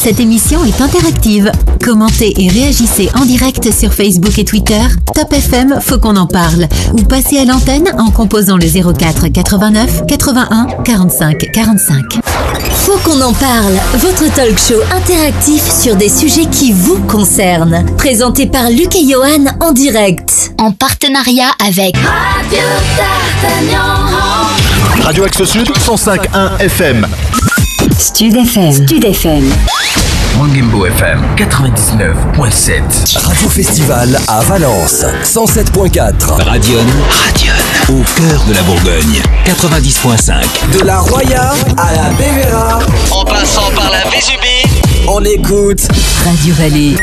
Cette émission est interactive. Commentez et réagissez en direct sur Facebook et Twitter. Top FM, faut qu'on en parle. Ou passez à l'antenne en composant le 04 89 81 45 45. Faut qu'on en parle. Votre talk show interactif sur des sujets qui vous concernent. Présenté par Luc et Johan en direct. En partenariat avec Radio D'Artagnan. Radio Axe Sud, 105.1 FM. Stud FM. Mangembo FM 99.7. Radio Festival à Valence 107.4. Radion. Au cœur de la Bourgogne 90.5. De la Roya à la Bévéra. En passant par la Vésubie. On écoute Radio Vallée.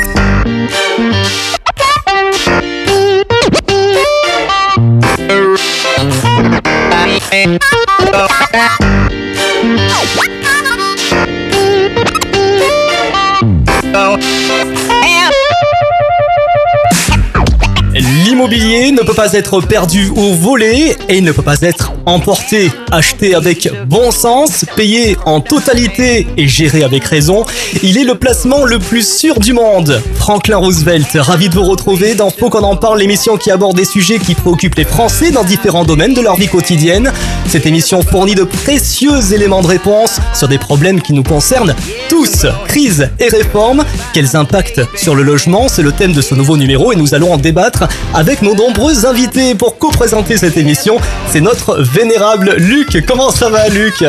L'immobilier ne peut pas être perdu ou volé et il ne peut pas être emporté. Acheté avec bon sens, payé en totalité et géré avec raison, il est le placement le plus sûr du monde. Franklin Roosevelt, ravi de vous retrouver dans Faut qu'on en parle, l'émission qui aborde des sujets qui préoccupent les Français dans différents domaines de leur vie quotidienne. Cette émission fournit de précieux éléments de réponse sur des problèmes qui nous concernent tous. Crise et réforme, quels impacts sur le logement, c'est le thème de ce nouveau numéro et nous allons en débattre avec nos nombreux invités. Pour co-présenter cette émission, c'est notre vénérable Luc. Comment ça va, Luc?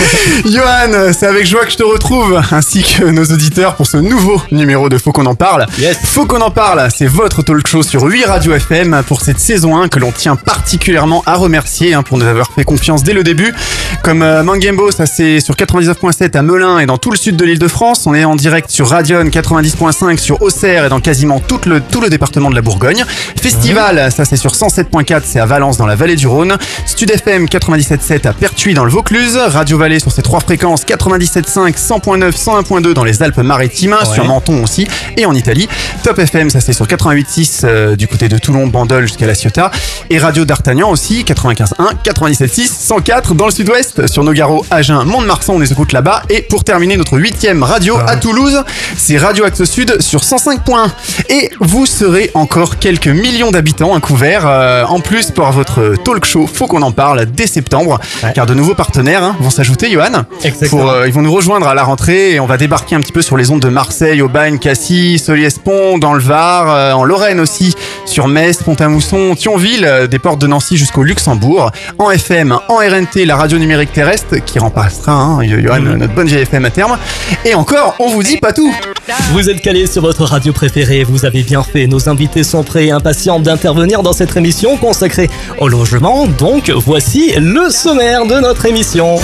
Johan, c'est avec joie que je te retrouve, ainsi que nos auditeurs pour ce nouveau numéro de Faut qu'on en parle. Yes. Faut qu'on en parle, c'est votre talk show sur 8 Radio FM pour cette saison 1 que l'on tient particulièrement à remercier pour nous avoir fait confiance dès le début. Comme Mangembo, ça c'est sur 99.7 à Melun et dans tout le sud de l'Île-de-France. On est en direct sur Radion 90.5 sur Auxerre et dans quasiment tout le département de la Bourgogne. Festival, ça c'est sur 107.4, c'est à Valence dans la vallée du Rhône. Stud FM 97.7 à Pertuis dans le Vaucluse. Radio Vallée sur ses 3 fréquences 97.5, 100.9, 101.2 dans les Alpes-Maritimes, sur Menton aussi et en Italie. Top FM, ça c'est sur 88.6 du côté de Toulon, Bandol jusqu'à La Ciotat. Et Radio D'Artagnan aussi, 95.1, 97.6, 104 dans le sud-ouest, sur Nogaro, Agen, Mont-de-Marsan, on les écoute là-bas. Et pour terminer notre 8e radio à Toulouse, c'est Radio Axe Sud sur 105.1. Et vous serez encore quelques millions d'habitants à couvert. En plus, pour votre talk show, faut qu'on en parle dès septembre, car de nouveaux partenaires vont s'ajouter, Johan. Ils vont nous rejoindre à la rentrée et on va débarquer un petit peu sur les ondes de Marseille, Aubagne, Cassis, Soliès-Pont, dans le Var, en Lorraine aussi, sur Metz, Pont-à-Mousson, Thionville, des portes de Nancy jusqu'au Luxembourg, en FM, en RNT, la radio numérique terrestre qui remplacera, Johan, notre bonne GFM à terme. Et encore, on vous dit pas tout. Vous êtes calés sur votre radio préférée, vous avez bien fait. Nos invités sont prêts et impatients d'intervenir dans cette émission consacrée au logement. Donc voici le sommaire de notre émission.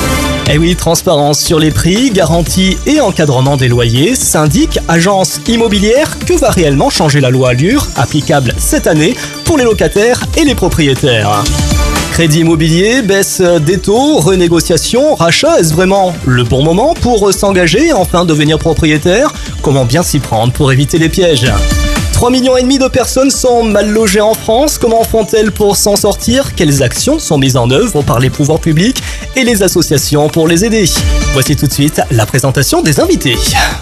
Eh oui, transparence sur les prix, garantie et encadrement des loyers, syndic, agence immobilière, que va réellement changer la loi Allure, applicable cette année pour les locataires et les propriétaires. Crédit immobilier, baisse des taux, renégociation, rachat, est-ce vraiment le bon moment pour s'engager et enfin devenir propriétaire? Comment bien s'y prendre pour éviter les pièges? 3,5 millions de personnes sont mal logées en France. Comment font-elles pour s'en sortir? Quelles actions sont mises en œuvre par les pouvoirs publics et les associations pour les aider? Voici tout de suite la présentation des invités.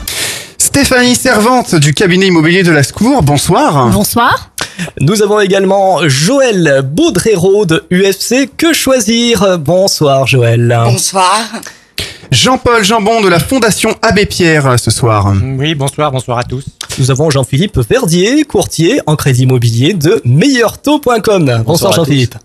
Stéphanie Servante du cabinet immobilier de Lascours, bonsoir. Bonsoir. Nous avons également Joël Baudrero de UFC Que Choisir. Bonsoir Joël. Bonsoir. Jean-Paul Jambon de la Fondation Abbé Pierre ce soir. Oui, bonsoir à tous. Nous avons Jean-Philippe Verdier, courtier en crédit immobilier de meilleurtaux.com. Bonsoir Jean-Philippe.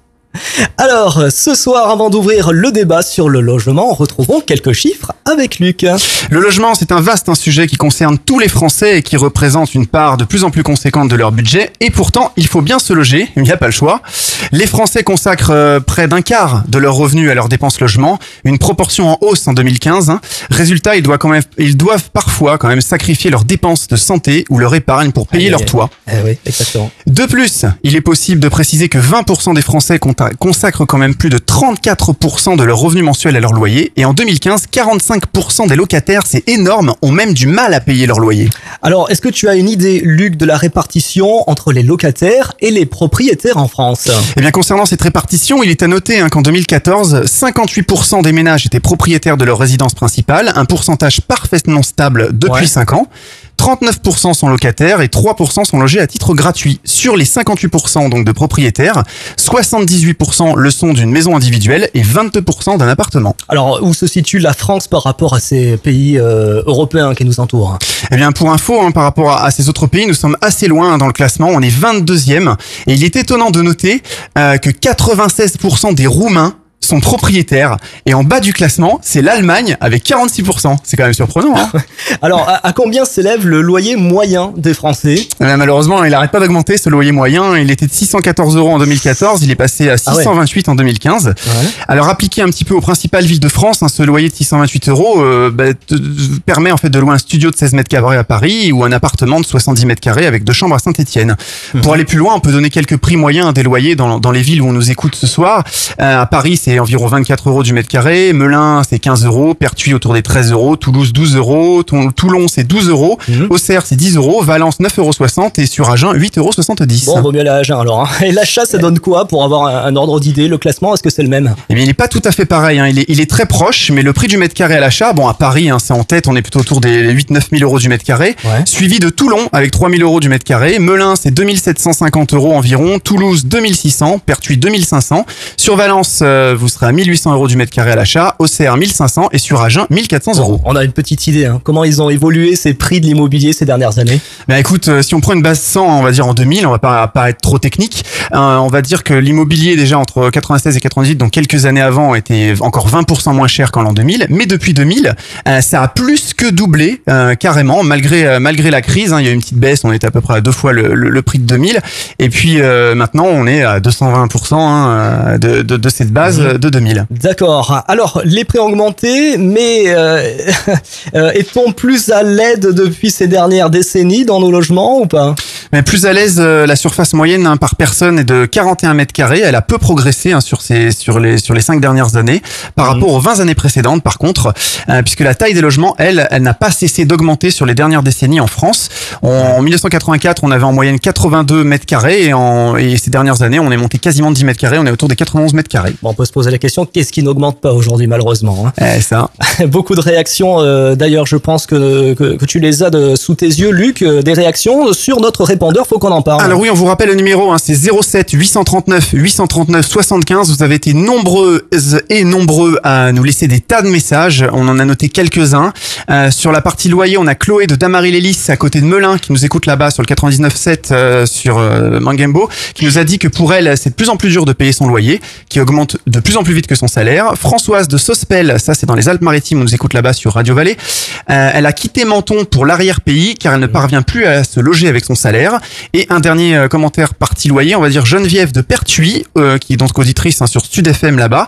Alors, ce soir, avant d'ouvrir le débat sur le logement, retrouvons quelques chiffres avec Luc. Le logement, c'est un vaste sujet qui concerne tous les Français et qui représente une part de plus en plus conséquente de leur budget. Et pourtant, il faut bien se loger, il n'y a pas le choix. Les Français consacrent près d'un quart de leurs revenus à leurs dépenses logement, une proportion en hausse en 2015. Résultat, ils doivent parfois quand même sacrifier leurs dépenses de santé ou leur épargne pour payer leur toit. Oui, exactement. De plus, il est possible de préciser que 20% des Français comptent consacrent quand même plus de 34% de leur revenu mensuel à leur loyer. Et en 2015, 45% des locataires, c'est énorme, ont même du mal à payer leur loyer. Alors, est-ce que tu as une idée, Luc, de la répartition entre les locataires et les propriétaires en France ? Eh bien, concernant cette répartition, il est à noter qu'en 2014, 58% des ménages étaient propriétaires de leur résidence principale, un pourcentage parfaitement stable depuis 5 ans. 39% sont locataires et 3% sont logés à titre gratuit. Sur les 58% donc de propriétaires, 78% le sont d'une maison individuelle et 22% d'un appartement. Alors, où se situe la France par rapport à ces pays européens qui nous entourent ? Eh bien, pour info, par rapport à ces autres pays, nous sommes assez loin dans le classement. On est 22e et il est étonnant de noter que 96% des Roumains sont propriétaires. Et en bas du classement, c'est l'Allemagne avec 46%. C'est quand même surprenant. Alors, à combien s'élève le loyer moyen des Français ? Malheureusement, il n'arrête pas d'augmenter, ce loyer moyen. Il était de 614 € en 2014. Il est passé à 628 en 2015. Ouais. Alors, appliqué un petit peu aux principales villes de France, ce loyer de 628 € permet en fait de louer un studio de 16 mètres carrés à Paris ou un appartement de 70 mètres carrés avec 2 chambres à Saint-Étienne. Pour aller plus loin, on peut donner quelques prix moyens des loyers dans les villes où on nous écoute ce soir. À Paris, c'est environ 24 € du mètre carré. Melun, c'est 15 €. Pertuis, autour des 13 €. Toulouse, 12 €. Toulon, c'est 12 €. Auxerre, c'est 10 €. Valence, 9,60 € et sur Agen, 8,70 €. Bon, vaut mieux aller à Agen alors. Et l'achat, ça donne quoi pour avoir un ordre d'idée ? Le classement, est-ce que c'est le même ? Eh bien, il est pas tout à fait pareil. Il est très proche, mais le prix du mètre carré à l'achat, à Paris, c'est en tête, on est plutôt autour des 8-9 000 € du mètre carré. Ouais. Suivi de Toulon avec 3 000 € du mètre carré. Melun, c'est 2 750 € environ. Toulouse, 2 600. Pertuis, 2 500. Sur Valence, vous serez à 1 800 € du mètre carré à l'achat. Auxerre, 1 500 et sur Agen, 1 400 €. On a une petite idée. Comment ils ont évolué ces prix de l'immobilier ces dernières années ? Écoute, si on prend une base 100, on va dire en 2000, on va pas être trop technique. On va dire que l'immobilier déjà entre 96 et 98, donc quelques années avant, était encore 20% moins cher qu'en l'an 2000. Mais depuis 2000, ça a plus que doublé carrément, malgré la crise. Il y a eu une petite baisse, on était à peu près à 2 fois le prix de 2000. Et puis maintenant, on est à 220% de cette base de 2000. D'accord. Alors, les prix ont augmenté, mais est-on plus à l'aide depuis ces dernières décennies dans nos logements ou pas ? Mais plus à l'aise, la surface moyenne par personne est de 41 mètres carrés. Elle a peu progressé sur les 5 dernières années par rapport aux 20 années précédentes. Par contre, puisque la taille des logements, elle n'a pas cessé d'augmenter sur les dernières décennies en France. En 1984, on avait en moyenne 82 mètres carrés et ces dernières années, on est monté quasiment de 10 mètres carrés. On est autour des 91 mètres carrés. Bon, on peut se poser la question, qu'est-ce qui n'augmente pas aujourd'hui malheureusement ? Ça. Beaucoup de réactions. D'ailleurs, je pense que tu les as sous tes yeux, Luc. Des réactions sur notre répondeur. Faut qu'on en parle. Alors oui, on vous rappelle le numéro. C'est 07 839 839 75. Vous avez été nombreuses et nombreux à nous laisser des tas de messages. On en a noté quelques-uns. Sur la partie loyer, on a Chloé de Damary-Lélis à côté de Melun qui nous écoute là-bas sur le 99.7 sur Mangembo, qui nous a dit que pour elle, c'est de plus en plus dur de payer son loyer, qui augmente de plus en plus vite que son salaire. Françoise de Sospel, ça c'est dans les Alpes-Maritimes, on nous écoute là-bas sur Radio Vallée. Elle a quitté Menton pour l'arrière-pays car elle ne parvient plus à se loger avec son salaire. Et un dernier commentaire partie loyer, on va dire Geneviève de Pertuis, qui est donc auditrice sur Sud FM là-bas.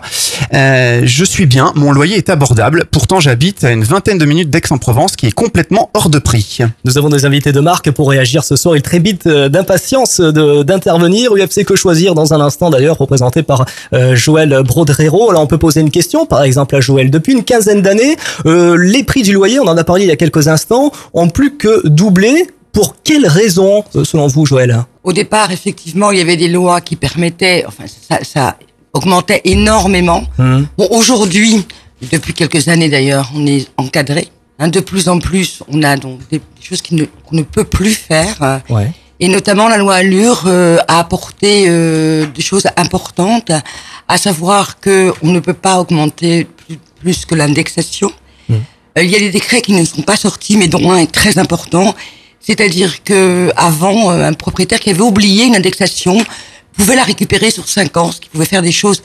Je suis bien, mon loyer est abordable. Pourtant, j'habite à une 20aine de minutes d'Aix-en-Provence, qui est complètement hors de prix. Nous avons des invités de marque pour réagir ce soir. Ils trépitent d'impatience d'intervenir. UFC Que Choisir dans un instant d'ailleurs, représenté par Joël Brodrero. Alors on peut poser une question, par exemple à Joël. Depuis une quinzaine d'années, les prix du loyer, on en a parlé il y a quelques instants, ont plus que doublé. Pour quelles raisons, selon vous, Joël ? Au départ, effectivement, il y avait des lois qui permettaient, ça augmentait énormément. Bon, aujourd'hui, depuis quelques années d'ailleurs, on est encadré. De plus en plus, on a donc des choses qu'on ne peut plus faire. Ouais. Et notamment, la loi Allure a apporté des choses importantes, à savoir que on ne peut pas augmenter plus que l'indexation. Il y a des décrets qui ne sont pas sortis, mais dont un est très important. C'est-à-dire que avant, un propriétaire qui avait oublié une indexation pouvait la récupérer sur 5 ans, ce qui pouvait faire des choses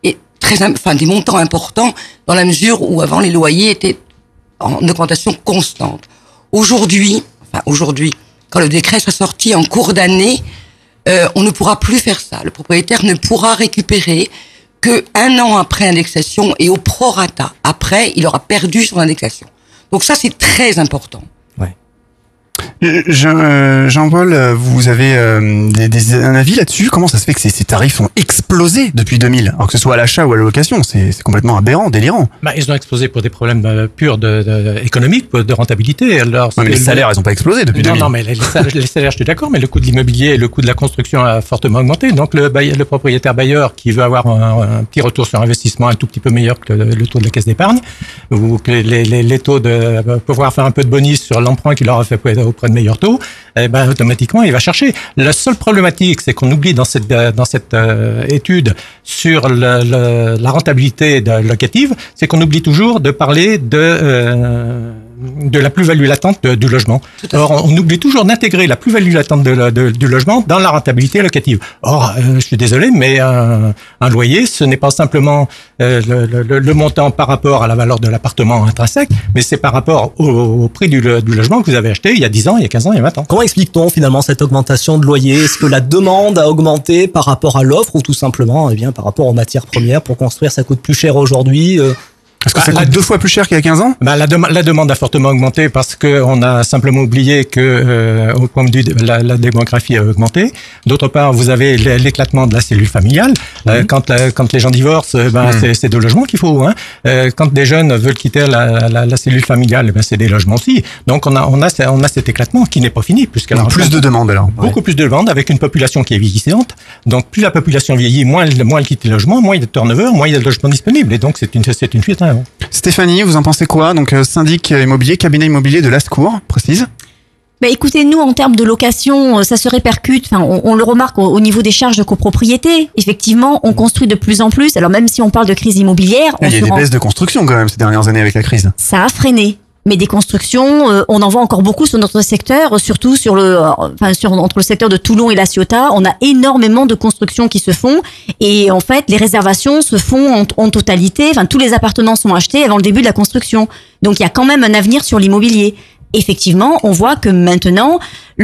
des montants importants dans la mesure où avant les loyers étaient en augmentation constante. Aujourd'hui, quand le décret sera sorti en cours d'année, on ne pourra plus faire ça. Le propriétaire ne pourra récupérer que 1 an après indexation et au prorata. Après, il aura perdu son indexation. Donc ça, c'est très important. Jean-Paul, vous avez un avis là-dessus? Comment ça se fait que ces tarifs ont explosé depuis 2000? Alors que ce soit à l'achat ou à la location, c'est complètement aberrant, délirant. Ils ont explosé pour des problèmes purs économiques, de rentabilité. Alors, mais les salaires, ils n'ont pas explosé depuis 2000. Non, mais les salaires, je suis d'accord, mais le coût de l'immobilier et le coût de la construction a fortement augmenté. Donc le propriétaire bailleur qui veut avoir un petit retour sur investissement un tout petit peu meilleur que le taux de la caisse d'épargne, ou que les taux de pouvoir faire un peu de bonus sur l'emprunt qu'il aura fait auprès de meilleurs taux, automatiquement il va chercher. La seule problématique, c'est qu'on oublie dans cette étude sur la rentabilité locative, c'est qu'on oublie toujours de parler de la plus-value latente du logement. Or, on oublie toujours d'intégrer la plus-value latente du logement dans la rentabilité locative. Or, je suis désolé, mais un loyer, ce n'est pas simplement le montant par rapport à la valeur de l'appartement intrinsèque, mais c'est par rapport au prix du logement que vous avez acheté il y a 10 ans, il y a 15 ans, il y a 20 ans. Comment explique-t-on finalement cette augmentation de loyer? Est-ce que la demande a augmenté par rapport à l'offre ou tout simplement par rapport aux matières premières? Pour construire, ça coûte plus cher aujourd'hui Est-ce que ça coûte 2 fois plus cher qu'il y a 15 ans? La demande a fortement augmenté parce que on a simplement oublié que au point de vue de la démographie a augmenté. D'autre part, vous avez l'éclatement de la cellule familiale. Quand les gens divorcent, c'est deux logements qu'il faut. Quand des jeunes veulent quitter la cellule familiale, c'est des logements aussi. Donc on a cet éclatement qui n'est pas fini puisqu'il y a plus de demandes alors. Beaucoup plus de demandes avec une population qui est vieillissante. Donc plus la population vieillit, moins elle quitte les logements, moins il y a de turnover, moins il y a de logements disponibles. Et donc c'est une fuite. Stéphanie, vous en pensez quoi? Donc syndic immobilier, cabinet immobilier de Lascours, précise. Écoutez, nous, en termes de location, ça se répercute. Enfin, on le remarque au niveau des charges de copropriété. Effectivement, on construit de plus en plus. Alors même si on parle de crise immobilière, il y a des baisses de construction quand même ces dernières années avec la crise. Ça a freiné. Mais des constructions, on en voit encore beaucoup sur notre secteur, surtout entre le secteur de Toulon et La Ciotat. On a énormément de constructions qui se font et en fait, les réservations se font en totalité. Enfin, tous les appartements sont achetés avant le début de la construction. Donc, il y a quand même un avenir sur l'immobilier. Effectivement, on voit que maintenant,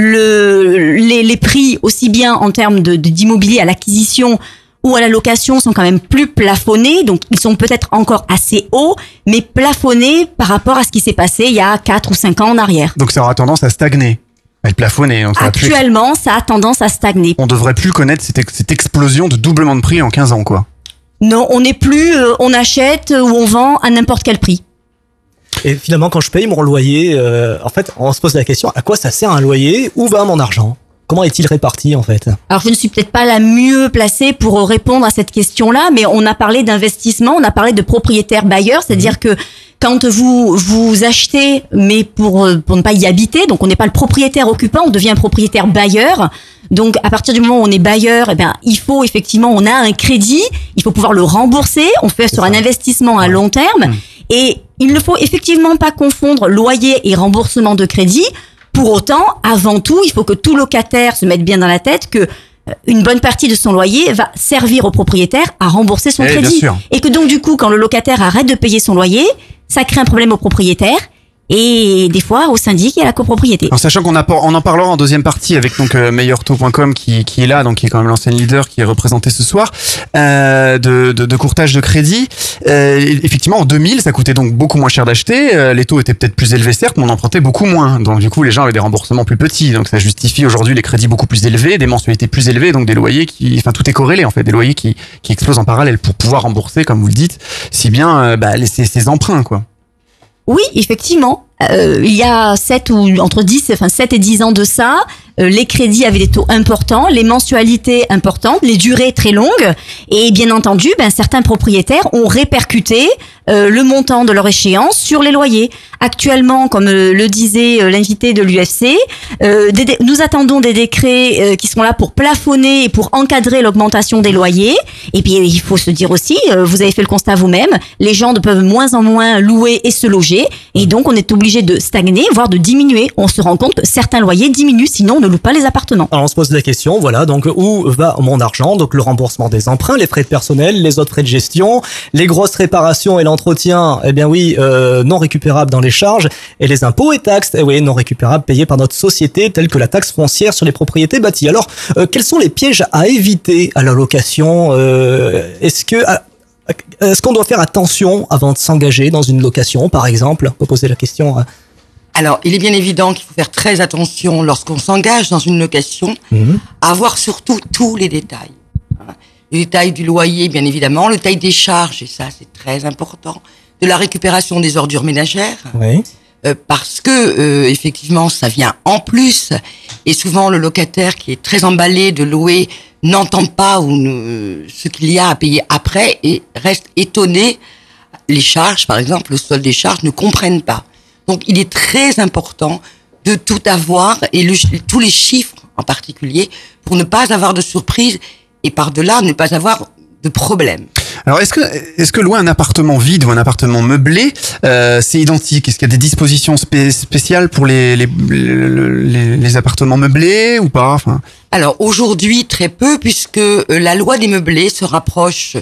les prix, aussi bien en termes d'immobilier à l'acquisition ou à la location, sont quand même plus plafonnés. Donc, ils sont peut-être encore assez hauts, mais plafonnés par rapport à ce qui s'est passé il y a 4 ou 5 ans en arrière. Donc, ça aura tendance à stagner. Elle plafonner. Donc actuellement, ça a tendance à stagner. On devrait plus connaître cette explosion de doublement de prix en 15 ans, quoi. Non, on n'est plus, on achète ou on vend à n'importe quel prix. Et finalement, quand je paye mon loyer, en fait, on se pose la question, à quoi ça sert un loyer? Où va mon argent? Comment est-il réparti en fait? Alors je ne suis peut-être pas la mieux placée pour répondre à cette question-là, mais on a parlé d'investissement, on a parlé de propriétaire bailleur, c'est-à-dire que quand vous achetez, mais pour ne pas y habiter, donc on n'est pas le propriétaire occupant, on devient un propriétaire bailleur. Donc à partir du moment où on est bailleur, il faut effectivement, on a un crédit, il faut pouvoir le rembourser, on fait sur un investissement à long terme, et il ne faut effectivement pas confondre loyer et remboursement de crédit. Pour autant, avant tout, il faut que tout locataire se mette bien dans la tête que une bonne partie de son loyer va servir au propriétaire à rembourser son crédit. Et que donc, du coup, quand le locataire arrête de payer son loyer, ça crée un problème au propriétaire. Et des fois au syndic et à la copropriété. En sachant on en parlera en deuxième partie avec donc meilleurtaux.com qui est là, donc qui est quand même l'ancien leader qui est représenté ce soir de courtage de crédit. Effectivement, en 2000, ça coûtait donc beaucoup moins cher d'acheter. Les taux étaient peut-être plus élevés certes, mais on empruntait beaucoup moins. Donc du coup, les gens avaient des remboursements plus petits. Donc ça justifie aujourd'hui les crédits beaucoup plus élevés, des mensualités plus élevées, donc des loyers tout est corrélé en fait, des loyers qui explosent en parallèle pour pouvoir rembourser, comme vous le dites, si bien ces emprunts quoi. Oui, effectivement. Il y a 7 et 10 ans de ça, les crédits avaient des taux importants, les mensualités importantes, les durées très longues, et bien entendu, certains propriétaires ont répercuté le montant de leur échéance sur les loyers. Actuellement, comme le disait l'invité de l'UFC, nous attendons des décrets qui seront là pour plafonner et pour encadrer l'augmentation des loyers. Et puis, il faut se dire aussi, vous avez fait le constat vous-même, les gens peuvent moins en moins louer et se loger, et donc on est obligé de stagner, voire de diminuer. On se rend compte que certains loyers diminuent, sinon on ne loue pas les appartements. Alors on se pose la question, voilà, donc où va mon argent? Donc le remboursement des emprunts, les frais de personnel, les autres frais de gestion, les grosses réparations et l'entretien, non récupérables dans les charges, et les impôts et taxes, non récupérables payés par notre société, tels que la taxe foncière sur les propriétés bâties. Alors, quels sont les pièges à éviter à la location? Est-ce qu'on doit faire attention avant de s'engager dans une location, par exemple? On peut poser la question Alors, il est bien évident qu'il faut faire très attention lorsqu'on s'engage dans une location, à voir surtout tous les détails. Le détail du loyer, bien évidemment, le détail des charges, et ça c'est très important, de la récupération des ordures ménagères, parce que effectivement ça vient en plus, et souvent le locataire qui est très emballé de louer n'entend pas ce qu'il y a à payer après et reste étonné. Les charges, par exemple, le solde des charges ne comprennent pas. Donc, il est très important de tout avoir et tous les chiffres en particulier pour ne pas avoir de surprise et par-delà ne pas avoir de problème. Alors, est-ce que louer un appartement vide ou un appartement meublé, c'est identique? Est-ce qu'il y a des dispositions spéciales pour les appartements meublés ou pas? Alors, aujourd'hui, très peu, puisque la loi des meublés se rapproche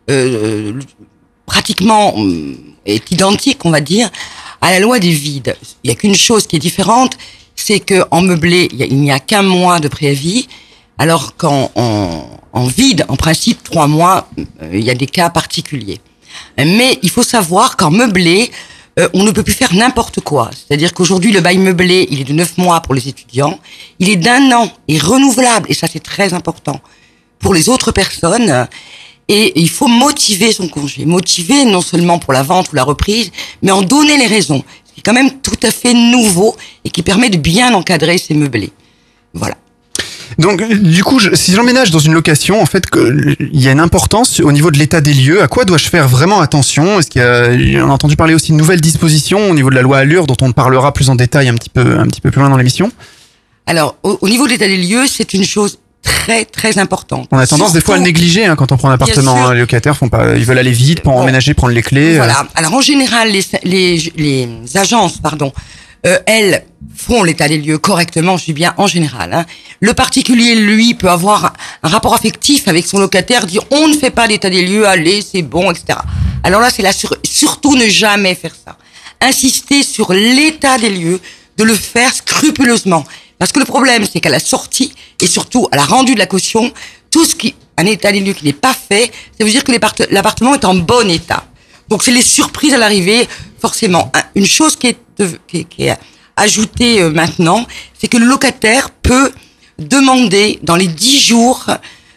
pratiquement, est identique, on va dire, à la loi des vides. Il n'y a qu'une chose qui est différente, c'est que en meublé, il n'y a qu'un mois de préavis, alors qu'en vide, en principe, 3 mois, il y a des cas particuliers. Mais il faut savoir qu'en meublé, on ne peut plus faire n'importe quoi. C'est-à-dire qu'aujourd'hui, le bail meublé, il est de 9 mois pour les étudiants, il est d'1 an et renouvelable, et ça c'est très important pour les autres personnes. Et il faut motiver son congé, motiver non seulement pour la vente ou la reprise, mais en donner les raisons. Ce qui est quand même tout à fait nouveau et qui permet de bien encadrer ces meublés. Voilà. Donc, du coup, si j'emménage dans une location, en fait, il y a une importance au niveau de l'état des lieux. À quoi dois-je faire vraiment attention? Est-ce on a entendu parler aussi de nouvelles dispositions au niveau de la loi Allure, dont on parlera plus en détail un petit peu plus loin dans l'émission? Alors, au niveau de l'état des lieux, c'est une chose très très importante. On a tendance des fois à le négliger quand on prend un appartement. Les locataires ils veulent aller vite pour emménager, prendre les clés. Voilà. Alors en général, les agences, elles font l'état des lieux correctement. Je dis bien en général. Le particulier, lui, peut avoir un rapport affectif avec son locataire, dire on ne fait pas l'état des lieux, allez, c'est bon, etc. Alors là, c'est surtout ne jamais faire ça. Insister sur l'état des lieux, de le faire scrupuleusement. Parce que le problème, c'est qu'à la sortie, et surtout à la rendue de la caution, un état des lieux qui n'est pas fait, ça veut dire que l'appartement est en bon état. Donc c'est les surprises à l'arrivée, forcément. Une chose qui est ajoutée maintenant, c'est que le locataire peut demander dans les 10 jours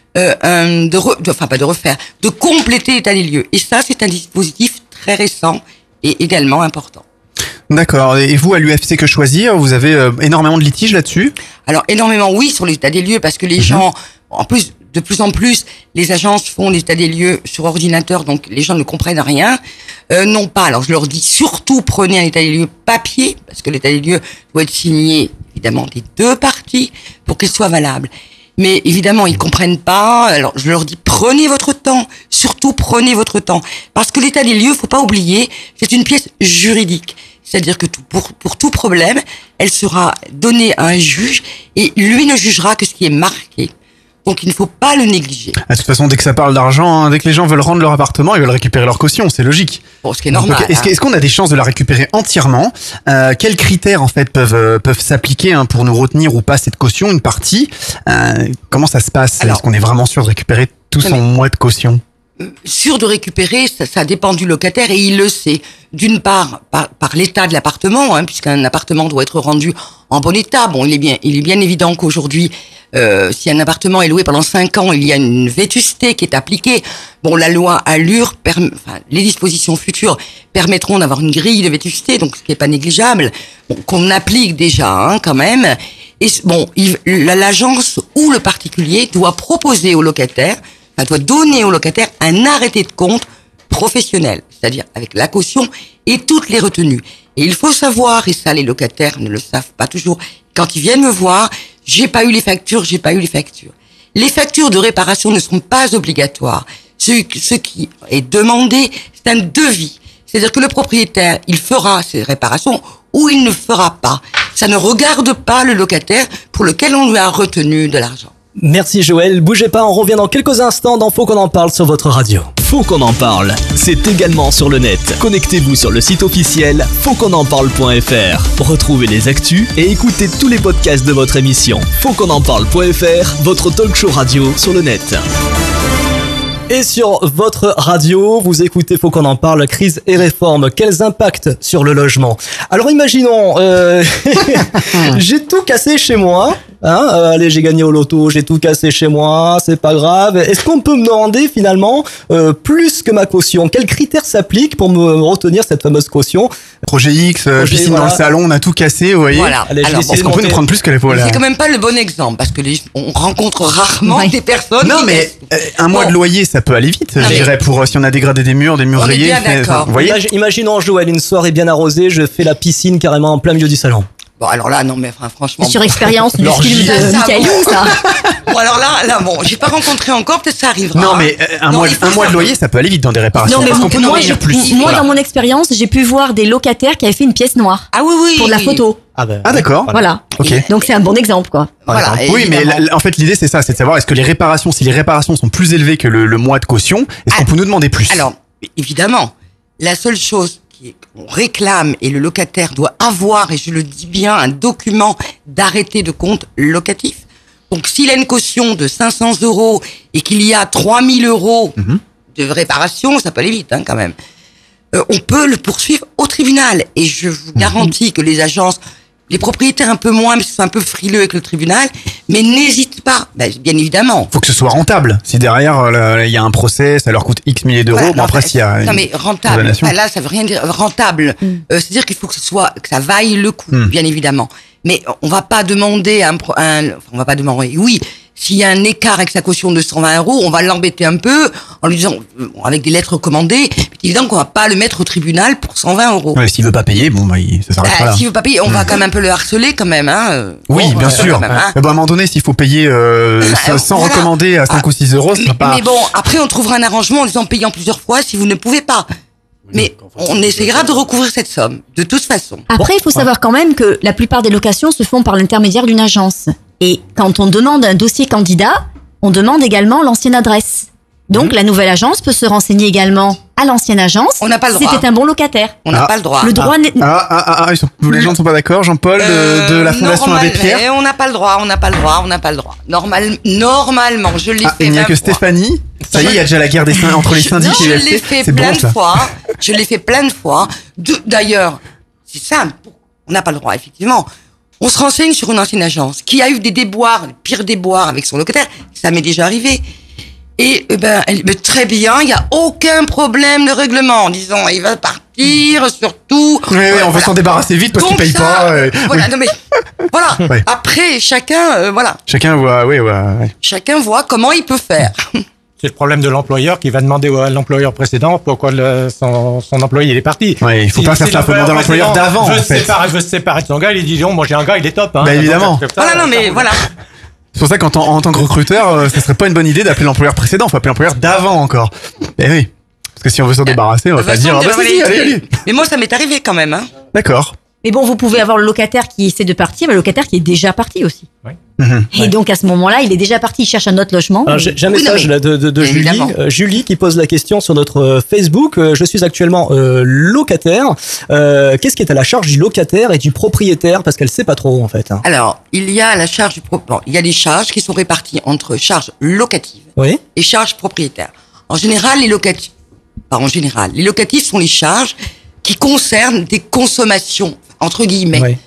de compléter l'état des lieux. Et ça, c'est un dispositif très récent et également important. D'accord. Et vous, à l'UFC Que Choisir, vous avez énormément de litiges là-dessus? Alors, énormément, oui, sur l'état des lieux, parce que les gens, en plus, de plus en plus, les agences font l'état des lieux sur ordinateur, donc les gens ne comprennent rien. Non pas, alors je leur dis surtout prenez un état des lieux papier, parce que l'état des lieux doit être signé, évidemment, des 2 parties, pour qu'il soit valable. Mais évidemment, ils comprennent pas. Alors, je leur dis, prenez votre temps. Surtout, prenez votre temps. Parce que l'état des lieux, faut pas oublier, c'est une pièce juridique. C'est-à-dire que pour tout problème, elle sera donnée à un juge et lui ne jugera que ce qui est marqué. Donc, il ne faut pas le négliger. De toute façon, dès que ça parle d'argent, dès que les gens veulent rendre leur appartement, ils veulent récupérer leur caution, c'est logique. Bon, ce qui est normal. Donc, est-ce qu'on a des chances de la récupérer entièrement? Quels critères, en fait, peuvent s'appliquer pour nous retenir ou pas cette caution, une partie? Comment ça se passe? Est-ce qu'on est vraiment sûr de récupérer tout son mois de caution? Sûr de récupérer, ça dépend du locataire et il le sait. D'une part, par l'état de l'appartement, puisqu'un appartement doit être rendu en bon état. Bon, il est bien évident qu'aujourd'hui, si un appartement est loué pendant 5 ans, il y a une vétusté qui est appliquée. Bon, la loi Allure, les dispositions futures permettront d'avoir une grille de vétusté, donc ce qui n'est pas négligeable, qu'on applique déjà quand même. Et bon, l'agence ou le particulier doit proposer au locataire, doit donner au locataire un arrêté de compte professionnel, c'est-à-dire avec la caution et toutes les retenues. Et il faut savoir, et ça les locataires ne le savent pas toujours, quand ils viennent me voir, j'ai pas eu les factures. Les factures de réparation ne sont pas obligatoires. Ce qui est demandé, c'est un devis. C'est-à-dire que le propriétaire, il fera ces réparations ou il ne fera pas. Ça ne regarde pas le locataire pour lequel on lui a retenu de l'argent. Merci Joël, bougez pas, on revient dans quelques instants dans Faut qu'on en parle sur votre radio. Faut qu'on en parle, c'est également sur le net. Connectez-vous sur le site officiel fautquonenparle.fr. Retrouvez les actus et écoutez tous les podcasts de votre émission. Fautquonenparle.fr, votre talk show radio sur le net. Et sur votre radio, vous écoutez Faut qu'on en parle, crise et réforme. Quels impacts sur le logement? Alors imaginons, j'ai tout cassé chez moi. Allez, j'ai gagné au loto, j'ai tout cassé chez moi, c'est pas grave. Est-ce qu'on peut me demander finalement plus que ma caution? Quels critères s'appliquent pour me retenir cette fameuse caution? Projet X, piscine dans le salon, on a tout cassé, vous voyez. Voilà. Allez, Est-ce qu'on peut nous prendre plus que les pauvres? C'est quand même pas le bon exemple parce que on rencontre rarement des personnes. Non, mais un mois de loyer, ça peut aller vite. Je dirais pour si on a dégradé des murs rayés. On est bien d'accord. Vous voyez. Imaginons Joël, une soirée bien arrosée, je fais la piscine carrément en plein milieu du salon. Bon, alors là, non, mais franchement. Sur expérience du film de Michael Young, ça. Bon, alors là, bon, j'ai pas rencontré encore, peut-être ça arrivera. Non, mais un mois de loyer, ça peut aller vite dans des réparations. Non, mais parce qu'on peut moi, en dire plus. Moi, dans mon expérience, j'ai pu voir des locataires qui avaient fait une pièce noire. Ah oui. Pour de la photo. Ah d'accord. Voilà. Ok. Donc c'est un bon exemple, quoi. Voilà. Oui, mais en fait, l'idée, c'est ça, c'est de savoir est-ce que si les réparations sont plus élevées que le mois de caution, est-ce qu'on peut nous demander plus? Alors, évidemment, la seule chose qu'on réclame et le locataire doit avoir, et je le dis bien, un document d'arrêté de compte locatif. Donc, s'il a une caution de 500 € et qu'il y a 3000 € de réparation, ça peut aller vite, quand même. On peut le poursuivre au tribunal. Et je vous garantis que les agences, les propriétaires un peu moins, parce qu'ils sont un peu frileux avec le tribunal, mais n'hésitez pas, bien évidemment. Faut que ce soit rentable. Si derrière, il y a un procès, ça leur coûte X milliers d'euros. Voilà, bon, après, s'il y a. Non, mais rentable. Là, ça veut rien dire. Rentable. C'est-à-dire qu'il faut que ça vaille le coup, bien évidemment. Mais on va pas demander on va pas demander, oui. S'il y a un écart avec sa caution de 120 €, on va l'embêter un peu en lui disant, avec des lettres recommandées, c'est évident qu'on va pas le mettre au tribunal pour 120 €. Ouais, s'il veut pas payer, bon, ça s'arrête pas là. S'il veut pas payer, on va quand même un peu le harceler quand même, Oui, bien sûr. Même, Mais à un moment donné, s'il faut payer sans recommander à 5 ou 6 €, ça pas. Mais bon, après, on trouvera un arrangement en disant payant plusieurs fois si vous ne pouvez pas. Mais on essaiera de recouvrir cette somme, de toute façon. Après, il faut savoir quand même que la plupart des locations se font par l'intermédiaire d'une agence. Et quand on demande un dossier candidat, on demande également l'ancienne adresse. Donc, la nouvelle agence peut se renseigner également à l'ancienne agence. On n'a pas le droit. C'était un bon locataire. On n'a pas le droit. Le droit n'est... les gens ne sont pas d'accord, Jean-Paul, de la Fondation Abbé Pierre. On n'a pas le droit. Normalement, je l'ai fait. Il n'y a que Stéphanie. Ça y est, il y a déjà la guerre entre les syndics et les Je l'ai fait plein de fois. Je l'ai fait plein de fois. D'ailleurs, c'est simple. On n'a pas le droit, effectivement. On se renseigne sur une ancienne agence qui a eu des déboires, les pires déboires avec son locataire. Ça m'est déjà arrivé. Et très bien, il n'y a aucun problème de règlement en disant il va partir, surtout. Oui, on veut s'en débarrasser vite parce qu'il paye pas. Voilà, non mais voilà. Ouais. Après, chacun, voilà. Chacun voit, Chacun voit comment il peut faire. C'est le problème de l'employeur qui va demander à l'employeur précédent pourquoi son employé il est parti. Ouais, il faut pas faire ça, faut demander à l'employeur d'avant. Veut se séparer de son gars, il dit moi j'ai un gars, il est top. Évidemment. Voilà, non mais voilà. C'est pour ça qu'en tant que recruteur, ça serait pas une bonne idée d'appeler l'employeur précédent, faut appeler l'employeur d'avant encore. Oui. Parce que si on veut s'en débarrasser, on va pas dire allez. Mais moi ça m'est arrivé quand même. D'accord. Mais bon, vous pouvez avoir le locataire qui essaie de partir, mais le locataire qui est déjà parti aussi. Oui. Et donc à ce moment-là, il est déjà parti, il cherche un autre logement. J'ai un message de Julie. Julie qui pose la question sur notre Facebook. Je suis actuellement locataire. Qu'est-ce qui est à la charge du locataire et du propriétaire? Parce qu'elle sait pas trop en fait. Alors, il y a la charge il y a des charges qui sont réparties entre charges locatives et charges propriétaires. En général, les locatifs sont les charges qui concernent des consommations entre guillemets. Oui.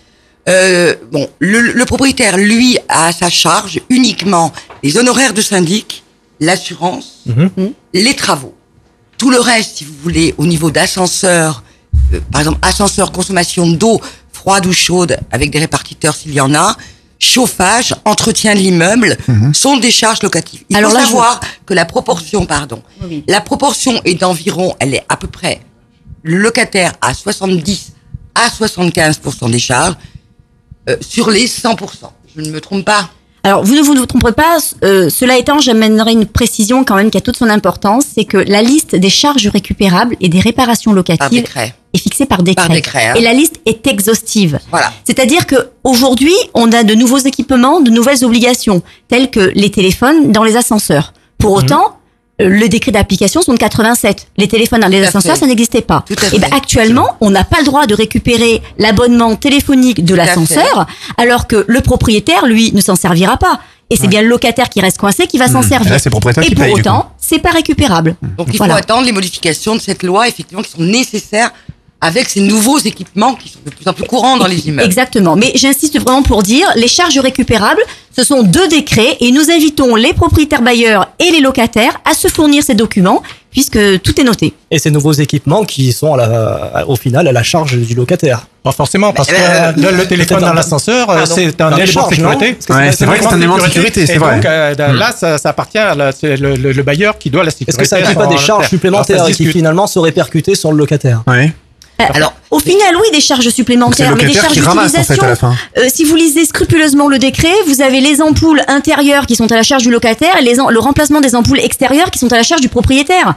Le propriétaire, lui, a à sa charge uniquement les honoraires de syndic, l'assurance, les travaux. Tout le reste, si vous voulez, au niveau d'ascenseur, par exemple, ascenseur, consommation d'eau, froide ou chaude, avec des répartiteurs s'il y en a, chauffage, entretien de l'immeuble, sont des charges locatives. Il faut savoir que la proportion, la proportion est d'environ, elle est à peu près, le locataire a 70 à 75% des charges, sur les 100%. Je ne me trompe pas. Alors, vous ne vous tromperez pas. Cela étant, j'amènerai une précision quand même qui a toute son importance, c'est que la liste des charges récupérables et des réparations locatives est fixée par décret. Et la liste est exhaustive. Voilà. C'est-à-dire que aujourd'hui, on a de nouveaux équipements, de nouvelles obligations, telles que les téléphones dans les ascenseurs. Pour autant, le décret d'application sont de 87. Les téléphones dans les ascenseurs, ça n'existait pas. Et actuellement, on n'a pas le droit de récupérer l'abonnement téléphonique de l'ascenseur, alors que le propriétaire, lui, ne s'en servira pas. Et c'est bien le locataire qui reste coincé qui va s'en servir. Là, c'est le propriétaire et qui pour paye, autant, c'est pas récupérable. Donc il faut attendre les modifications de cette loi, effectivement, qui sont nécessaires avec ces nouveaux équipements qui sont de plus en plus courants dans les immeubles. Exactement. Mais j'insiste vraiment pour dire, les charges récupérables, ce sont 2 décrets et nous invitons les propriétaires bailleurs et les locataires à se fournir ces documents puisque tout est noté. Et ces nouveaux équipements qui sont au final à la charge du locataire. Pas forcément, parce que le téléphone dans l'ascenseur, c'est un élément de sécurité. C'est vrai que c'est un élément de sécurité, c'est vrai. Donc là, ça appartient à le bailleur qui doit la sécurité. Est-ce que ça n'a pas des charges supplémentaires qui finalement se répercutaient sur le locataire? Oui. Alors, au final, oui, des charges supplémentaires, mais des charges d'utilisation. Si vous lisez scrupuleusement le décret, vous avez les ampoules intérieures qui sont à la charge du locataire et le remplacement des ampoules extérieures qui sont à la charge du propriétaire.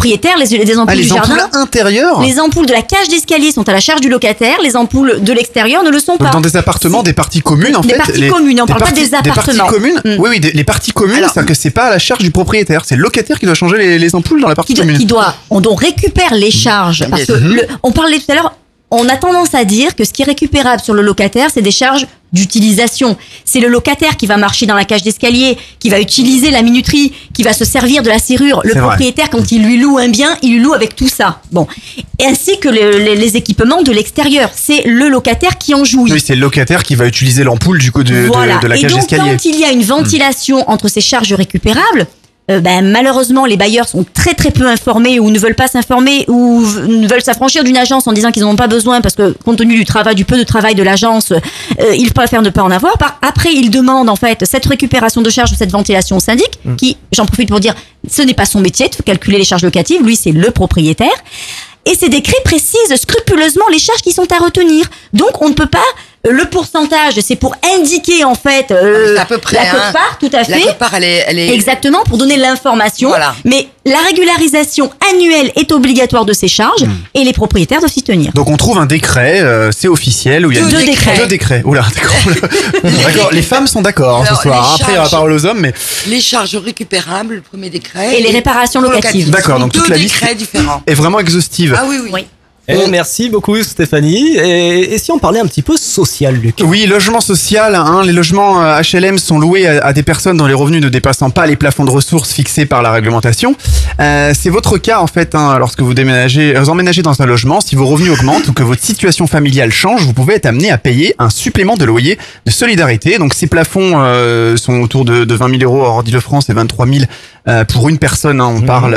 Des ampoules du jardin. Les ampoules intérieures. Les ampoules de la cage d'escalier sont à la charge du locataire. Les ampoules de l'extérieur ne le sont pas. Dans des appartements, des parties communes, en fait. Des parties communes, on parle pas des appartements. Des parties communes. Oui, les parties communes, c'est que c'est pas à la charge du propriétaire. C'est le locataire qui doit changer les ampoules dans la partie commune. On récupère les charges. Parce que on parlait tout à l'heure, on a tendance à dire que ce qui est récupérable sur le locataire, c'est des charges d'utilisation. C'est le locataire qui va marcher dans la cage d'escalier, qui va utiliser la minuterie, qui va se servir de la serrure. Le propriétaire, quand il lui loue un bien, il lui loue avec tout ça. Bon. Et ainsi que les équipements de l'extérieur. C'est le locataire qui en jouit. Oui, c'est le locataire qui va utiliser l'ampoule du coup de la cage d'escalier. Et donc, quand il y a une ventilation entre ces charges récupérables, malheureusement, les bailleurs sont très très peu informés ou ne veulent pas s'informer ou ne veulent s'affranchir d'une agence en disant qu'ils n'en ont pas besoin parce que compte tenu du peu de travail de l'agence, ils préfèrent ne pas en avoir. Après, ils demandent en fait cette récupération de charges ou cette ventilation au syndic qui, j'en profite pour dire, ce n'est pas son métier de calculer les charges locatives, lui c'est le propriétaire. Et ces décrets précisent scrupuleusement les charges qui sont à retenir. Donc, on ne peut pas... Le pourcentage, c'est pour indiquer en fait à peu près, la quote-part, tout à fait. La quote-part, elle est... Exactement, pour donner l'information. Voilà. Mais la régularisation annuelle est obligatoire de ces charges et les propriétaires doivent s'y tenir. Donc on trouve un décret, c'est officiel, où il y a deux décrets. Oula, d'accord. Les femmes sont d'accord ce soir. Après, il y a la parole aux hommes, mais... Les charges récupérables, le premier décret. Et les réparations locatives. D'accord, donc toute la liste est vraiment exhaustive. Ah oui. Merci beaucoup Stéphanie. Et si on parlait un petit peu social, Luc? Oui, logement social, les logements HLM sont loués à des personnes dont les revenus ne dépassant pas les plafonds de ressources fixés par la réglementation. C'est votre cas en fait, lorsque vous emménagez dans un logement, si vos revenus augmentent ou que votre situation familiale change, vous pouvez être amené à payer un supplément de loyer de solidarité. Donc ces plafonds sont autour de 20 000 euros hors d'Île-de-France et 23 000 pour une personne, on parle,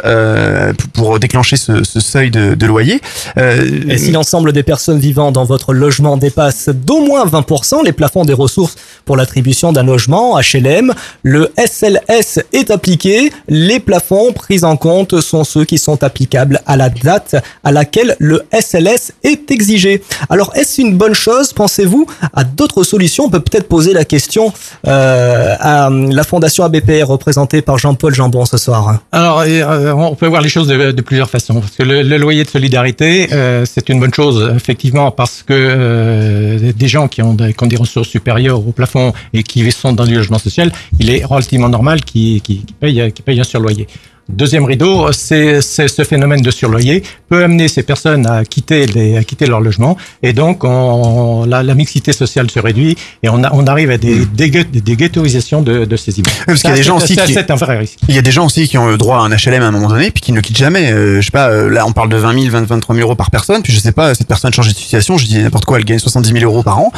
pour déclencher ce seuil de loyer. Et si l'ensemble des personnes vivant dans votre logement dépasse d'au moins 20% les plafonds des ressources pour l'attribution d'un logement HLM, le SLS est appliqué. Les plafonds pris en compte sont ceux qui sont applicables à la date à laquelle le SLS est exigé. Alors, est-ce une bonne chose? Pensez-vous à d'autres solutions? On peut peut-être poser la question à la Fondation ABPR représentée par Jean-Paul Jambon ce soir. Alors, on peut voir les choses de plusieurs façons. Parce que le loyer de solidarité, c'est une bonne chose, effectivement, parce que des gens qui ont des ressources supérieures au plafond et qui sont dans du logement social, il est relativement normal qu'ils payent un surloyer. Deuxième rideau, c'est ce phénomène de surloyer peut amener ces personnes à quitter leur logement et donc la mixité sociale se réduit et on arrive à des ghettoisations de ces immeubles. Parce qu'il y a des gens aussi c'est un vrai risque. Il y a des gens aussi qui ont le droit à un HLM à un moment donné puis qui ne le quittent jamais. Je sais pas, là on parle de 20 000, 23 000 euros par personne puis je sais pas, cette personne change de situation, je dis n'importe quoi, elle gagne 70 000 euros par an.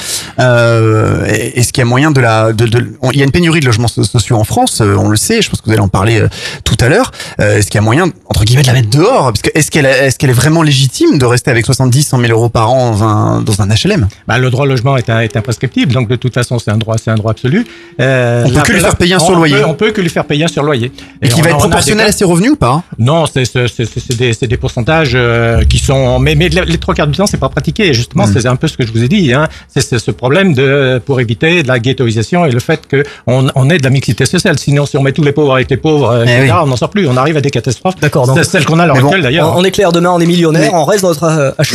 Est-ce qu'il y a moyen il y a une pénurie de logements sociaux en France, on le sait, je pense que vous allez en parler tout à l'heure. Est-ce qu'il y a moyen, entre guillemets, de la mettre dehors? Parce que est-ce qu'elle est vraiment légitime de rester avec 70, 100 000 euros par an dans un HLM? Le droit au logement est imprescriptible, donc de toute façon c'est un droit absolu. On peut que lui faire payer un surloyer. On peut que lui faire payer un surloyer. Et qui va être proportionnel à ses revenus ou pas? Non, c'est des pourcentages qui sont, mais les trois quarts du temps c'est pas pratiqué. Et justement, c'est un peu ce que je vous ai dit. C'est ce problème pour éviter de la ghettoisation et le fait qu'on ait de la mixité sociale. Sinon, si on met tous les pauvres avec les pauvres, etc., on n'en sort plus. On arrive à des catastrophes. D'accord. C'est celle qu'on a à l'heure actuelle d'ailleurs. On est clair, demain on est millionnaire, on reste dans notre HLM.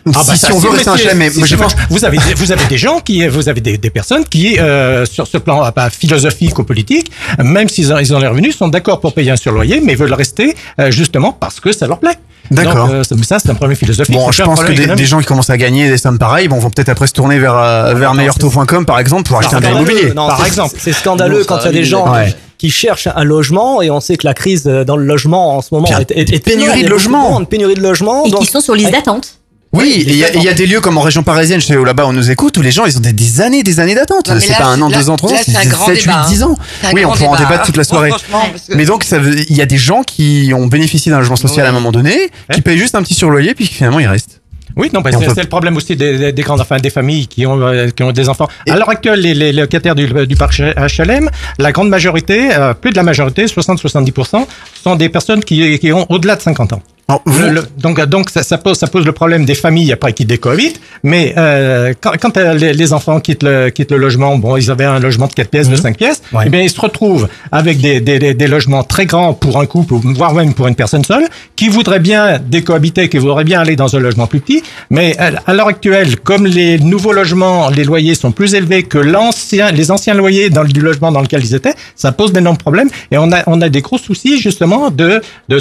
Si on veut rester un HLM, mais moi, je pense... vous avez des gens vous avez des personnes qui, sur ce plan pas philosophique ou politique, même s'ils ont les revenus, sont d'accord pour payer un surloyer, mais veulent rester justement parce que ça leur plaît. D'accord. Donc, ça, c'est un problème philosophique. Bon, je pense que des gens qui commencent à gagner des sommes pareilles, vont peut-être après se tourner vers meilleurtaux.com, par exemple, pour acheter un bien immobilier. Par exemple. C'est scandaleux quand il y a des gens qui cherchent un logement, et on sait que la crise dans le logement en ce moment est pénurie de logement. Et qui sont sur liste d'attente. Oui, il y a des lieux comme en région parisienne, je sais où là-bas on nous écoute, où les gens ils ont des années d'attente. C'est pas 1 an, 2 ans, 3 ans, c'est 7, 8, 10 ans. Oui, on peut en débattre toute la soirée. Mais donc il y a des gens qui ont bénéficié d'un logement social à un moment donné, qui payent juste un petit surloyer, puis finalement ils restent. Oui, non, c'est le problème aussi des grandes, enfin, des familles qui ont des enfants. À l'heure actuelle, les locataires du parc HLM, la grande majorité, plus de la majorité, 60-70%, sont des personnes qui ont au-delà de 50 ans. Donc ça pose le problème des familles après qui décohabitent, mais quand les enfants quittent le logement, bon, ils avaient un logement de 4 pièces, de 5 pièces, et bien ils se retrouvent avec des logements très grands pour un couple, voire même pour une personne seule, qui voudrait bien décohabiter, qui voudrait bien aller dans un logement plus petit, mais à l'heure actuelle, comme les nouveaux logements, les loyers sont plus élevés que les anciens loyers du logement dans lequel ils étaient, ça pose d'énormes problèmes, et on a des gros soucis justement de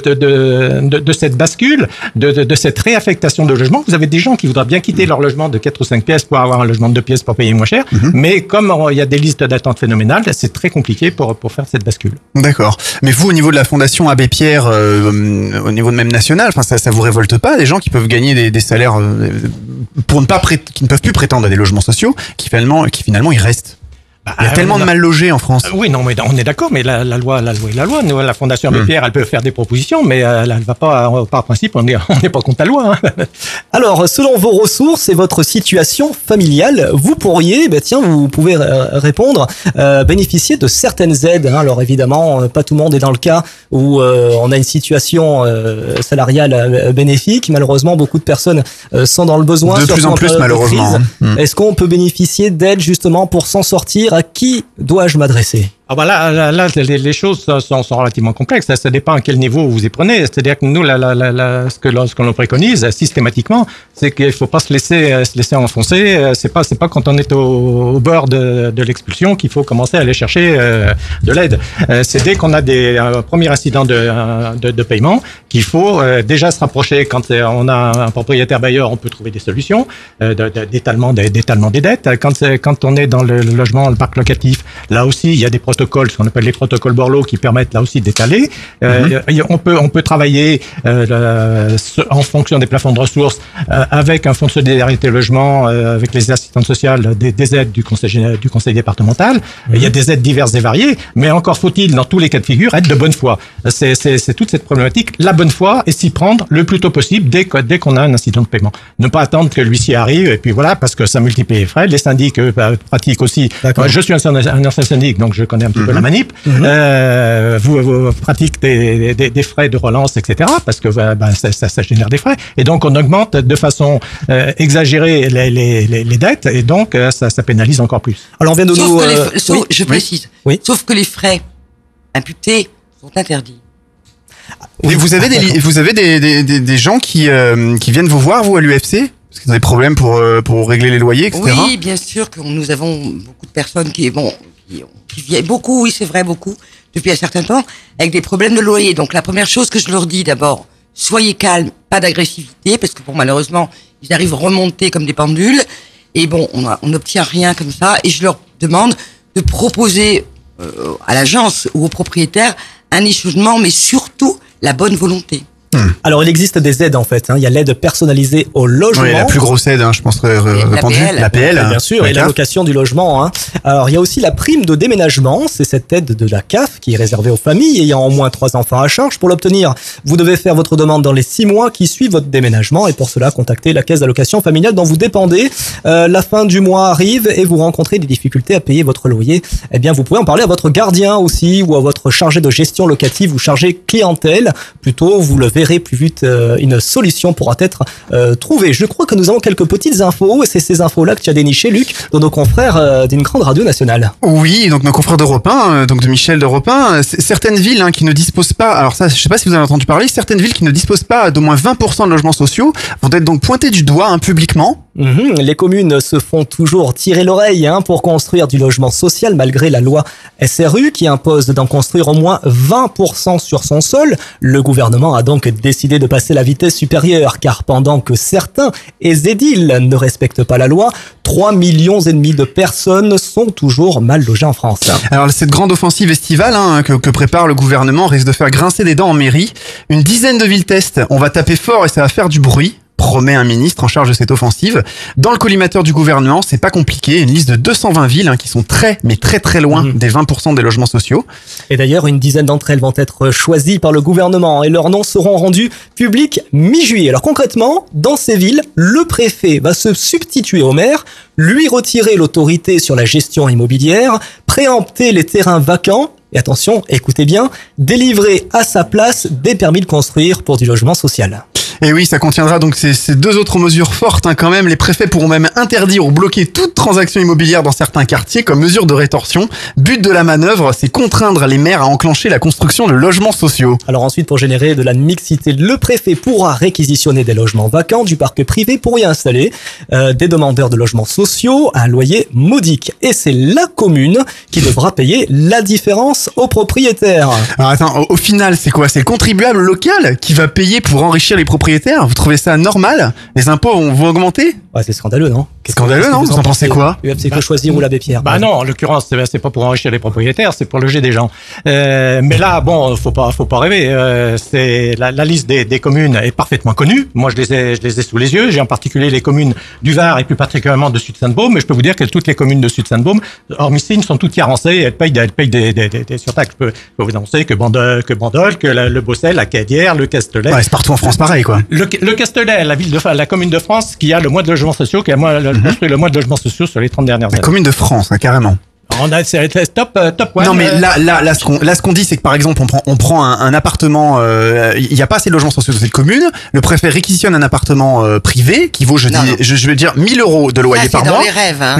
cette bascule, de cette réaffectation de logement. Vous avez des gens qui voudraient bien quitter leur logement de 4 ou 5 pièces pour avoir un logement de 2 pièces pour payer moins cher, mais comme il y a des listes d'attente phénoménales, c'est très compliqué pour faire cette bascule. D'accord. Mais vous, au niveau de la Fondation Abbé Pierre, au niveau de même national, enfin ça vous révolte pas, des gens qui peuvent gagner des salaires qui ne peuvent plus prétendre à des logements sociaux, qui finalement ils restent? Il y a tellement de mal logés en France. Oui, non, mais on est d'accord, mais la loi est la loi. Nous, la Fondation Abbé Pierre, elle peut faire des propositions, mais elle ne va pas, par principe, on n'est pas contre la loi. Hein. Alors, selon vos ressources et votre situation familiale, vous pourriez, vous pouvez répondre, bénéficier de certaines aides. Hein. Alors évidemment, pas tout le monde est dans le cas où on a une situation salariale bénéfique. Malheureusement, beaucoup de personnes sont dans le besoin. De plus en plus, malheureusement. Est-ce qu'on peut bénéficier d'aides justement pour s'en sortir? À qui dois-je m'adresser? Là, les choses sont relativement complexes. Ça dépend à quel niveau vous y prenez. C'est-à-dire que nous, ce que l'on préconise systématiquement, c'est qu'il faut pas se laisser enfoncer. C'est pas quand on est au bord de l'expulsion qu'il faut commencer à aller chercher de l'aide. C'est dès qu'on a des premiers incidents de paiement qu'il faut déjà se rapprocher. Quand on a un propriétaire bailleur, on peut trouver des solutions d'étalement des dettes. Quand on est dans le logement, le parc locatif, là aussi, il y a des protocoles, ce qu'on appelle les protocoles Borloo, qui permettent là aussi d'étaler. On peut travailler en fonction des plafonds de ressources avec un fonds de solidarité logement, avec les assistantes sociales, des aides du conseil départemental. Il y a des aides diverses et variées, mais encore faut-il, dans tous les cas de figure, être de bonne foi. C'est toute cette problématique. La bonne foi et s'y prendre le plus tôt possible dès qu'on a un incident de paiement. Ne pas attendre que l'huissier arrive et puis voilà, parce que ça multiplie les frais. Les syndics pratiquent aussi. Je suis un ancien syndic, donc je connais un petit peu la manip. Vous pratiquez des frais de relance, etc. parce que ça génère des frais. Et donc, on augmente de façon exagérée les dettes et donc ça pénalise encore plus. Alors, on vient de je précise. Oui. Sauf que les frais imputés sont interdits. Oui. Vous avez des gens qui viennent vous voir, vous, à l'UFC? Parce qu'ils ont des problèmes pour régler les loyers, etc. Oui, bien sûr que nous avons beaucoup de personnes qui viennent beaucoup, oui, c'est vrai, beaucoup, depuis un certain temps, avec des problèmes de loyer. Donc, la première chose que je leur dis d'abord, soyez calmes, pas d'agressivité, parce que malheureusement, ils arrivent à remonter comme des pendules. Et on n'obtient rien comme ça. Et je leur demande de proposer à l'agence ou au propriétaire un échelonnement, mais surtout la bonne volonté. Alors, il existe des aides, en fait. Il y a l'aide personnalisée au logement. Oui, la plus grosse aide, je pense, répandue. L'APL. Bien sûr, et l'allocation du logement. Alors, il y a aussi la prime de déménagement. C'est cette aide de la CAF qui est réservée aux familles ayant au moins 3 enfants à charge. Pour l'obtenir, vous devez faire votre demande dans les 6 mois qui suivent votre déménagement. Et pour cela, contactez la caisse d'allocation familiale dont vous dépendez. La fin du mois arrive et vous rencontrez des difficultés à payer votre loyer. Eh bien, vous pouvez en parler à votre gardien aussi ou à votre chargé de gestion locative ou chargé clientèle. Plutôt, vous levez verrez plus vite une solution pourra être trouvée. Je crois que nous avons quelques petites infos, et c'est ces infos-là que tu as dénichées, Luc, de nos confrères d'une grande radio nationale. Oui, donc nos confrères d'Europe 1, donc de Michel d'Europe 1, certaines villes qui ne disposent pas, alors ça, je sais pas si vous en avez entendu parler, certaines villes qui ne disposent pas d'au moins 20% de logements sociaux vont être donc pointées du doigt publiquement. Les communes se font toujours tirer l'oreille pour construire du logement social malgré la loi SRU qui impose d'en construire au moins 20% sur son sol. Le gouvernement a donc décidé de passer la vitesse supérieure car pendant que certains édiles ne respectent pas la loi, 3,5 millions de personnes sont toujours mal logées en France. Alors cette grande offensive estivale que prépare le gouvernement risque de faire grincer des dents en mairie. Une dizaine de villes test, on va taper fort et ça va faire du bruit, promet un ministre en charge de cette offensive. Dans le collimateur du gouvernement, c'est pas compliqué, une liste de 220 villes qui sont très loin des 20% des logements sociaux. Et d'ailleurs, une dizaine d'entre elles vont être choisies par le gouvernement et leurs noms seront rendus publics mi-juillet. Alors concrètement, dans ces villes, le préfet va se substituer au maire, lui retirer l'autorité sur la gestion immobilière, préempter les terrains vacants et attention, écoutez bien, délivrer à sa place des permis de construire pour du logement social. Et oui, ça contiendra donc ces deux autres mesures fortes quand même. Les préfets pourront même interdire ou bloquer toute transaction immobilière dans certains quartiers comme mesure de rétorsion. But de la manœuvre, c'est contraindre les maires à enclencher la construction de logements sociaux. Alors ensuite, pour générer de la mixité, le préfet pourra réquisitionner des logements vacants du parc privé pour y installer des demandeurs de logements sociaux à un loyer modique. Et c'est la commune qui devra payer la différence aux propriétaires. Alors attends, au final, c'est quoi? C'est le contribuable local qui va payer pour enrichir les propriétaires? Vous trouvez ça normal? Les impôts vont augmenter? Ouais, c'est scandaleux, non? Scandaleux, non? Vous en pensez quoi? C'est que choisir ou l'abbé Pierre. Bah non, en l'occurrence, c'est pas pour enrichir les propriétaires, c'est pour loger des gens. Mais là, bon, faut pas rêver. C'est la liste des communes est parfaitement connue. Moi, je les ai sous les yeux. J'ai en particulier les communes du Var et plus particulièrement de Sud-Sainte-Baume. Mais je peux vous dire que toutes les communes de Sud-Sainte-Baume, hormis Signe, sont toutes carencées. Elles payent des surtaxes. Je peux vous annoncer que Bandol, que le Bossel, la Cadière, le Castellet. Ouais, c'est partout en France pareil, quoi. Le Castellet, la commune de France qui a le moins de logements sociaux, qui a construit le moins de logements sociaux sur les 30 dernières années. La commune de France, carrément. C'est top one. Non, mais là, ce qu'on dit, c'est que par exemple, on prend un appartement, il n'y a pas assez de logements sociaux dans cette commune. Le préfet réquisitionne un appartement privé qui vaut, je veux dire, 1 000 euros de loyer par mois. C'est dans les rêves,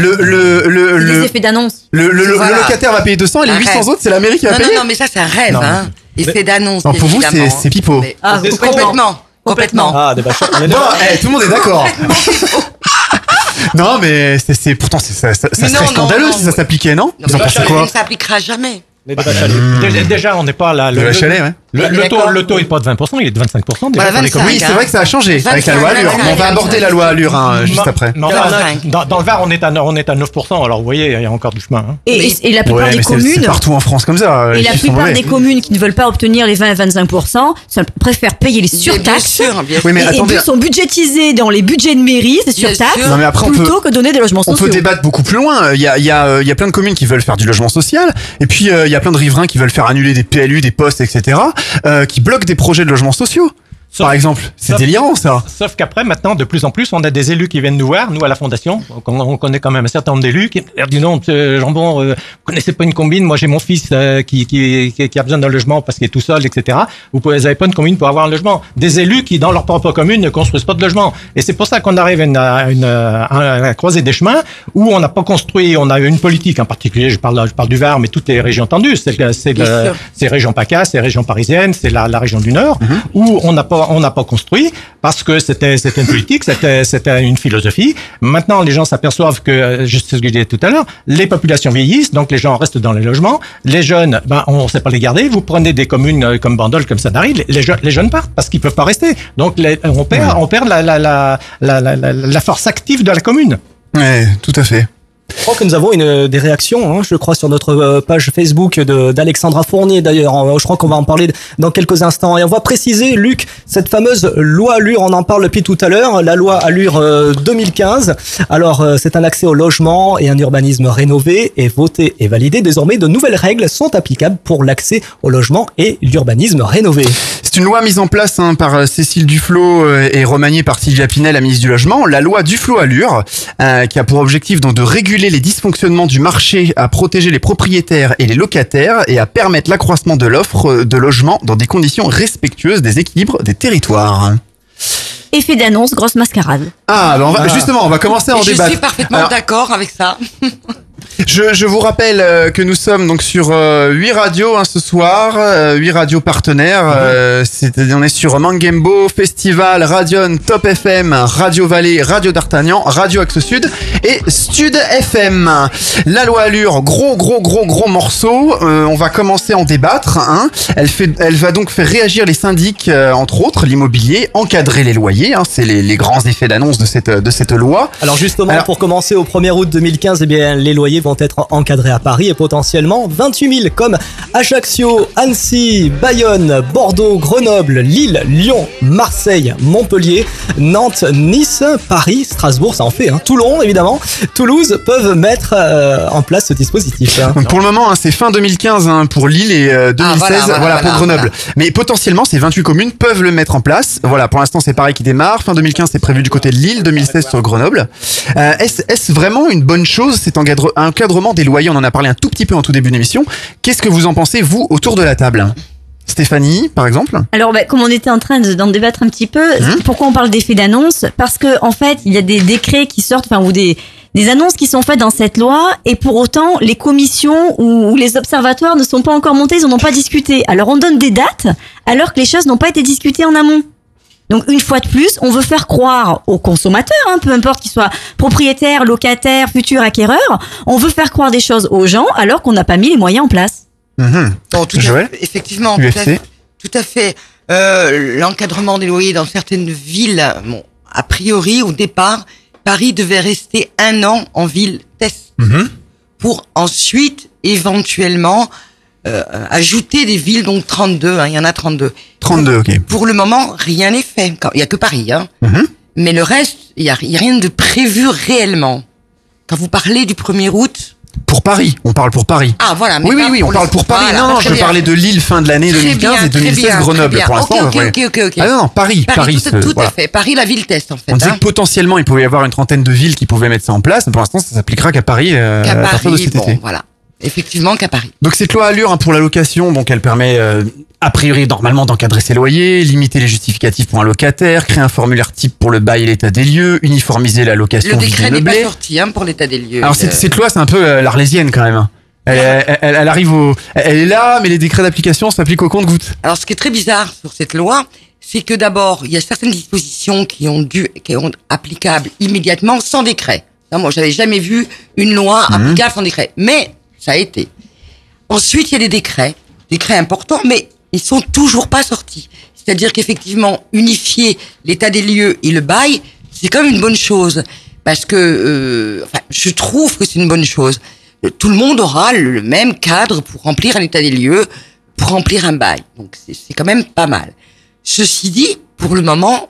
les effets d'annonce. Le locataire va payer 200 et les 800 autres, c'est la mairie qui va payer. Non, mais ça, c'est un rêve, Effet d'annonce. Non, pour vous, c'est pipeau. Complètement. Ah, des bâches. Non, tout le monde est d'accord. Non, mais pourtant ça serait scandaleux si ça s'appliquait, non? Vous en pensez quoi? Ça s'appliquera jamais. Déjà, on n'est pas là. Le taux est pas de 20%, il est de 25%. Déjà, 25, oui, c'est vrai que ça a changé avec la loi Allure. On va aborder la loi Allure juste après. Dans le Var, on est à 9%. Alors, vous voyez, il y a encore du chemin. Et la plupart des communes. C'est partout en France comme ça. Et la plupart des communes qui ne veulent pas obtenir les 20 et 25% préfèrent payer les surtaxes. Oui, mais attendez. Et sont budgétisés dans les budgets de mairie, ces surtaxes, plutôt que donner des logements sociaux. On peut débattre beaucoup plus loin. Il y a plein de communes qui veulent faire du logement social. Et puis, il y a plein de riverains qui veulent faire annuler des PLU, des postes, etc., qui bloquent des projets de logements sociaux. Par exemple, c'est délirant ça. Sauf qu'après, maintenant, de plus en plus, on a des élus qui viennent nous voir, nous à la Fondation. On connaît quand même un certain nombre d'élus qui disent non, Jambon, vous connaissez pas une combine. Moi, j'ai mon fils qui a besoin d'un logement parce qu'il est tout seul, etc. Vous n'avez pas une combine pour avoir un logement. Des élus qui, dans leur propre commune, ne construisent pas de logement. Et c'est pour ça qu'on arrive à une croisée des chemins où on n'a pas construit. On a une politique en particulier. Je parle du Var, mais toutes les régions tendues. C'est région PACA, c'est région parisienne, c'est la région du Nord, où on n'a pas construit parce que c'était une politique, c'était une philosophie. Maintenant, les gens s'aperçoivent que, c'est ce que je disais tout à l'heure, les populations vieillissent, donc les gens restent dans les logements. Les jeunes, on ne sait pas les garder. Vous prenez des communes comme Bandol, comme Sanary, les jeunes partent parce qu'ils peuvent pas rester. Donc on perd la force active de la commune. Ouais, tout à fait. Je crois que nous avons des réactions, je crois, sur notre page Facebook d'Alexandra Fournier d'ailleurs. Je crois qu'on va en parler dans quelques instants. Et on va préciser, Luc, cette fameuse loi Allure, on en parle depuis tout à l'heure, la loi Allure 2015. Alors, c'est un accès au logement et un urbanisme rénové et voté et validé. Désormais, de nouvelles règles sont applicables pour l'accès au logement et l'urbanisme rénové. C'est une loi mise en place par Cécile Duflot et remaniée par Sylvia Pinel, la ministre du Logement. La loi Duflot Allure, qui a pour objectif donc de réguler réguler les dysfonctionnements du marché, à protéger les propriétaires et les locataires et à permettre l'accroissement de l'offre de logements dans des conditions respectueuses des équilibres des territoires. Effet d'annonce, grosse mascarade. Ah, ben justement, on va commencer à en débattre. Je suis parfaitement d'accord avec ça. Je vous rappelle que nous sommes donc sur 8 radios ce soir, 8 radios partenaires. On est sur Mangembo, Festival, Radion, Top FM, Radio Vallée, Radio d'Artagnan, Radio Axe Sud et Stud FM. La loi Allure, gros morceau. On va commencer à en débattre. Elle va donc faire réagir les syndics, entre autres l'immobilier, encadrer les loyers. C'est les grands effets d'annonce de cette loi. Alors justement, pour commencer au 1er août 2015, les loyers vont être encadrés à Paris et potentiellement 28 000 comme Ajaccio, Annecy, Bayonne, Bordeaux, Grenoble, Lille, Lyon, Marseille, Montpellier, Nantes, Nice, Paris, Strasbourg, ça en fait, Toulon évidemment, Toulouse peuvent mettre en place ce dispositif. Pour le moment, c'est fin 2015 pour Lille et 2016 pour Grenoble. Mais potentiellement, ces 28 communes peuvent le mettre en place. Voilà, pour l'instant, c'est Paris qui démarre. Fin 2015, c'est prévu du côté de Lille, 2016 sur Grenoble. Est-ce vraiment une bonne chose cet encadrement des loyers? On en a parlé un tout petit peu en tout début d'émission. Qu'est-ce que vous en pensez, vous, autour de la table? Stéphanie, par exemple? Alors, comme on était en train d'en débattre un petit peu, pourquoi on parle d'effet d'annonce? Parce que, en fait, il y a des décrets qui sortent, ou des annonces qui sont faites dans cette loi, et pour autant, les commissions ou les observatoires ne sont pas encore montés, ils n'en ont pas discuté. Alors, on donne des dates, alors que les choses n'ont pas été discutées en amont. Donc, une fois de plus, on veut faire croire aux consommateurs, peu importe qu'ils soient propriétaires, locataires, futurs acquéreurs, on veut faire croire des choses aux gens alors qu'on n'a pas mis les moyens en place. Effectivement, tout à fait. L'encadrement des loyers dans certaines villes, a priori, au départ, Paris devait rester 1 an en ville test pour ensuite, éventuellement, ajouter des villes, donc 32, il y en a 32. 32, ok. Pour le moment, rien n'est fait. Il y a que Paris, Mais le reste, il y a rien de prévu réellement. Quand vous parlez du 1er août... Pour Paris, on parle pour Paris. Ah, voilà. Mais oui, on parle pour Paris. Voilà, non, je parlais de Lille fin de l'année 2015 et 2016 Grenoble. Pour l'instant, ok. Ah non, Paris. Tout à fait. Paris, la ville test, en fait. On disait que potentiellement, il pouvait y avoir une trentaine de villes qui pouvaient mettre ça en place. Mais pour l'instant, ça s'appliquera qu'à Paris, à partir de cet été. Voilà. Effectivement, qu'à Paris. Donc cette loi Allure pour la location, donc elle permet a priori normalement d'encadrer ses loyers, limiter les justificatifs pour un locataire, créer un formulaire type pour le bail et l'état des lieux, uniformiser la location. Le décret n'est pas sorti pour l'état des lieux. Alors cette loi, c'est un peu l'arlésienne quand même. Elle arrive elle est là, mais les décrets d'application s'appliquent au compte-gouttes. Alors ce qui est très bizarre sur cette loi, c'est que d'abord il y a certaines dispositions qui ont applicables immédiatement sans décret. Non, moi j'avais jamais vu une loi applicable sans décret, mais ça a été. Ensuite, il y a des décrets importants, mais ils sont toujours pas sortis. C'est-à-dire qu'effectivement, unifier l'état des lieux et le bail, c'est quand même une bonne chose. Parce que, je trouve que c'est une bonne chose. Tout le monde aura le même cadre pour remplir un état des lieux, pour remplir un bail. Donc, c'est quand même pas mal. Ceci dit, pour le moment,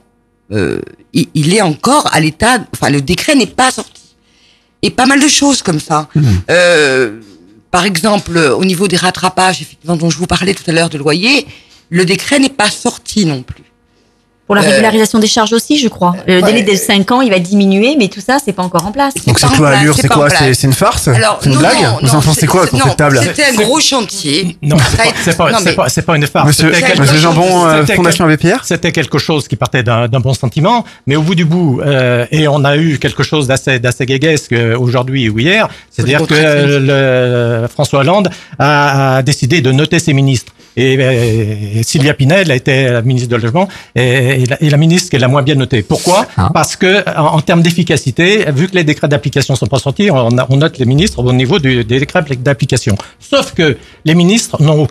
il est encore à l'état, le décret n'est pas sorti. Et pas mal de choses comme ça. Par exemple, au niveau des rattrapages, effectivement, dont je vous parlais tout à l'heure de loyer, le décret n'est pas sorti non plus. Pour la régularisation des charges aussi, je crois. Le délai de 5 ans, il va diminuer, mais tout ça, c'est pas encore en place. Donc cette loi Allure, c'est quoi? C'est une farce? C'est une blague? Vous en pensez quoi sur cette table? C'était un gros chantier. Non, c'est pas une farce. Monsieur Jambon, Fondation Abbé Pierre? C'était quelque chose qui partait d'un bon sentiment, mais au bout du bout, et on a eu quelque chose d'assez guéguesque aujourd'hui ou hier, c'est-à-dire que François Hollande a décidé de noter ses ministres. Et Sylvia Pinel a été la ministre de Logement et la ministre qui est la moins bien notée. Pourquoi? Parce que en termes d'efficacité, vu que les décrets d'application sont pas sortis, on note les ministres au niveau des décrets d'application. Sauf que les ministres n'ont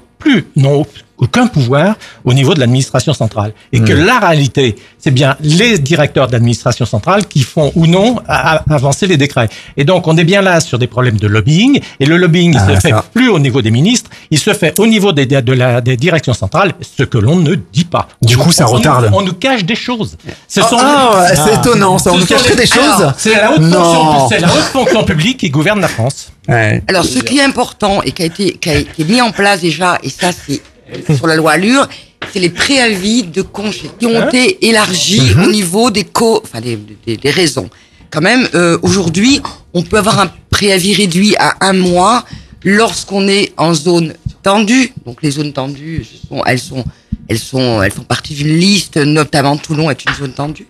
aucun pouvoir au niveau de l'administration centrale. Et que la réalité, c'est bien les directeurs d'administration centrale qui font ou non avancer les décrets. Et donc, on est bien là sur des problèmes de lobbying. Et le lobbying, il se fait plus au niveau des ministres, il se fait au niveau des directions centrales, ce que l'on ne dit pas. Du coup, ça retarde. On nous cache des choses. C'est étonnant, ça. On nous cache des choses. C'est la haute fonction publique qui gouverne la France. Ouais. Alors, ce qui est important et qui a été mis en place déjà, et ça, c'est sur la loi Allure, c'est les préavis de congés qui ont été élargis au niveau des raisons. Quand même, aujourd'hui, on peut avoir un préavis réduit à 1 mois lorsqu'on est en zone tendue. Donc les zones tendues, elles font partie d'une liste, notamment Toulon est une zone tendue.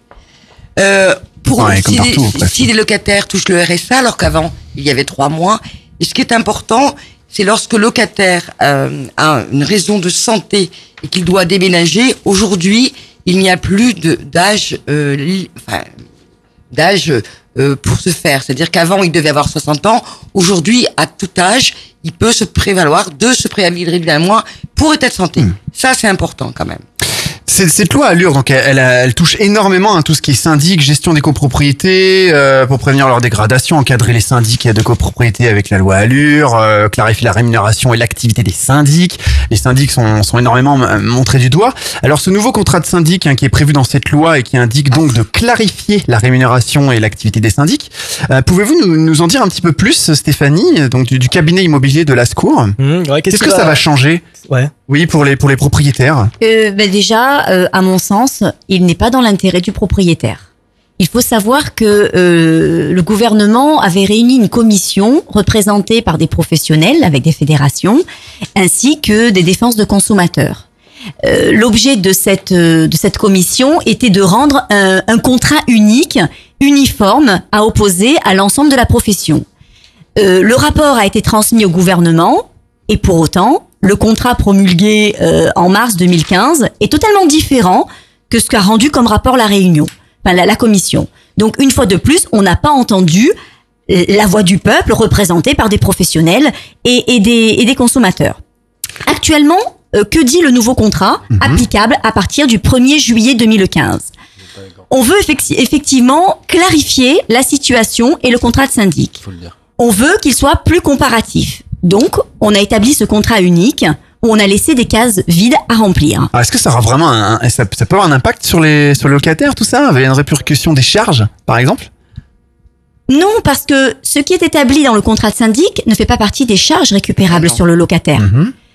Si les locataires touchent le RSA, alors qu'avant il y avait 3 mois. Et ce qui est important, c'est lorsque le locataire a une raison de santé et qu'il doit déménager. Aujourd'hui, il n'y a plus d'âge pour se faire. C'est-à-dire qu'avant, il devait avoir 60 ans. Aujourd'hui, à tout âge, il peut se prévaloir de ce préavis réduit d'1 mois pour état de santé. Ça, c'est important quand même. Cette loi Allure, donc elle touche énormément à tout ce qui est syndic, gestion des copropriétés, pour prévenir leur dégradation, encadrer les syndics de copropriété avec la loi Allure, clarifier la rémunération et l'activité des syndics. Les syndics sont énormément montrés du doigt. Alors ce nouveau contrat de syndic qui est prévu dans cette loi et qui indique donc de clarifier la rémunération et l'activité des syndics, pouvez-vous nous en dire un petit peu plus, Stéphanie, donc du cabinet immobilier de Lascours? Qu'est-ce que ça va changer? Oui, pour les propriétaires. Déjà, à mon sens, il n'est pas dans l'intérêt du propriétaire. Il faut savoir que le gouvernement avait réuni une commission représentée par des professionnels avec des fédérations, ainsi que des défenses de consommateurs. L'objet de cette commission était de rendre un contrat unique, uniforme, à opposer à l'ensemble de la profession. Le rapport a été transmis au gouvernement, et pour autant, le contrat promulgué en mars 2015 est totalement différent que ce qu'a rendu comme rapport la réunion, la commission. Donc, une fois de plus, on n'a pas entendu la voix du peuple représentée par des professionnels et des consommateurs. Actuellement, que dit le nouveau contrat applicable à partir du 1er juillet 2015 ? On veut effectivement clarifier la situation et le contrat de syndic. On veut qu'il soit plus comparatif. Donc, on a établi ce contrat unique où on a laissé des cases vides à remplir. Alors, est-ce que ça aura vraiment ça peut avoir un impact sur les locataires, tout ça? Avec une répercussion des charges, par exemple? Non, parce que ce qui est établi dans le contrat de syndic ne fait pas partie des charges récupérables sur le locataire.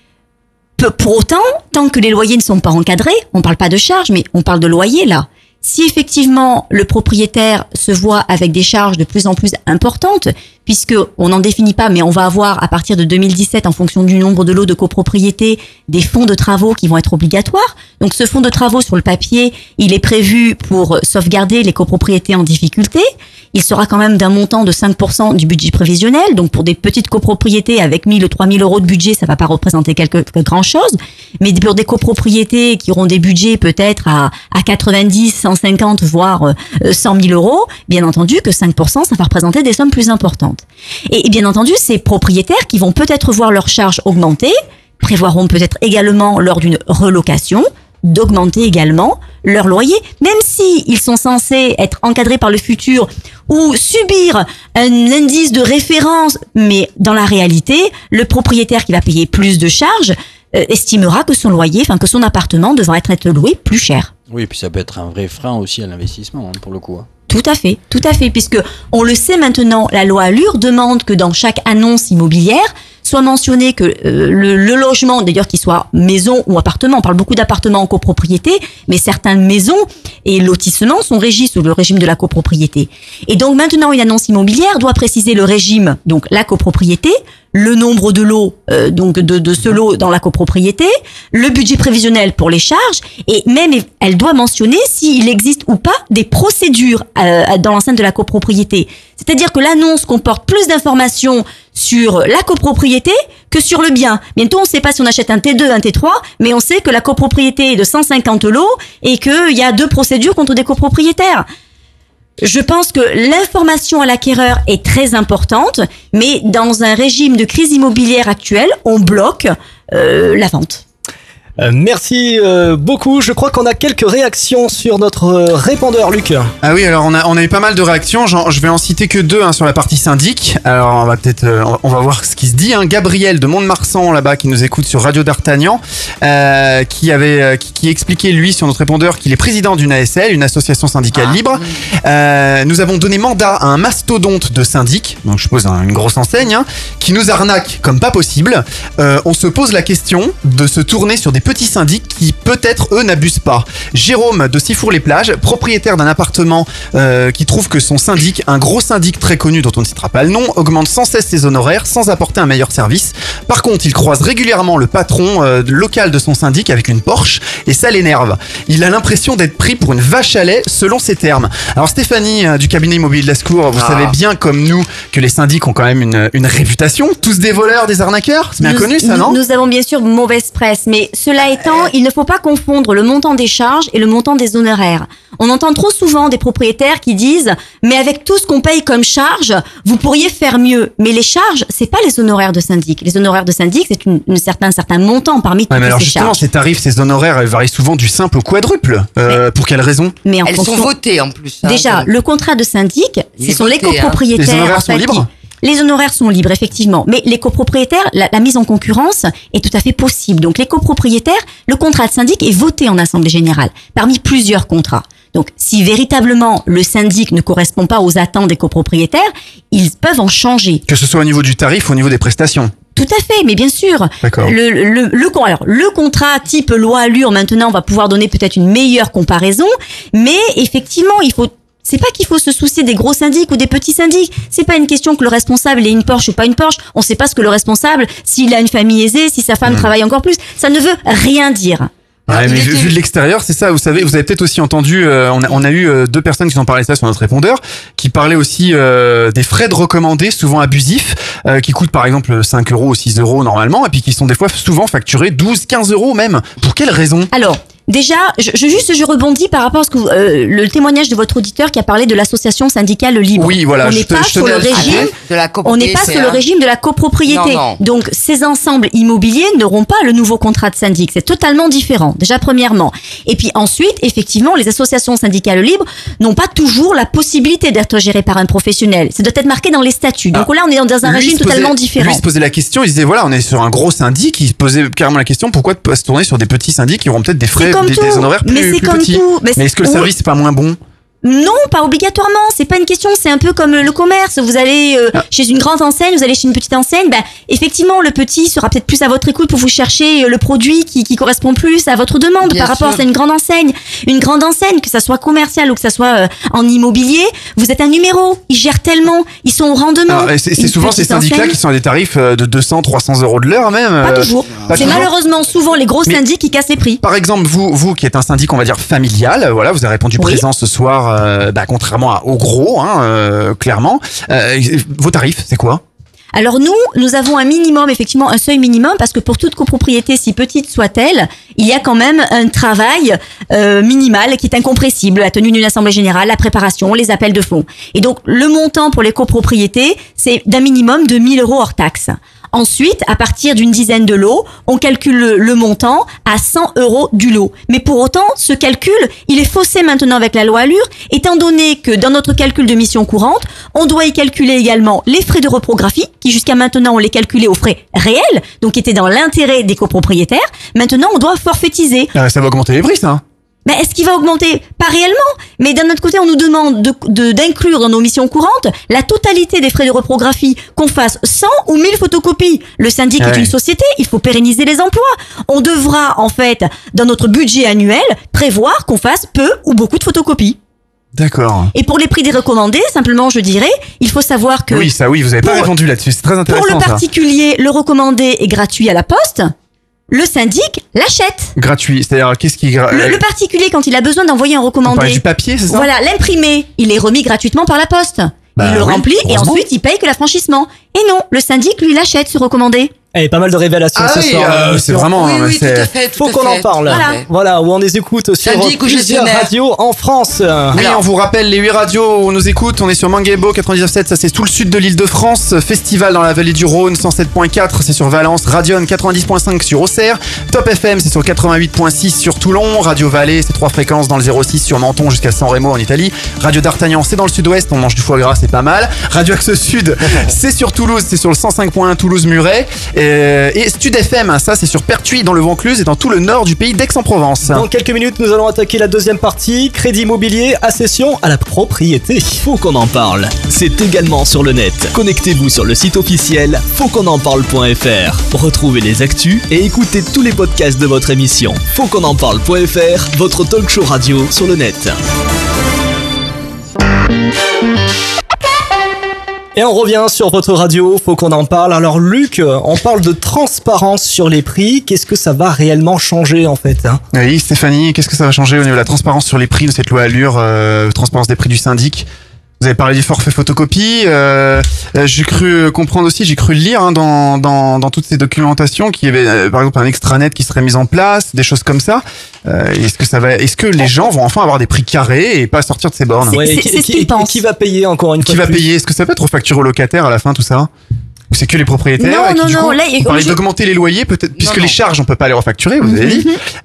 Pour autant, tant que les loyers ne sont pas encadrés, on parle pas de charges, mais on parle de loyer là. Si effectivement le propriétaire se voit avec des charges de plus en plus importantes, puisque on n'en définit pas, mais on va avoir à partir de 2017, en fonction du nombre de lots de copropriété, des fonds de travaux qui vont être obligatoires. Donc ce fonds de travaux sur le papier, il est prévu pour sauvegarder les copropriétés en difficulté. Il sera quand même d'un montant de 5% du budget prévisionnel. Donc pour des petites copropriétés avec 1 000 ou 3 000 euros de budget, ça va pas représenter quelque grand chose. Mais pour des copropriétés qui auront des budgets peut-être à 90, 150, voire 100 000 euros, bien entendu que 5%, ça va représenter des sommes plus importantes. Et bien entendu, ces propriétaires qui vont peut-être voir leurs charges augmenter, prévoiront peut-être également lors d'une relocation d'augmenter également leur loyer, même si ils sont censés être encadrés par le futur ou subir un indice de référence, mais dans la réalité, le propriétaire qui va payer plus de charges estimera que son loyer, que son appartement devra être loué plus cher. Oui, et puis ça peut être un vrai frein aussi à l'investissement, pour le coup. Tout à fait, puisque on le sait maintenant, la loi Allure demande que dans chaque annonce immobilière soit mentionné que le logement, d'ailleurs qu'il soit maison ou appartement, on parle beaucoup d'appartements en copropriété, mais certaines maisons et lotissements sont régis sous le régime de la copropriété. Et donc maintenant, une annonce immobilière doit préciser le régime, donc la copropriété, le nombre de lots, donc de ce lot dans la copropriété, le budget prévisionnel pour les charges, et même elle doit mentionner s'il existe ou pas des procédures dans l'enceinte de la copropriété. C'est-à-dire que l'annonce comporte plus d'informations sur la copropriété que sur le bien. Bientôt, on ne sait pas si on achète un T2, un T3, mais on sait que la copropriété est de 150 lots et qu'il y a 2 procédures contre des copropriétaires. Je pense que l'information à l'acquéreur est très importante, mais dans un régime de crise immobilière actuelle, on bloque la vente. Merci beaucoup. Je crois qu'on a quelques réactions sur notre répondeur, Luc. Ah oui, alors on a eu pas mal de réactions. Je vais en citer que 2 sur la partie syndic. Alors on va peut-être, on va voir ce qui se dit. Gabriel de Mont-de-Marsan là-bas qui nous écoute sur Radio d'Artagnan, qui expliquait lui sur notre répondeur qu'il est président d'une ASL, une association syndicale libre. Nous avons donné mandat à un mastodonte de syndic, donc je suppose une grosse enseigne, qui nous arnaque comme pas possible. On se pose la question de se tourner sur des petits syndics qui peut-être eux n'abusent pas. Jérôme de Sifour-les-Plages, propriétaire d'un appartement qui trouve que son syndic, un gros syndic très connu dont on ne citera pas le nom, augmente sans cesse ses honoraires sans apporter un meilleur service. Par contre, il croise régulièrement le patron local de son syndic avec une Porsche et ça l'énerve. Il a l'impression d'être pris pour une vache à lait selon ses termes. Alors Stéphanie du cabinet immobilier de Lascours, vous savez bien comme nous que les syndics ont quand même une réputation. Tous des voleurs, des arnaqueurs, c'est bien connu ça, non? Nous avons bien sûr mauvaise presse, mais cela étant, il ne faut pas confondre le montant des charges et le montant des honoraires. On entend trop souvent des propriétaires qui disent « mais avec tout ce qu'on paye comme charge, vous pourriez faire mieux ». Mais les charges, c'est pas les honoraires de syndic. Les honoraires de syndic, c'est un certain montant parmi toutes mais alors ces justement, charges. ces tarifs, ces honoraires varient souvent du simple au quadruple. Pour quelle raison? Mais Elles sont votées en plus. Déjà, le contrat de syndic, ce sont les copropriétaires. Les honoraires en sont fait, libres? Les honoraires sont libres, effectivement. Mais les copropriétaires, la mise en concurrence est tout à fait possible. Donc, les copropriétaires, le contrat de syndic est voté en assemblée générale, parmi plusieurs contrats. Donc, si véritablement le syndic ne correspond pas aux attentes des copropriétaires, ils peuvent en changer. Que ce soit au niveau du tarif ou au niveau des prestations? Tout à fait, mais bien sûr. D'accord. Le contrat type loi Allure, maintenant, on va pouvoir donner peut-être une meilleure comparaison, mais effectivement, c'est pas qu'il faut se soucier des gros syndics ou des petits syndics. C'est pas une question que le responsable ait une Porsche ou pas une Porsche. On sait pas ce que le responsable, s'il a une famille aisée, si sa femme travaille encore plus. Ça ne veut rien dire. Ouais, mais vu de l'extérieur, c'est ça. Vous avez peut-être aussi entendu. On a eu deux personnes qui ont parlé de ça sur notre répondeur, qui parlaient aussi des frais de recommandés souvent abusifs, qui coûtent par exemple 5 euros ou 6 euros normalement, et puis qui sont des fois souvent facturés 12, 15 euros même. Pour quelle raison? Alors. Déjà, je rebondis par rapport à ce que le témoignage de votre auditeur qui a parlé de l'association syndicale libre. Oui, voilà. On n'est pas sur le régime. On n'est pas sur le régime de la copropriété. Non. Donc, ces ensembles immobiliers n'auront pas le nouveau contrat de syndic. C'est totalement différent. Déjà, premièrement. Et puis ensuite, effectivement, les associations syndicales libres n'ont pas toujours la possibilité d'être gérées par un professionnel. Ça doit être marqué dans les statuts. Donc là, on est dans un régime totalement différent. Lui se posait la question. Il disait voilà, on est sur un gros syndic. Il se posait carrément la question pourquoi pas se tourner sur des petits syndics qui auront peut-être des frais. Des honoraires plus petits. Mais est-ce que le service c'est pas moins bon? Non, pas obligatoirement. C'est pas une question. C'est un peu comme le commerce. Vous allez chez une grande enseigne, vous allez chez une petite enseigne. Ben, effectivement, le petit sera peut-être plus à votre écoute pour vous chercher le produit qui correspond plus à votre demande par rapport à une grande enseigne. Une grande enseigne, que ça soit commercial ou que ça soit en immobilier, vous êtes un numéro. Ils gèrent tellement, ils sont au rendement. C'est souvent ces syndicats qui sont à des tarifs de 200, 300 euros de l'heure même. Pas toujours. C'est malheureusement souvent les gros syndics qui cassent les prix. Par exemple, vous qui êtes un syndic, on va dire familial, voilà, vous avez répondu présent ce soir. Contrairement aux gros, clairement. Vos tarifs, c'est quoi? Alors nous avons un minimum, effectivement, un seuil minimum, parce que pour toute copropriété, si petite soit-elle, il y a quand même un travail minimal qui est incompressible, la tenue d'une assemblée générale, la préparation, les appels de fonds. Et donc, le montant pour les copropriétés, c'est d'un minimum de 1 000 euros hors taxe. Ensuite, à partir d'une dizaine de lots, on calcule le montant à 100 euros du lot. Mais pour autant, ce calcul, il est faussé maintenant avec la loi Allure, étant donné que dans notre calcul de mission courante, on doit y calculer également les frais de reprographie, qui jusqu'à maintenant, on les calculait aux frais réels, donc qui étaient dans l'intérêt des copropriétaires. Maintenant, on doit forfaitiser. Ça va augmenter les prix, ça? Est-ce qu'il va augmenter? Pas réellement. Mais d'un autre côté, on nous demande d'inclure dans nos missions courantes la totalité des frais de reprographie, qu'on fasse 100 ou 1000 photocopies. Le syndic est une société, il faut pérenniser les emplois. On devra, en fait, dans notre budget annuel, prévoir qu'on fasse peu ou beaucoup de photocopies. D'accord. Et pour les prix des recommandés, simplement, je dirais, il faut savoir que... Oui, vous avez pas répondu là-dessus, c'est très intéressant. Pour le particulier, le recommandé est gratuit à la poste. Le syndic l'achète. Gratuit, c'est-à-dire qu'est-ce qui le particulier, quand il a besoin d'envoyer un recommandé, du papier, c'est ça? Voilà, l'imprimer, il est remis gratuitement par la poste. Il le remplit et ensuite il paye que l'affranchissement. Et non, le syndic lui l'achète ce recommandé. Et pas mal de révélations ce soir. C'est vraiment. Oui, tout à fait. Faut qu'on en parle. Voilà, où on les écoute sur plusieurs radios en France. Oui, on vous rappelle les 8 radios où on nous écoute. On est sur Manguebo 99.7, ça c'est tout le sud de l'Île-de-France. Festival dans la vallée du Rhône 107.4, c'est sur Valence. Radion 90.5 sur Auxerre. Top FM, c'est sur 88.6 sur Toulon. Radio Vallée, c'est 3 fréquences dans le 06 sur Menton jusqu'à San Remo en Italie. Radio d'Artagnan, c'est dans le sud-ouest. On mange du foie gras, c'est pas mal. Radio Axe Sud, c'est sur Toulouse, c'est sur le 105.1 Toulouse-Muret. et Stud FM, hein, ça c'est sur Pertuis dans le Vaucluse et dans tout le nord du pays d'Aix-en-Provence. Dans quelques minutes, nous allons attaquer la deuxième partie, crédit immobilier, accession à la propriété. Faut qu'on en parle. C'est également sur le net. Connectez-vous sur le site officiel fautquonenparle.fr. Retrouvez les actus et écoutez tous les podcasts de votre émission. Fautquonenparle.fr, votre talk show radio sur le net. Et on revient sur votre radio, faut qu'on en parle. Alors Luc, on parle de transparence sur les prix. Qu'est-ce que ça va réellement changer en fait, hein? Oui, Stéphanie, qu'est-ce que ça va changer au niveau de la transparence sur les prix de cette loi Allure, transparence des prix du syndic? Vous avez parlé du forfait photocopie. J'ai cru comprendre aussi, j'ai cru lire hein, dans toutes ces documentations qu'il y avait par exemple un extranet qui serait mis en place, des choses comme ça. Est-ce que les gens vont enfin avoir des prix carrés et pas sortir de ces bornes? C'est ce qu'ils pensent. Qui va payer encore une fois? Qui va payer? Est-ce que ça peut être refacturé aux locataires à la fin tout ça? Ou c'est que les propriétaires? Non. Là, on parlait d'augmenter les loyers, peut-être, puisque les charges, on peut pas les refacturer, vous avez dit.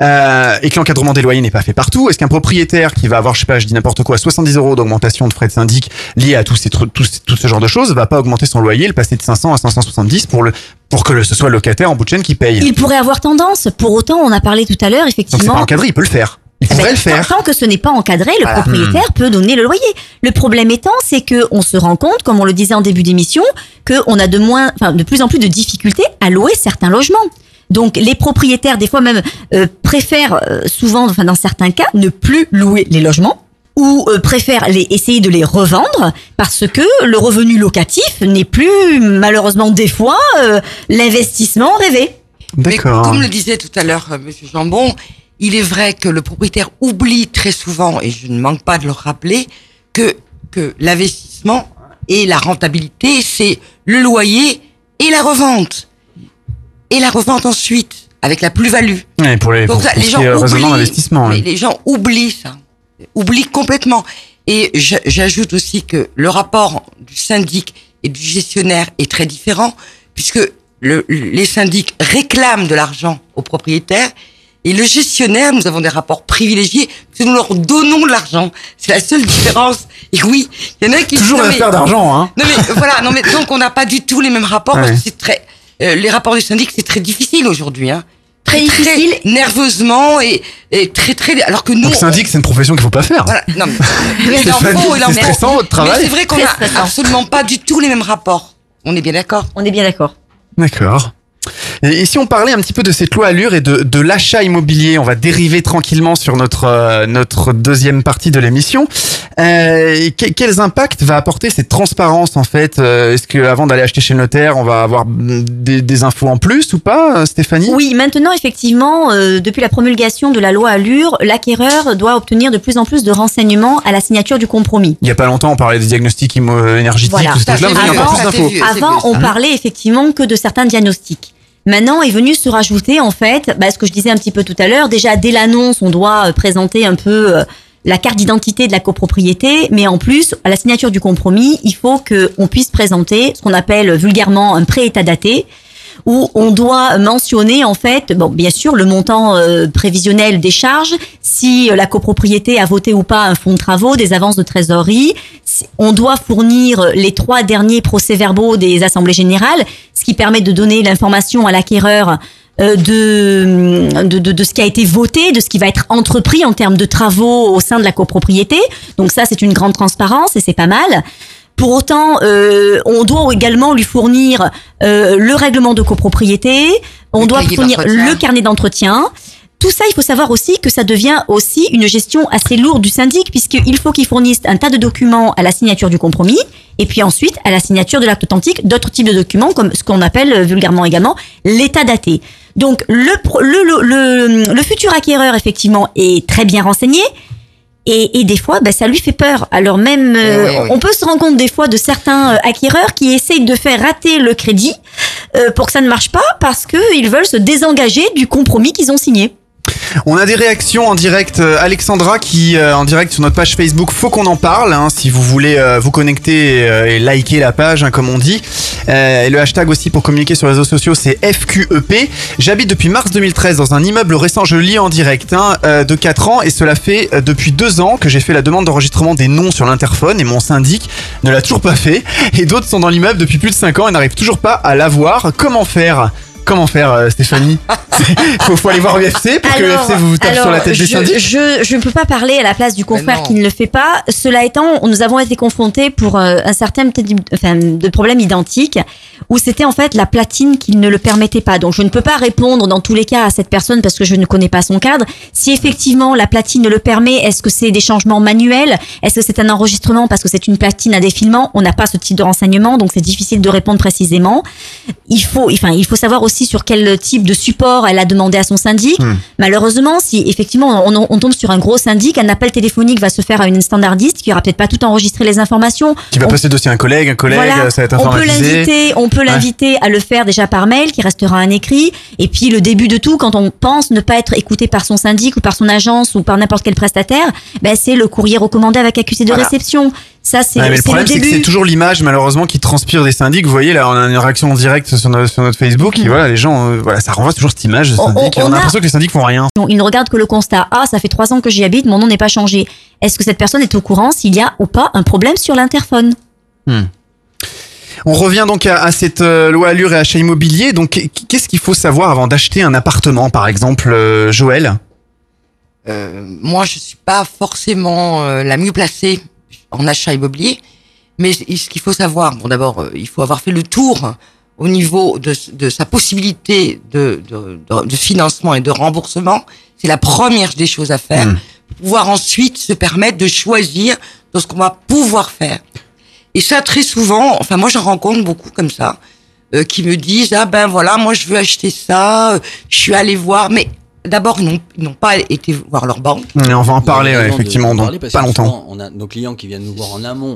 Et que l'encadrement des loyers n'est pas fait partout. Est-ce qu'un propriétaire qui va avoir, je dis n'importe quoi, 70 € d'augmentation de frais de syndic liés à tout ce genre de choses, va pas augmenter son loyer, le passer de 500 à 570 pour que ce soit le locataire en bout de chaîne qui paye? Il pourrait avoir tendance. Pour autant, on a parlé tout à l'heure, effectivement. Donc c'est pas encadré, il peut le faire. Il pourrait le faire. Tant que ce n'est pas encadré, le propriétaire peut donner le loyer. Le problème étant, c'est que on se rend compte, comme on le disait en début d'émission, qu'on a de plus en plus de difficultés à louer certains logements. Donc les propriétaires, des fois même, préfèrent souvent, dans certains cas, ne plus louer les logements ou préfèrent essayer de les revendre parce que le revenu locatif n'est plus, malheureusement, des fois, l'investissement rêvé. D'accord. Mais comme le disait tout à l'heure Monsieur Jambon, il est vrai que le propriétaire oublie très souvent, et je ne manque pas de le rappeler, que l'investissement et la rentabilité, c'est le loyer et la revente. Et la revente ensuite, avec la plus-value. Ouais, pour les gens raisonnant l'investissement. Mais les gens oublient ça. Oublient complètement. Et j'ajoute aussi que le rapport du syndic et du gestionnaire est très différent, puisque les syndics réclament de l'argent aux propriétaires. Et le gestionnaire, nous avons des rapports privilégiés, parce que nous leur donnons de l'argent. C'est la seule différence. Et oui, il y en a qui... Toujours une affaire d'argent, hein. Non mais voilà, donc on n'a pas du tout les mêmes rapports, parce que c'est très... les rapports du syndic, c'est très difficile aujourd'hui, hein. Très difficile. Nerveusement et très... Alors que nous... Donc syndic, c'est une profession qu'il faut pas faire. Voilà, non mais... C'est stressant, votre travail. Mais c'est vrai qu'on a absolument pas du tout les mêmes rapports. On est bien d'accord? On est bien d'accord. D'accord. Et si on parlait un petit peu de cette loi Allure et de l'achat immobilier, on va dériver tranquillement sur notre deuxième partie de l'émission. Quels impacts va apporter cette transparence en fait? Est-ce que avant d'aller acheter chez le notaire, on va avoir des infos en plus ou pas, Stéphanie? Oui, maintenant effectivement, depuis la promulgation de la loi Allure, l'acquéreur doit obtenir de plus en plus de renseignements à la signature du compromis. Il y a pas longtemps, on parlait des diagnostics énergétiques, voilà. Tout ça. Là, il y a encore plus d'infos. Avant, on parlait effectivement que de certains diagnostics. Maintenant est venu se rajouter en fait, ce que je disais un petit peu tout à l'heure. Déjà dès l'annonce, on doit présenter un peu la carte d'identité de la copropriété, mais en plus à la signature du compromis, il faut que on puisse présenter ce qu'on appelle vulgairement un pré-état daté, où on doit mentionner en fait, bien sûr le montant prévisionnel des charges, si la copropriété a voté ou pas un fonds de travaux, des avances de trésorerie. On doit fournir les 3 derniers procès-verbaux des assemblées générales, ce qui permet de donner l'information à l'acquéreur de ce qui a été voté, de ce qui va être entrepris en termes de travaux au sein de la copropriété. Donc ça, c'est une grande transparence et c'est pas mal. Pour autant, on doit également lui fournir le règlement de copropriété, on doit fournir le carnet d'entretien. Tout ça, il faut savoir aussi que ça devient aussi une gestion assez lourde du syndic, puisqu'il faut qu'il fournisse un tas de documents à la signature du compromis, et puis ensuite à la signature de l'acte authentique, d'autres types de documents, comme ce qu'on appelle vulgairement également l'état daté. Donc le futur acquéreur, effectivement, est très bien renseigné, et des fois, ça lui fait peur. Alors même, on peut se rendre compte des fois de certains acquéreurs qui essayent de faire rater le crédit pour que ça ne marche pas, parce qu'ils veulent se désengager du compromis qu'ils ont signé. On a des réactions en direct. Alexandra qui en direct sur notre page Facebook, faut qu'on en parle, hein, si vous voulez vous connecter et liker la page, hein, comme on dit. Et le hashtag aussi pour communiquer sur les réseaux sociaux, c'est FQEP. J'habite depuis mars 2013 dans un immeuble récent, je le lis en direct, de 4 ans, et cela fait depuis 2 ans que j'ai fait la demande d'enregistrement des noms sur l'interphone et mon syndic ne l'a toujours pas fait. Et d'autres sont dans l'immeuble depuis plus de 5 ans et n'arrivent toujours pas à l'avoir. Comment faire? Comment faire, Stéphanie? Faut aller voir UFC pour que UFC vous tape sur la tête des syndics? Je ne peux pas parler à la place du confrère qui ne le fait pas. Cela étant, nous avons été confrontés pour un certain de problèmes identiques où c'était en fait la platine qui ne le permettait pas. Donc je ne peux pas répondre dans tous les cas à cette personne parce que je ne connais pas son cadre. Si effectivement la platine le permet, est-ce que c'est des changements manuels? Est-ce que c'est un enregistrement parce que c'est une platine à défilement? On n'a pas ce type de renseignement, donc c'est difficile de répondre précisément. Il faut savoir aussi sur quel type de support elle a demandé à son syndic. Malheureusement, si effectivement on tombe sur un gros syndic, un appel téléphonique va se faire à une standardiste qui aura peut-être pas tout enregistré les informations. Qui va passer le dossier à un collègue, voilà, ça va être informatisé. On peut l'inviter à le faire déjà par mail, qui restera un écrit. Et puis le début de tout, quand on pense ne pas être écouté par son syndic ou par son agence ou par n'importe quel prestataire, c'est le courrier recommandé avec accusé de réception. Ça, c'est mais le problème, c'est que c'est toujours l'image, malheureusement, qui transpire des syndics. Vous voyez, là, on a une réaction en direct sur notre Facebook. Et voilà, les gens, ça renvoie toujours cette image de syndic. On a l'impression que les syndics font rien. Ils ne regardent que le constat. Ah, ça fait 3 ans que j'y habite, mon nom n'est pas changé. Est-ce que cette personne est au courant s'il y a ou pas un problème sur l'interphone? On revient donc à cette loi Allure et achat immobilier. Donc, qu'est-ce qu'il faut savoir avant d'acheter un appartement, par exemple, Joël? Moi, je suis pas forcément la mieux placée en achat immobilier, mais ce qu'il faut savoir, bon, d'abord, il faut avoir fait le tour au niveau de sa possibilité de financement et de remboursement. C'est la première des choses à faire, pour pouvoir ensuite se permettre de choisir de ce qu'on va pouvoir faire. Et ça, très souvent, enfin, moi, j'en rencontre beaucoup comme ça, qui me disent, ah ben voilà, moi, je veux acheter ça, je suis allé voir, mais d'abord, ils n'ont pas été voir leur banque. On va en parler, effectivement, dans pas longtemps. On a nos clients qui viennent nous voir en amont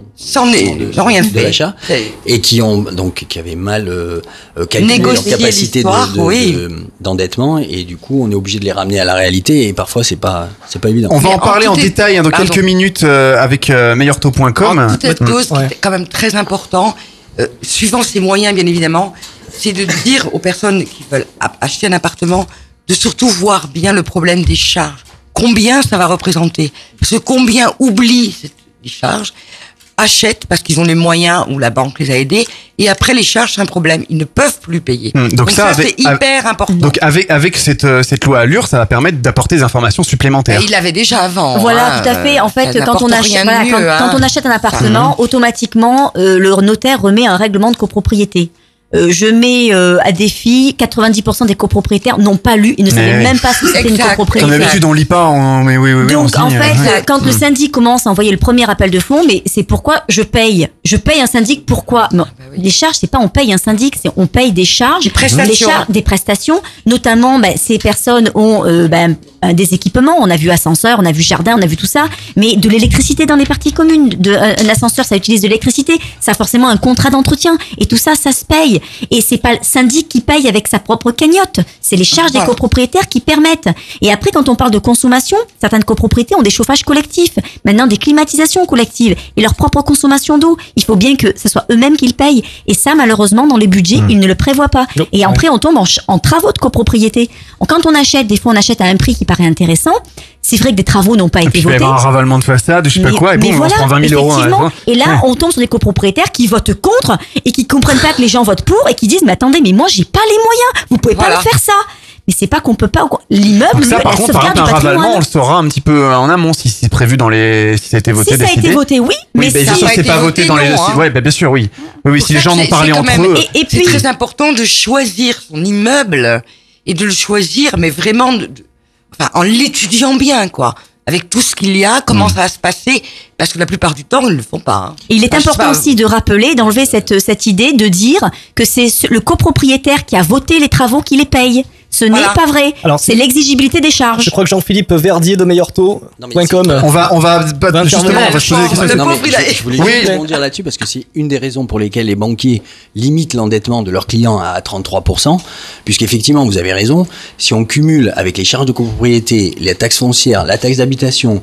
de l'achat et qui avaient mal calculé leur capacité d'endettement, et du coup, on est obligé de les ramener à la réalité, et parfois, c'est pas évident. On va en parler en détail dans quelques minutes avec meilleurtaux.com. Toute cette cause qui est quand même très important, suivant ses moyens, bien évidemment, c'est de dire aux personnes qui veulent acheter un appartement de surtout voir bien le problème des charges. Combien ça va représenter? Parce que combien oublient les charges, achètent parce qu'ils ont les moyens ou la banque les a aidés, et après les charges, c'est un problème. Ils ne peuvent plus payer. Donc ça c'est hyper important. Donc avec cette loi Allure, ça va permettre d'apporter des informations supplémentaires. Et il l'avait déjà avant. Voilà, tout à fait. En fait, quand on achète un appartement, automatiquement, le notaire remet un règlement de copropriété. Je mets à défi 90% des copropriétaires n'ont pas lu, ils ne savaient même pas ce que c'était une copropriété. Comme d'habitude, on lit pas. Mais oui, donc en fait, quand le syndic commence à envoyer le premier appel de fonds, mais c'est pourquoi je paye un syndic. Pourquoi? Non, les charges, c'est pas on paye un syndic, c'est on paye des charges, des prestations. Notamment, ces personnes ont des équipements. On a vu ascenseur, on a vu jardin, on a vu tout ça, mais de l'électricité dans les parties communes. Un ascenseur, ça utilise de l'électricité, ça a forcément un contrat d'entretien, et tout ça, ça se paye. Et c'est pas le syndic qui paye avec sa propre cagnotte. C'est les charges des copropriétaires qui permettent. Et après, quand on parle de consommation, certaines copropriétés ont des chauffages collectifs. Maintenant, des climatisations collectives et leur propre consommation d'eau. Il faut bien que ce soit eux-mêmes qui le payent. Et ça, malheureusement, dans les budgets, ils ne le prévoient pas. Et après, on tombe en travaux de copropriété. Quand on achète, des fois, on achète à un prix qui paraît intéressant. C'est vrai que des travaux n'ont pas été votés. Il va y avoir un ravalement de façade, je sais pas quoi, et bon, on se prend 20 000 euros. Et là, on tombe sur des copropriétaires qui votent contre et qui comprennent pas que les gens votent pour et qui disent, mais attendez, mais moi, j'ai pas les moyens. Vous pouvez pas le faire ça. Mais c'est pas qu'on peut pas, l'immeuble, ça, par contre, un ravalement, on le saura un petit peu en amont si c'est prévu si ça a été voté, si ça a été voté, oui, mais bien sûr, c'est pas voté dans les, ouais, bien sûr, oui. Oui, si les gens n'ont parlé entre eux. Et puis, c'est très important de choisir son immeuble et de le choisir, mais vraiment, en l'étudiant bien, quoi. Avec tout ce qu'il y a, comment ça va se passer, parce que la plupart du temps, ils ne le font pas. Et il est important aussi de rappeler, d'enlever cette idée de dire que c'est le copropriétaire qui a voté les travaux qui les paye. Ce n'est pas vrai. Alors, c'est l'exigibilité des charges. Je crois que Jean-Philippe Verdier de meilleurtaux.com. On va justement, on va se poser des questions. Je voulais rebondir là-dessus parce que c'est une des raisons pour lesquelles les banquiers limitent l'endettement de leurs clients à 33%, puisqu'effectivement, vous avez raison, si on cumule avec les charges de copropriété, les taxes foncières, la taxe d'habitation,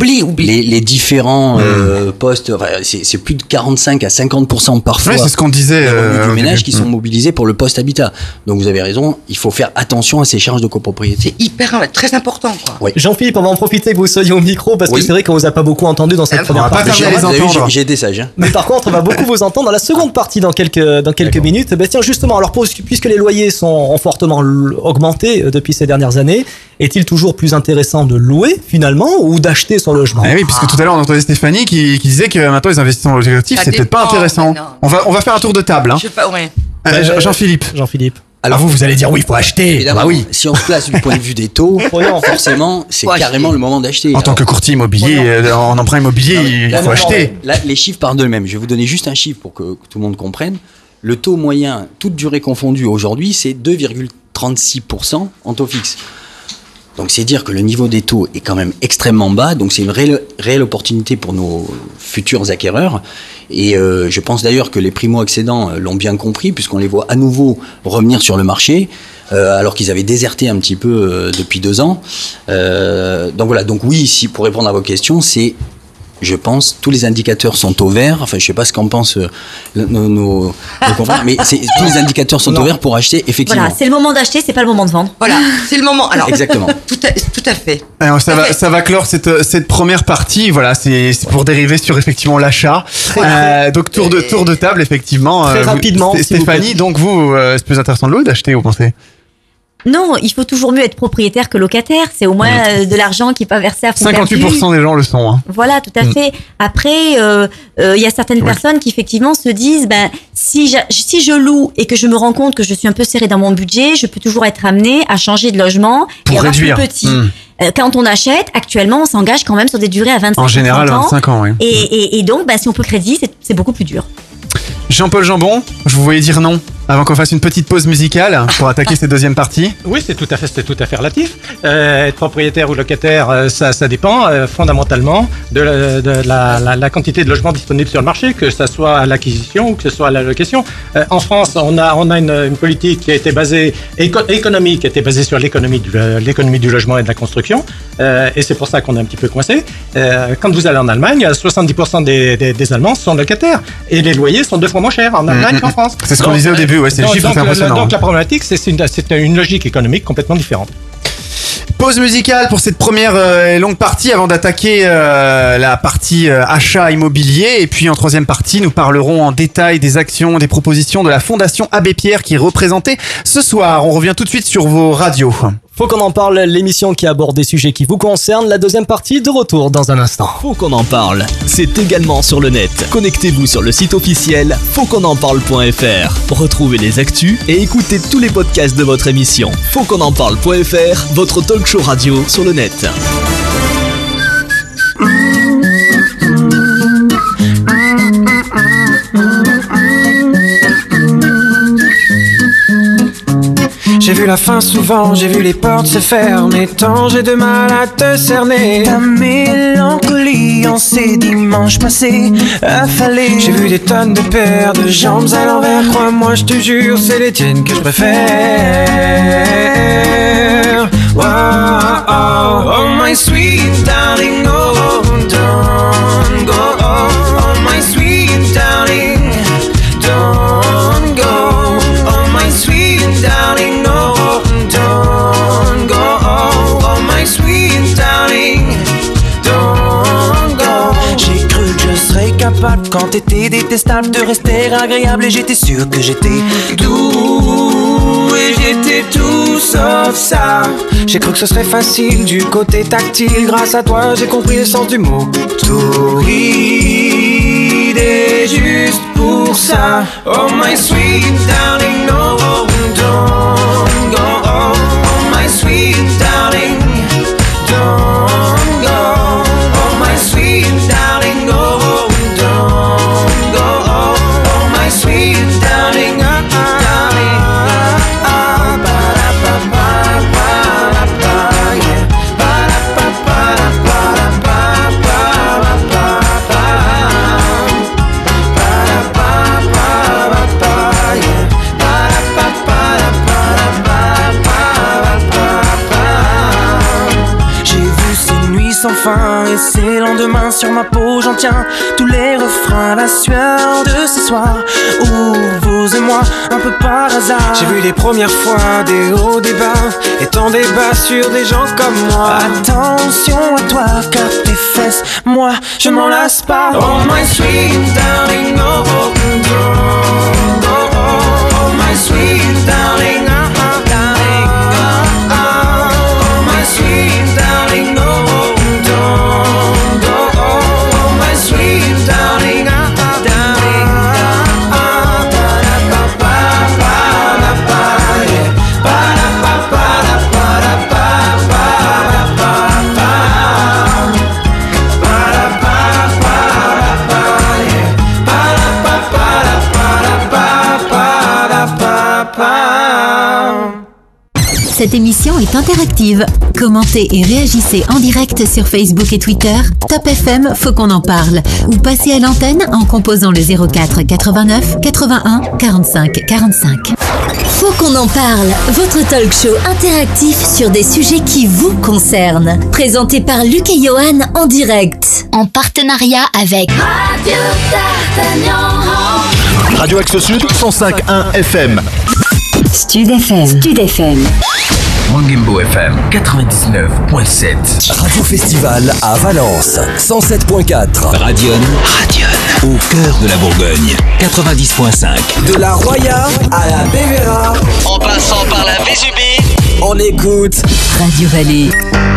les différents postes, c'est plus de 45 à 50% parfois. Ouais, c'est ce qu'on disait. Du ménage qui sont mobilisés pour le poste habitat. Donc vous avez raison, il faut faire attention attention à ces charges de copropriété. C'est très important, quoi. Oui. Jean-Philippe, on va en profiter que vous soyez au micro parce que c'est vrai qu'on vous a pas beaucoup entendu dans cette première partie. J'ai été sage. Hein. Mais par contre, on va beaucoup vous entendre dans la seconde partie dans quelques minutes. Tiens, justement, alors puisque les loyers ont fortement augmenté depuis ces dernières années, est-il toujours plus intéressant de louer finalement ou d'acheter son logement? Oui, puisque tout à l'heure on entendait Stéphanie qui disait que maintenant les investissements locatifs c'est peut-être pas intéressant. On va faire un tour de table. Hein. Jean-Philippe. Alors vous allez dire oui, il faut acheter. Bah oui. Si on se place du point de vue des taux, forcément, c'est carrément le moment d'acheter. En tant que courtier immobilier, en emprunt immobilier, il faut acheter. Là, les chiffres parlent d'eux-mêmes. Je vais vous donner juste un chiffre pour que tout le monde comprenne. Le taux moyen, toute durée confondue aujourd'hui, c'est 2,36% en taux fixe. Donc c'est dire que le niveau des taux est quand même extrêmement bas, donc c'est une réelle opportunité pour nos futurs acquéreurs. Et je pense d'ailleurs que les primo-accédants l'ont bien compris, puisqu'on les voit à nouveau revenir sur le marché, alors qu'ils avaient déserté un petit peu depuis 2 ans. Donc voilà, donc oui, pour répondre à vos questions, je pense, tous les indicateurs sont au vert. Enfin, je sais pas ce qu'en pensent nos confrères, mais tous les indicateurs sont au vert pour acheter, effectivement. Voilà, c'est le moment d'acheter, c'est pas le moment de vendre. Voilà, c'est le moment. Alors, exactement. Tout à fait. Alors, ça va clore cette première partie. Voilà, c'est pour dériver sur effectivement l'achat. Donc tour de table, effectivement. Très rapidement. Stéphanie, donc c'est plus intéressant de louer ou d'acheter, vous pensez? Non, il faut toujours mieux être propriétaire que locataire. C'est au moins de l'argent qui n'est pas versé à fond perdu. 58% des gens le sont. Hein. Voilà, tout à fait. Après, il y a certaines personnes qui effectivement se disent, si je loue et que je me rends compte que je suis un peu serré dans mon budget, je peux toujours être amené à changer de logement pour et avoir réduire. Plus petit. Quand on achète, actuellement, on s'engage quand même sur des durées à 25 ans. En général, 25 ans, oui. Et donc, si on peut crédit, c'est beaucoup plus dur. Jean-Paul Jambon, je vous voyais dire non avant qu'on fasse une petite pause musicale pour attaquer cette deuxième partie. Oui, c'est tout à fait relatif. Être propriétaire ou locataire, ça dépend fondamentalement de la quantité de logements disponibles sur le marché, que ce soit à l'acquisition ou que ce soit à la location. En France, on a une politique qui a été basée économique, qui a été basée sur l'économie du logement et de la construction, et c'est pour ça qu'on est un petit peu coincé. Quand vous allez en Allemagne, 70% des Allemands sont locataires et les loyers sont 2 fois moins chers en Allemagne qu'en France. C'est ce qu'on disait au début. Ouais, c'est le chiffre impressionnant. Donc la problématique, c'est une logique économique complètement différente. Pause musicale pour cette première longue partie avant d'attaquer la partie achat immobilier. Et puis en troisième partie, nous parlerons en détail des actions, des propositions de la Fondation Abbé Pierre qui est représentée ce soir. On revient tout de suite sur vos radios. Faut qu'on en parle, l'émission qui aborde des sujets qui vous concernent. La deuxième partie de retour dans un instant. Faut qu'on en parle. C'est également sur le net. Connectez-vous sur le site officiel fautquonenparle.fr. Retrouvez les actus et écoutez tous les podcasts de votre émission. Fautquonenparle.fr, votre talk show radio sur le net. J'ai vu la fin souvent, j'ai vu les portes se fermer. Tant j'ai de mal à te cerner. Ta mélancolie en ces dimanches passés affalés. J'ai vu des tonnes de paires de jambes à l'envers. Crois-moi, je te jure, c'est les tiennes que je préfère. Wow, oh my sweet darling, oh don't go. Oh my sweet darling, don't go. Oh my sweet darling, don't go. Oh my sweet darling, don't go. J'ai cru que je serais capable quand t'étais détestable de rester agréable et j'étais sûr que j'étais doux et j'étais tout sauf ça. J'ai cru que ce serait facile du côté tactile. Grâce à toi j'ai compris le sens du mot torride et juste pour ça. Oh my sweet darling, no, don't go. Oh my sweet darling, don't go. Oh my sweet darling, no, don't go. Oh my sweet darling, darling, ba da ba ba ba ba, yeah, ba da ba ba ba ba ba ba ba, ba da ba ba ba, yeah, ba da ba ba ba ba ba ba. J'ai vu ces nuits sans fin et ces lendemains sur ma peau, j'en tiens tous les refrains, la sueur de ce soir où vos chose et moi, un peu par hasard. J'ai vu les premières fois des hauts, des bas, et tant débats sur des gens comme moi. Attention à toi, car tes fesses, moi, je m'en lasse pas. Oh my sweet darling, oh, oh, oh, oh, oh, my sweet darling, darling, oh, my sweet darling, oh, oh, my sweet darling, darling, Cette émission est interactive. Commentez et réagissez en direct sur Facebook et Twitter. Top FM, faut qu'on en parle. Ou passez à l'antenne en composant le 04 89 81 45 45. Faut qu'on en parle, votre talk show interactif sur des sujets qui vous concernent. Présenté par Luc et Johan en direct. En partenariat avec Radio D'Artagnan. Radio Axe Sud 105.1 FM. Stud FM. Mangembo FM 99.7. Radio Festival à Valence 107.4. Radion. Au cœur de la Bourgogne 90.5. De la Roya à la Bévéra. En passant par la Vésubie. On écoute Radio Vallée.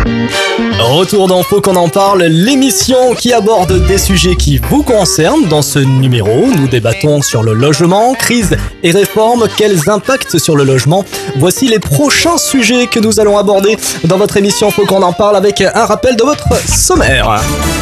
Retour dans Faut qu'on en parle, l'émission qui aborde des sujets qui vous concernent. Dans ce numéro, nous débattons sur le logement, crise et réforme, quels impacts sur le logement. Voici les prochains sujets que nous allons aborder dans votre émission Faut qu'on en parle avec un rappel de votre sommaire.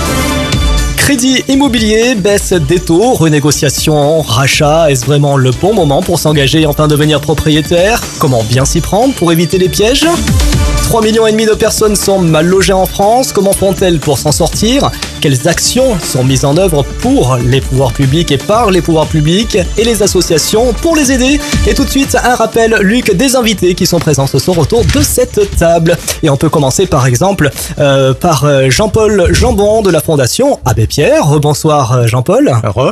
Crédit immobilier, baisse des taux, renégociation, rachat, est-ce vraiment le bon moment pour s'engager et enfin devenir propriétaire? Comment bien s'y prendre pour éviter les pièges? 3,5 millions de personnes sont mal logées en France, comment font-elles pour s'en sortir? Quelles actions sont mises en œuvre pour les pouvoirs publics et par les pouvoirs publics et les associations pour les aider? Et tout de suite, un rappel, Luc, des invités qui sont présents ce soir autour de cette table. Et on peut commencer par exemple par Jean-Paul Jambon de la Fondation Abbé Pierre. Rebonsoir Jean-Paul.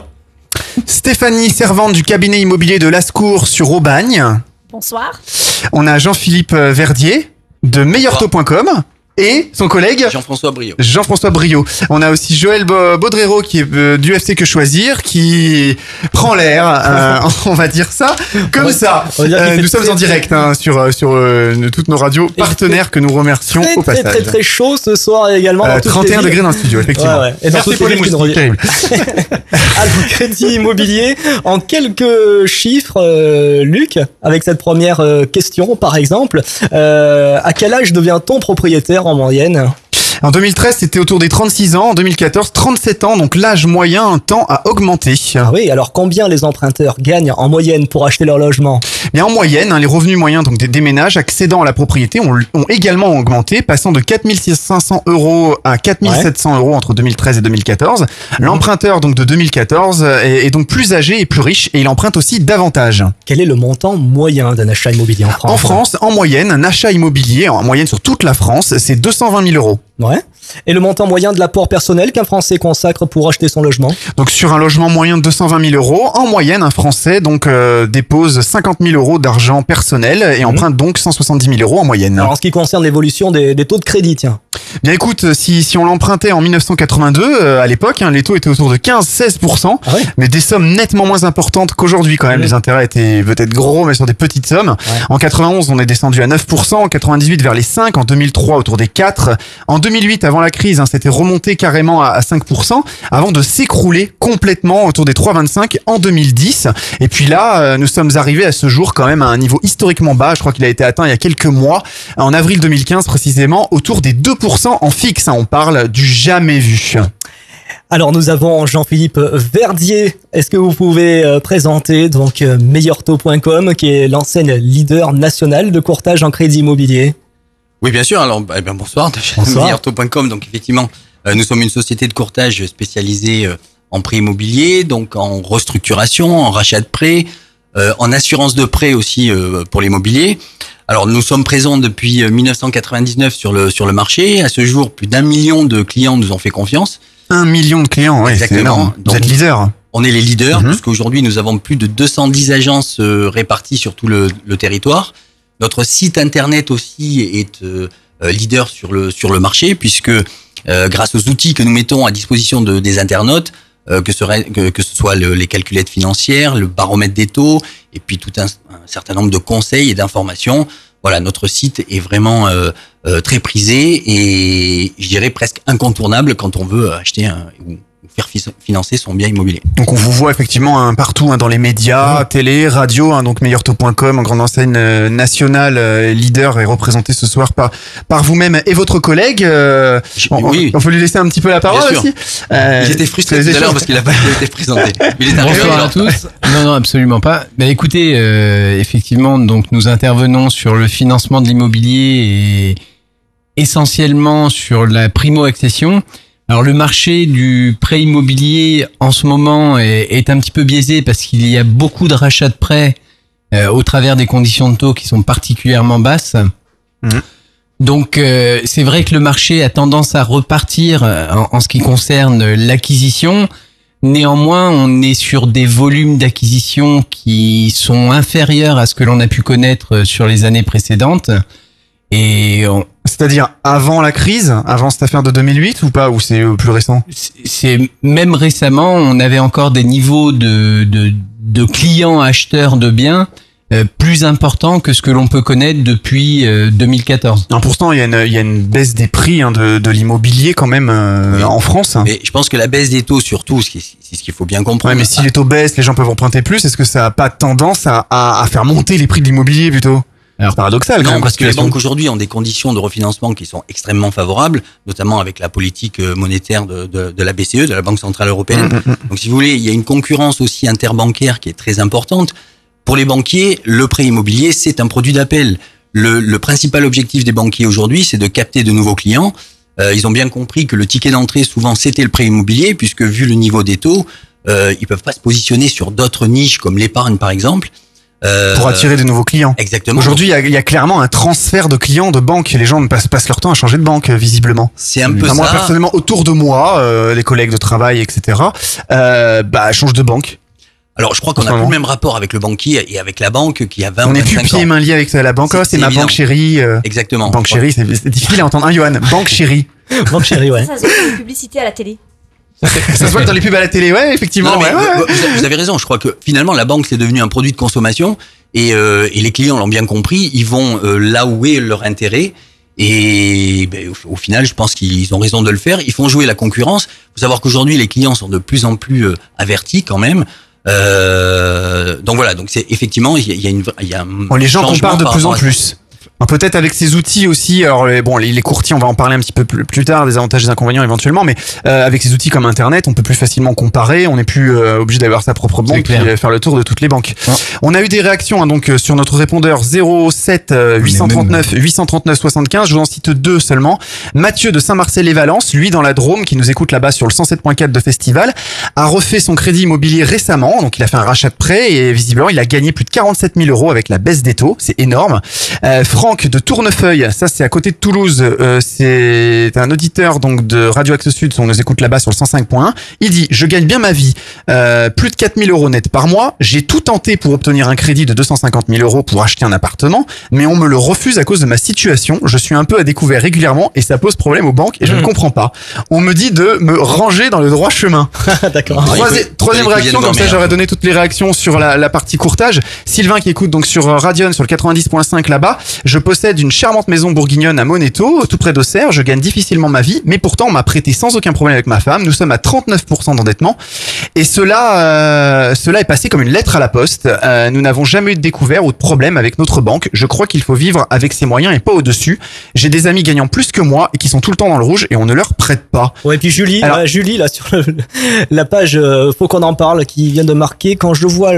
Stéphanie, servante du cabinet immobilier de Lascours sur Aubagne. Bonsoir. On a Jean-Philippe Verdier de meilleurtaux.com et son collègue Jean-François Brio. On a aussi Joël Baudrero qui est du FC Que Choisir, qui prend l'air, on va dire ça, comme ça. Nous sommes en direct sur toutes nos radios partenaires que nous remercions au passage. Très chaud ce soir également. 31 degrés dans le studio, effectivement. Ouais. Et merci pour les moustiques, terrible. Alors, crédit immobilier, en quelques chiffres, Luc, avec cette première question par exemple, à quel âge devient-on propriétaire en moyenne? En 2013, c'était autour des 36 ans. En 2014, 37 ans. Donc l'âge moyen tend à augmenter. Ah oui, alors combien les emprunteurs gagnent en moyenne pour acheter leur logement? Bien, en moyenne, les revenus moyens donc des ménages accédant à la propriété ont également augmenté, passant de 4 500 € à 4 700 € entre 2013 et 2014. L'emprunteur donc de 2014 est donc plus âgé et plus riche et il emprunte aussi davantage. Quel est le montant moyen d'un achat immobilier en France? En France, en moyenne, un achat immobilier, en moyenne sur toute la France, c'est 220 000 €. Ouais. Et le montant moyen de l'apport personnel qu'un Français consacre pour acheter son logement? Donc sur un logement moyen de 220 000 €, en moyenne, un Français donc dépose 50 000 € d'argent personnel et emprunte donc 170 000 € en moyenne. Alors en ce qui concerne l'évolution des taux de crédit, tiens. Bien écoute, si on l'empruntait en 1982, à l'époque, les taux étaient autour de 15-16%, mais des sommes nettement moins importantes qu'aujourd'hui quand même. Les intérêts étaient peut-être gros, mais sur des petites sommes. En 91, on est descendu à 9%, en 98 vers les 5%, en 2003 autour des 4%, en 2008 avant la crise, c'était remonté carrément à 5%, avant de s'écrouler complètement autour des 3,25% en 2010. Et puis là, nous sommes arrivés à ce jour quand même à un niveau historiquement bas. Je crois qu'il a été atteint il y a quelques mois, en avril 2015 précisément, autour des 2% en fixe. On parle du jamais vu. Alors nous avons Jean-Philippe Verdier. Est-ce que vous pouvez présenter donc meilleurtaux.com, qui est l'enseigne leader nationale de courtage en crédit immobilier? Oui, bien sûr. Alors, bonsoir. Meilleurtaux.com. Donc, effectivement, nous sommes une société de courtage spécialisée en prêt immobilier, donc en restructuration, en rachat de prêts, en assurance de prêts aussi pour l'immobilier. Alors, nous sommes présents depuis 1999 sur le marché. À ce jour, plus d'1 million de clients nous ont fait confiance. 1 million de clients, oui, c'est énorme. Vous êtes leader. On est les leaders, puisqu'aujourd'hui nous avons plus de 210 agences réparties sur tout le territoire. Notre site internet aussi est leader sur le marché, puisque grâce aux outils que nous mettons à disposition des internautes, que ce soit les calculettes financières, le baromètre des taux, et puis tout un certain nombre de conseils et d'informations. Voilà, notre site est vraiment très prisé et je dirais presque incontournable quand on veut acheter ou faire financer son bien immobilier. Donc on vous voit effectivement partout dans les médias, télé, radio, donc meilleurtaux.com, en grande enseigne nationale, leader et représenté ce soir par vous-même et votre collègue. Oui. On peut lui laisser un petit peu la parole aussi. J'étais frustré tout à l'heure parce qu'il n'a pas été présenté. Il est arrivé. Bonsoir à tous. Non, absolument pas. Écoutez, effectivement, donc nous intervenons sur le financement de l'immobilier et essentiellement sur la primo-accession. Alors le marché du prêt immobilier en ce moment est un petit peu biaisé parce qu'il y a beaucoup de rachats de prêts au travers des conditions de taux qui sont particulièrement basses. Donc c'est vrai que le marché a tendance à repartir en ce qui concerne l'acquisition. Néanmoins, on est sur des volumes d'acquisition qui sont inférieurs à ce que l'on a pu connaître sur les années précédentes. C'est-à-dire avant la crise, avant cette affaire de 2008 ou pas, ou c'est plus récent? C'est même récemment, on avait encore des niveaux de clients acheteurs de biens plus importants que ce que l'on peut connaître depuis 2014. Non, pourtant, il y a une baisse des prix de l'immobilier quand même en France. Mais je pense que la baisse des taux, surtout, c'est ce qu'il faut bien comprendre. Ouais, mais si les taux baissent, les gens peuvent emprunter plus. Est-ce que ça a pas tendance à faire monter les prix de l'immobilier plutôt? C'est paradoxal. Non, parce que les banques aujourd'hui ont des conditions de refinancement qui sont extrêmement favorables, notamment avec la politique monétaire de la BCE, de la Banque Centrale Européenne. Donc, si vous voulez, il y a une concurrence aussi interbancaire qui est très importante. Pour les banquiers, le prêt immobilier, c'est un produit d'appel. Le principal objectif des banquiers aujourd'hui, c'est de capter de nouveaux clients. Ils ont bien compris que le ticket d'entrée, souvent, c'était le prêt immobilier, puisque vu le niveau des taux, ils peuvent pas se positionner sur d'autres niches comme l'épargne, par exemple. Pour attirer de nouveaux clients. Exactement. Aujourd'hui, il y a clairement un transfert de clients de banque. Les gens passent leur temps à changer de banque, visiblement. C'est un peu ça. Moi, personnellement, autour de moi, les collègues de travail, etc., changent de banque. Alors, je crois qu'on a plus le même rapport avec le banquier et avec la banque qui a 20 ans. On n'est plus pieds et mains liés avec la banque. C'est ma banque chérie. Exactement. Banque chérie, c'est difficile à entendre. Johan, banque chérie. Banque chérie, ouais. Ça, c'est une publicité à la télé. Ça se voit dans les pubs à la télé, ouais, effectivement. Non, mais vous avez raison. Je crois que finalement, la banque, c'est devenu un produit de consommation et les clients l'ont bien compris. Ils vont là où est leur intérêt. Et au final, je pense qu'ils ont raison de le faire. Ils font jouer la concurrence. Il faut savoir qu'aujourd'hui, les clients sont de plus en plus avertis quand même. Donc voilà. Donc c'est effectivement, il y a un les gens changement comparent de par plus en rapport à ça. plus. Peut-être avec ces outils aussi, alors les courtiers, on va en parler un petit peu plus tard, des avantages et des inconvénients éventuellement, mais avec ces outils comme Internet, on peut plus facilement comparer, on n'est plus obligé d'avoir sa propre banque et faire le tour de toutes les banques. Ouais. On a eu des réactions donc sur notre répondeur 07 839 839 75, je vous en cite deux seulement. Mathieu de Saint-Marcel-les-Valences, lui dans la Drôme, qui nous écoute là-bas sur le 107.4 de Festival, a refait son crédit immobilier récemment, donc il a fait un rachat de prêt et visiblement il a gagné plus de 47 000 € avec la baisse des taux, c'est énorme. Franck de Tournefeuille, ça c'est à côté de Toulouse, c'est un auditeur donc de Radio Axe Sud, on nous écoute là-bas sur le 105.1. Il dit: je gagne bien ma vie, plus de 4 000 € net par mois. J'ai tout tenté pour obtenir un crédit de 250 000 € pour acheter un appartement, mais on me le refuse à cause de ma situation. Je suis un peu à découvert régulièrement et ça pose problème aux banques et je ne comprends pas. On me dit de me ranger dans le droit chemin. D'accord. Troisième réaction, comme ça j'aurais donné toutes les réactions sur la partie courtage. Sylvain qui écoute donc sur Radion sur le 90.5 là-bas. Je possède une charmante maison bourguignonne à Monéto, tout près d'Auxerre. Je gagne difficilement ma vie, mais pourtant on m'a prêté sans aucun problème avec ma femme. Nous sommes à 39% d'endettement. Et cela est passé comme une lettre à la poste. Nous n'avons jamais eu de découvert ou de problème avec notre banque. Je crois qu'il faut vivre avec ses moyens et pas au-dessus. J'ai des amis gagnant plus que moi et qui sont tout le temps dans le rouge et on ne leur prête pas. Ouais, et puis Julie, là sur la page Faut qu'on en parle qui vient de marquer, quand je vois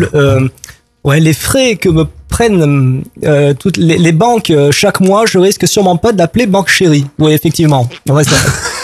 les frais que me prennent toutes les banques chaque mois, je risque sûrement pas d'appeler banque chérie. Oui, effectivement. Ouais,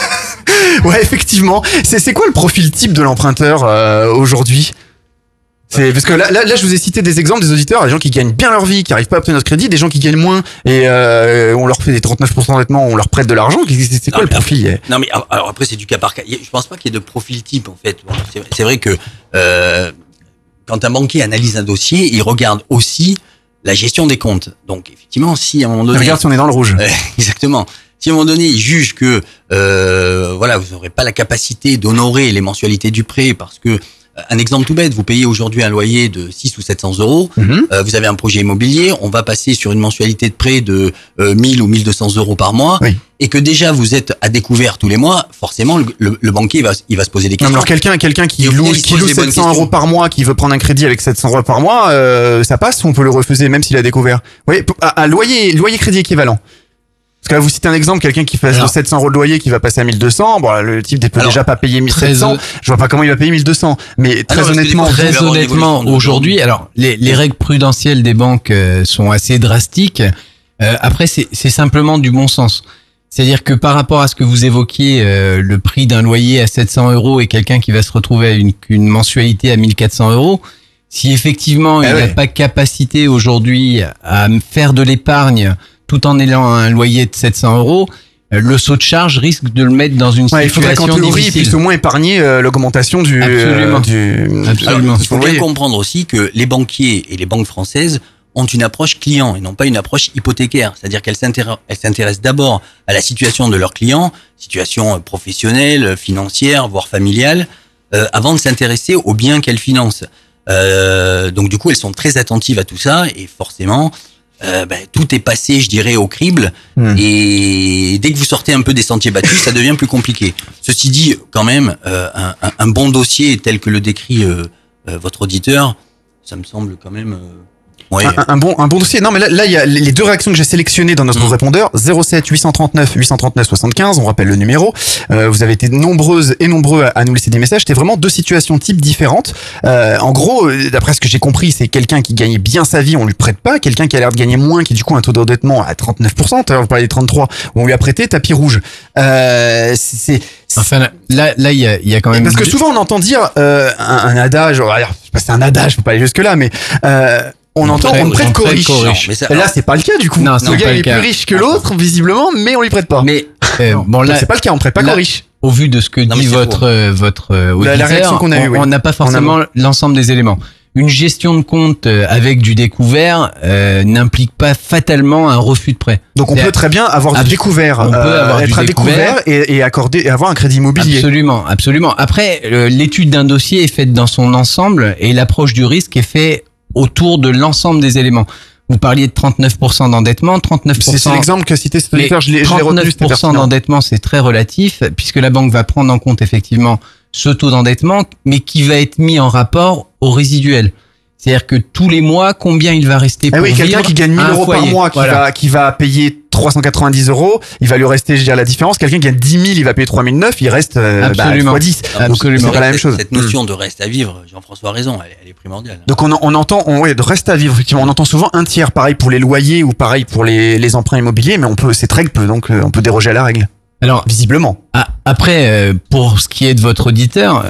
effectivement. C'est quoi le profil type de l'emprunteur aujourd'hui? C'est parce que là, je vous ai cité des exemples des auditeurs, des gens qui gagnent bien leur vie, qui arrivent pas à obtenir notre crédit, des gens qui gagnent moins et on leur fait des 39% d'endettement, on leur prête de l'argent. C'est quoi le profil? Non, mais alors après c'est du cas par cas. Je pense pas qu'il y ait de profil type en fait. Bon, c'est vrai que quand un banquier analyse un dossier, il regarde aussi la gestion des comptes. Donc effectivement, si à un moment donné, regarde si on est dans le rouge. Exactement. Si à un moment donné, il juge que voilà, vous n'aurez pas la capacité d'honorer les mensualités du prêt parce que un exemple tout bête, vous payez aujourd'hui un loyer de 600 ou 700 euros, vous avez un projet immobilier, on va passer sur une mensualité de prêt de 1000 ou 1200 euros par mois, et que déjà vous êtes à découvert tous les mois, forcément le banquier il va se poser des questions. Non, alors quelqu'un qui loue 700 euros par mois, qui veut prendre un crédit avec 700 euros par mois, ça passe ou on peut le refuser même s'il a découvert? Oui, un loyer crédit équivalent. Parce que là, vous citez un exemple, quelqu'un qui fait 700 euros de loyer qui va passer à 1200. Bon, le type ne peut déjà pas payer 1700. Je vois pas comment il va payer 1200. Mais très honnêtement, aujourd'hui, alors, les règles prudentielles des banques sont assez drastiques. Après, c'est simplement du bon sens. C'est-à-dire que par rapport à ce que vous évoquiez, le prix d'un loyer à 700 euros et quelqu'un qui va se retrouver à une mensualité à 1400 euros, si effectivement il n'a pas capacité aujourd'hui à faire de l'épargne tout en ayant un loyer de 700 euros, le saut de charge risque de le mettre dans une situation difficile. Il faudrait qu'en théorie, il puisse au moins épargner l'augmentation du... Absolument. Alors, il faut bien comprendre aussi que les banquiers et les banques françaises ont une approche client et non pas une approche hypothécaire. C'est-à-dire qu'elles s'intéressent d'abord à la situation de leurs clients, situation professionnelle, financière, voire familiale, avant de s'intéresser aux biens qu'elles financent. Donc du coup, elles sont très attentives à tout ça et forcément... tout est passé, je dirais, au crible. Et dès que vous sortez un peu des sentiers battus, ça devient plus compliqué. Ceci dit, quand même, un bon dossier tel que le décrit votre auditeur, ça me semble quand même... Un bon dossier. Non, mais là, il y a les deux réactions que j'ai sélectionnées dans notre répondeur. 07 839 75. On rappelle le numéro. Vous avez été nombreuses et nombreux à nous laisser des messages. C'était vraiment deux situations types différentes. En gros, d'après ce que j'ai compris, c'est quelqu'un qui gagnait bien sa vie, on lui prête pas. Quelqu'un qui a l'air de gagner moins, qui du coup a un taux d'endettement à 39%. Vous parlez des 33, où on lui a prêté tapis rouge. Enfin, là, il y a quand même... Parce que souvent, on entend dire un adage. Je sais pas si c'est un adage, faut pas aller jusque là, mais on prête qu'aux riches. Là, c'est pas le cas du coup. Non, le gars est plus riche que l'autre, visiblement, mais on lui prête pas. Mais bon, là, c'est pas le cas. On prête pas qu'aux riches. Au vu de ce que dit votre auditeur, la réaction qu'on a eue, on n'a pas forcément l'ensemble des éléments. Une gestion de compte avec du découvert n'implique pas fatalement un refus de prêt. Donc on peut très bien avoir du découvert, être à découvert et avoir un crédit immobilier. Absolument. Après, l'étude d'un dossier est faite dans son ensemble et l'approche du risque est faite autour de l'ensemble des éléments. Vous parliez de 39% d'endettement, 39%. C'est l'exemple que citait cet auditeur, je l'ai retenu. 39% d'endettement, c'est très relatif, puisque la banque va prendre en compte effectivement ce taux d'endettement, mais qui va être mis en rapport au résiduel. C'est-à-dire que tous les mois, combien il va rester pour vivre. Quelqu'un qui gagne 1000 euros par mois, qui va payer 390 euros, il va lui rester, la différence. Quelqu'un qui gagne 10 000, il va payer 3009, il reste fois 10. Absolument. C'est pas la même chose. Cette notion de reste à vivre, Jean-François a raison, elle est primordiale. Donc on entend, de reste à vivre, effectivement. On entend souvent un tiers, pareil pour les loyers ou pareil pour les emprunts immobiliers, mais cette règle peut donc, on peut déroger à la règle. Alors, visiblement. Après, pour ce qui est de votre auditeur,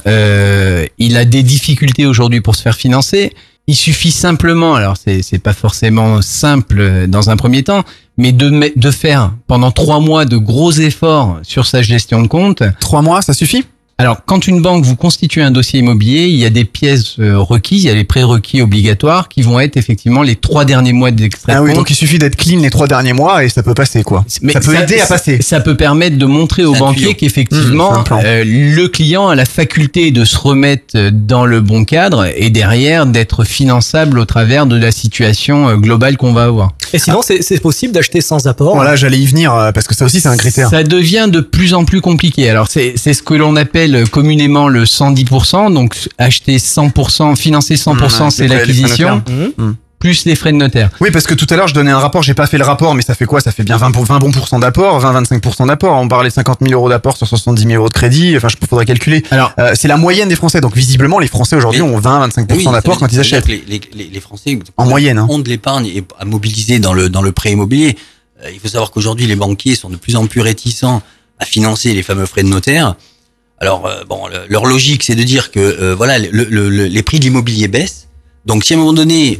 il a des difficultés aujourd'hui pour se faire financer. Il suffit simplement, alors c'est pas forcément simple dans un premier temps, mais de faire pendant 3 mois de gros efforts sur sa gestion de compte. 3 mois, ça suffit? Alors, quand une banque vous constitue un dossier immobilier, il y a des pièces requises, il y a les prérequis obligatoires qui vont être effectivement les 3 derniers mois d'extrait de compte. Donc il suffit d'être clean les 3 derniers mois et ça peut passer, quoi. Mais ça peut aider à passer. Ça peut permettre de montrer au banquier qu'effectivement, le client a la faculté de se remettre dans le bon cadre et derrière d'être finançable au travers de la situation globale qu'on va avoir. Et sinon, c'est possible d'acheter sans apport? Voilà, j'allais y venir parce que ça aussi c'est un critère. Ça devient de plus en plus compliqué. Alors c'est ce que l'on appelle communément le 110%, donc acheter 100%, financer 100%, c'est l'acquisition, plus les frais de notaire. Oui, parce que tout à l'heure, je donnais un rapport, j'ai pas fait le rapport, mais ça fait quoi? Ça fait bien 20 bons pourcents d'apport, 20-25% d'apport. On parlait de 50 000 euros d'apport sur 70 000 euros de crédit. Enfin, faudrait calculer. Alors, c'est la moyenne des Français. Donc, visiblement, les Français aujourd'hui ont 20-25% d'apport quand ils achètent. Les Français, en moyenne, ont de l'épargne et à mobiliser dans le prêt immobilier. Il faut savoir qu'aujourd'hui, les banquiers sont de plus en plus réticents à financer les fameux frais de notaire. Alors, leur logique, c'est de dire que, les prix de l'immobilier baissent. Donc si à un moment donné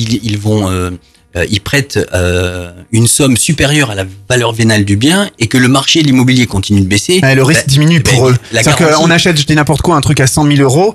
ils prêtent une somme supérieure à la valeur vénale du bien et que le marché de l'immobilier continue de baisser, le risque diminue pour eux. C'est-à-dire qu'on achète, je dis n'importe quoi, un truc à 100 000 euros.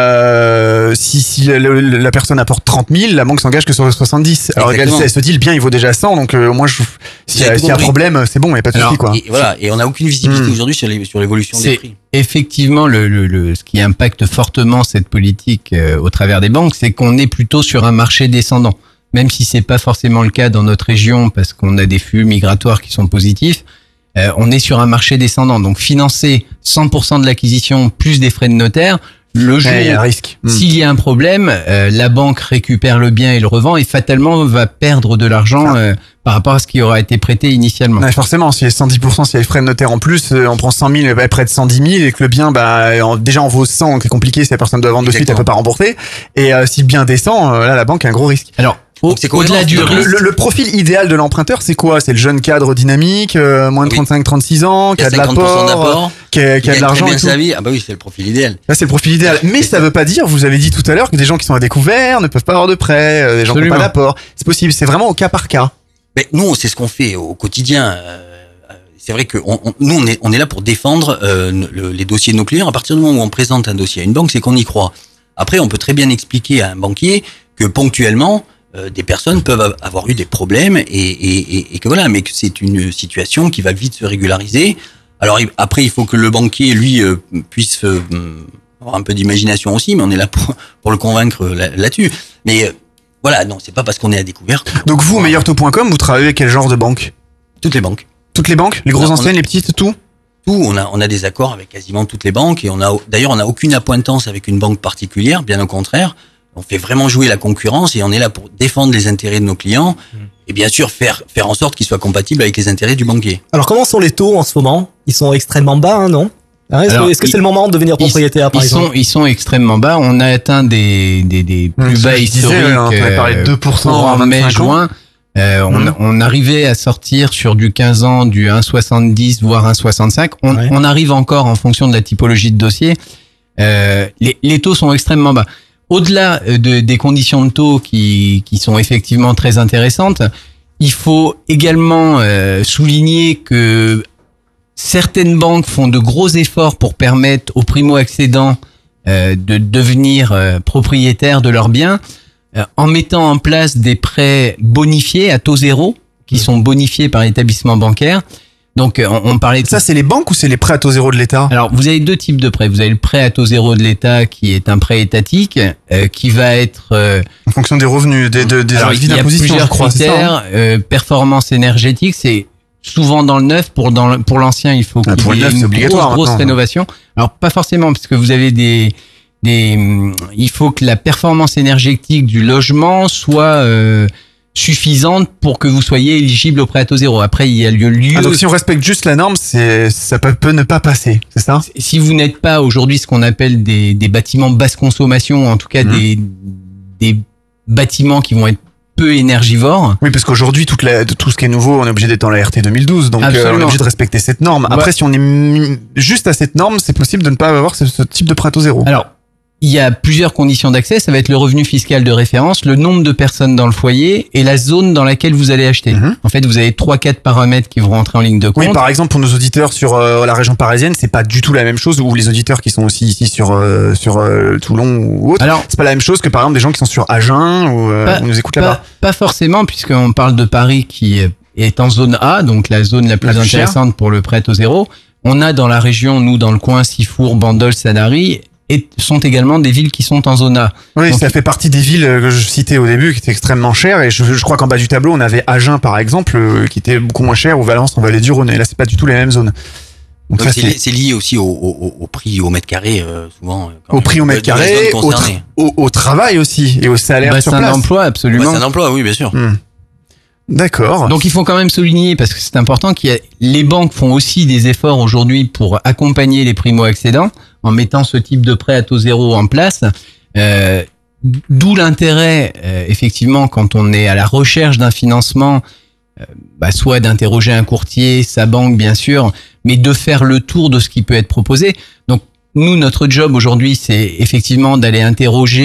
Si la personne apporte 30 000, la banque s'engage que sur 70. Alors elle se dit le bien il vaut déjà 100, donc moi s'il y a un problème, c'est bon, il n'y a pas de souci quoi. Et on n'a aucune visibilité aujourd'hui sur l'évolution des prix. Effectivement, ce qui impacte fortement cette politique au travers des banques, c'est qu'on est plutôt sur un marché descendant. Même si c'est pas forcément le cas dans notre région parce qu'on a des flux migratoires qui sont positifs, on est sur un marché descendant. Donc financer 100% de l'acquisition plus des frais de notaire, le jour s'il y a un problème, la banque récupère le bien et le revend et fatalement va perdre de l'argent par rapport à ce qui aura été prêté initialement. Forcément, s'il y a 110%, s'il y a les frais de notaire en plus, on prend 100 000, elle prête 110 000 et que le bien déjà en vaut 100, donc c'est compliqué si la personne doit vendre de suite, elle peut pas rembourser. Et si le bien descend, là la banque a un gros risque. Alors au-delà du risque, le profil idéal de l'emprunteur, c'est quoi? C'est le jeune cadre dynamique, moins de 35-36 ans, qui a de l'apport, qui a de l'argent et tout. Ah bah oui, c'est le profil idéal. Là, c'est le profil idéal. Mais ça veut pas dire, vous avez dit tout à l'heure, que des gens qui sont à découvert ne peuvent pas avoir de prêt, des gens qui n'ont pas d'apport. C'est possible, c'est vraiment au cas par cas. Mais nous, c'est ce qu'on fait au quotidien. C'est vrai que nous, on est là pour défendre les dossiers de nos clients. À partir du moment où on présente un dossier à une banque, c'est qu'on y croit. Après, on peut très bien expliquer à un banquier que ponctuellement, des personnes peuvent avoir eu des problèmes et que voilà, mais que c'est une situation qui va vite se régulariser. Alors après, il faut que le banquier, lui, puisse avoir un peu d'imagination aussi, mais on est là pour le convaincre là-dessus. Mais voilà, non, c'est pas parce qu'on est à découvert. Donc vous, meilleurtaux.com, vous travaillez avec quel genre de banque? Toutes les banques. Toutes les banques? Les grosses anciennes, les petites, tout? Tout. On a des accords avec quasiment toutes les banques et on a aucune appointance avec une banque particulière, bien au contraire. On fait vraiment jouer la concurrence et on est là pour défendre les intérêts de nos clients et bien sûr faire en sorte qu'ils soient compatibles avec les intérêts du banquier. Alors comment sont les taux en ce moment? Ils sont extrêmement bas, non? Est-ce que c'est le moment de devenir propriétaire, par exemple? Ils sont extrêmement bas. On a atteint des plus bas historiques. On avait parlé de 2% en mai, juin. On arrivait à sortir sur du 15 ans, du 1,70 voire 1,65. On arrive encore en fonction de la typologie de dossier. Les taux sont extrêmement bas. Au-delà des conditions de taux qui sont effectivement très intéressantes, il faut également souligner que certaines banques font de gros efforts pour permettre aux primo-accédants de devenir propriétaires de leurs biens en mettant en place des prêts bonifiés à taux zéro qui sont bonifiés par l'établissement bancaire. Donc, on parlait de ça, c'est les banques ou c'est les prêts à taux zéro de l'État? Alors, vous avez deux types de prêts. Vous avez le prêt à taux zéro de l'État qui est un prêt étatique, qui va être en fonction des revenus, des avis d'imposition, je crois. Il y a plusieurs critères. Performance énergétique, c'est souvent dans le neuf. Pour l'ancien, il faut qu'il y ait une grosse rénovation. Alors, pas forcément, parce que vous avez il faut que la performance énergétique du logement soit suffisante pour que vous soyez éligible au prêt à taux zéro. Après, il y a lieu. Donc, si on respecte juste la norme, ça peut ne pas passer, c'est ça? Si vous n'êtes pas aujourd'hui ce qu'on appelle des bâtiments basse consommation, en tout cas des bâtiments qui vont être peu énergivores. Oui, parce qu'aujourd'hui, tout ce qui est nouveau, on est obligé d'être dans la RT 2012, donc on est obligé de respecter cette norme. Après, si on est juste à cette norme, c'est possible de ne pas avoir ce type de prêt à taux zéro. Alors, il y a plusieurs conditions d'accès. Ça va être le revenu fiscal de référence, le nombre de personnes dans le foyer et la zone dans laquelle vous allez acheter. En fait, vous avez 3-4 paramètres qui vont rentrer en ligne de compte. Oui, par exemple, pour nos auditeurs sur la région parisienne, c'est pas du tout la même chose, ou les auditeurs qui sont aussi ici sur Toulon ou autre. Alors, c'est pas la même chose que par exemple des gens qui sont sur Agen ou nous écoutent là-bas. Pas forcément, puisqu'on parle de Paris qui est en zone A, donc la zone la plus intéressante pour le prêt à taux zéro. On a dans la région, nous, dans le coin, Sifour, Bandol, Sanary, et sont également des villes qui sont en zone A. Oui, donc, ça fait partie des villes que je citais au début, qui étaient extrêmement chères, et je crois qu'en bas du tableau, on avait Agen, par exemple, qui était beaucoup moins cher, ou Valence, en Vallée du Rhône, et là, c'est pas du tout les mêmes zones. Donc c'est lié aussi au prix au mètre carré, souvent. Au prix au mètre carré, au travail aussi, et au salaire sur place. Bassin d'emploi, absolument. Bassin d'emploi, oui, bien sûr. D'accord. Donc il faut quand même souligner, parce que c'est important, les banques font aussi des efforts aujourd'hui pour accompagner les primo-accédants en mettant ce type de prêt à taux zéro en place. D'où l'intérêt, effectivement, quand on est à la recherche d'un financement, soit d'interroger un courtier, sa banque bien sûr, mais de faire le tour de ce qui peut être proposé. Donc nous, notre job aujourd'hui, c'est effectivement d'aller interroger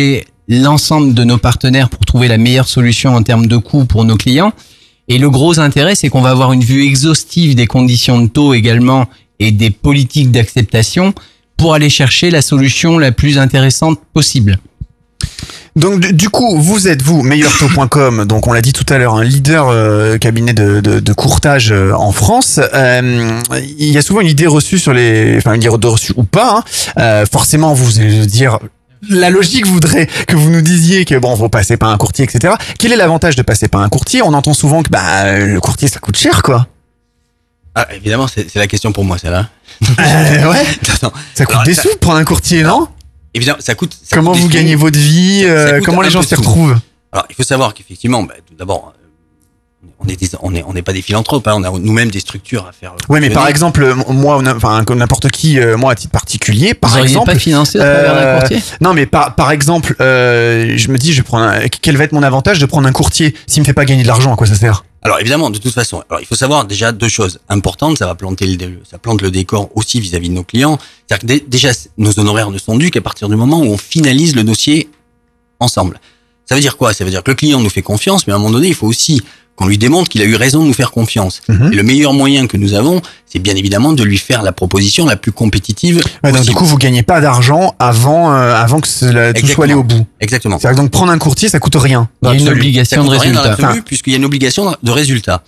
l'ensemble de nos partenaires pour trouver la meilleure solution en termes de coût pour nos clients. Et le gros intérêt, c'est qu'on va avoir une vue exhaustive des conditions de taux également et des politiques d'acceptation pour aller chercher la solution la plus intéressante possible. Donc du coup, vous êtes meilleurtaux.com, donc on l'a dit tout à l'heure, un leader cabinet de courtage en France. Il y a souvent une idée reçue sur une idée reçue ou pas. Forcément, vous allez dire. La logique voudrait que vous nous disiez que vous passez par un courtier, etc. Quel est l'avantage de passer par un courtier? On entend souvent que le courtier ça coûte cher, quoi. Ah, évidemment, c'est la question pour moi, celle-là. Ouais. Non. Ça coûte des sous de prendre un courtier, non? Évidemment, ça coûte. Comment vous gagnez votre vie? Comment les gens s'y retrouvent? Alors, il faut savoir qu'effectivement, tout d'abord, on n'est pas des philanthropes, on a nous-mêmes des structures à faire. Oui, mais par exemple, moi, comme n'importe qui, moi à titre particulier, par exemple. Pas financé à travers un courtier? Non, mais par exemple, je me dis, quel va être mon avantage de prendre un courtier s'il me fait pas gagner de l'argent? À quoi ça sert? Alors évidemment, de toute façon, il faut savoir déjà deux choses importantes. Ça plante le décor aussi vis-à-vis de nos clients. C'est-à-dire que déjà, nos honoraires ne sont dus qu'à partir du moment où on finalise le dossier ensemble. Ça veut dire quoi? Ça veut dire que le client nous fait confiance, mais à un moment donné, il faut aussi qu'on lui démontre qu'il a eu raison de nous faire confiance. Et le meilleur moyen que nous avons, c'est bien évidemment de lui faire la proposition la plus compétitive. Ouais, donc du coup, vous gagnez pas d'argent avant que tout soit allé au bout. Exactement. C'est-à-dire que donc prendre un courtier, ça coûte rien. Il y a une obligation de résultat. Puisqu'il y a une obligation de résultat.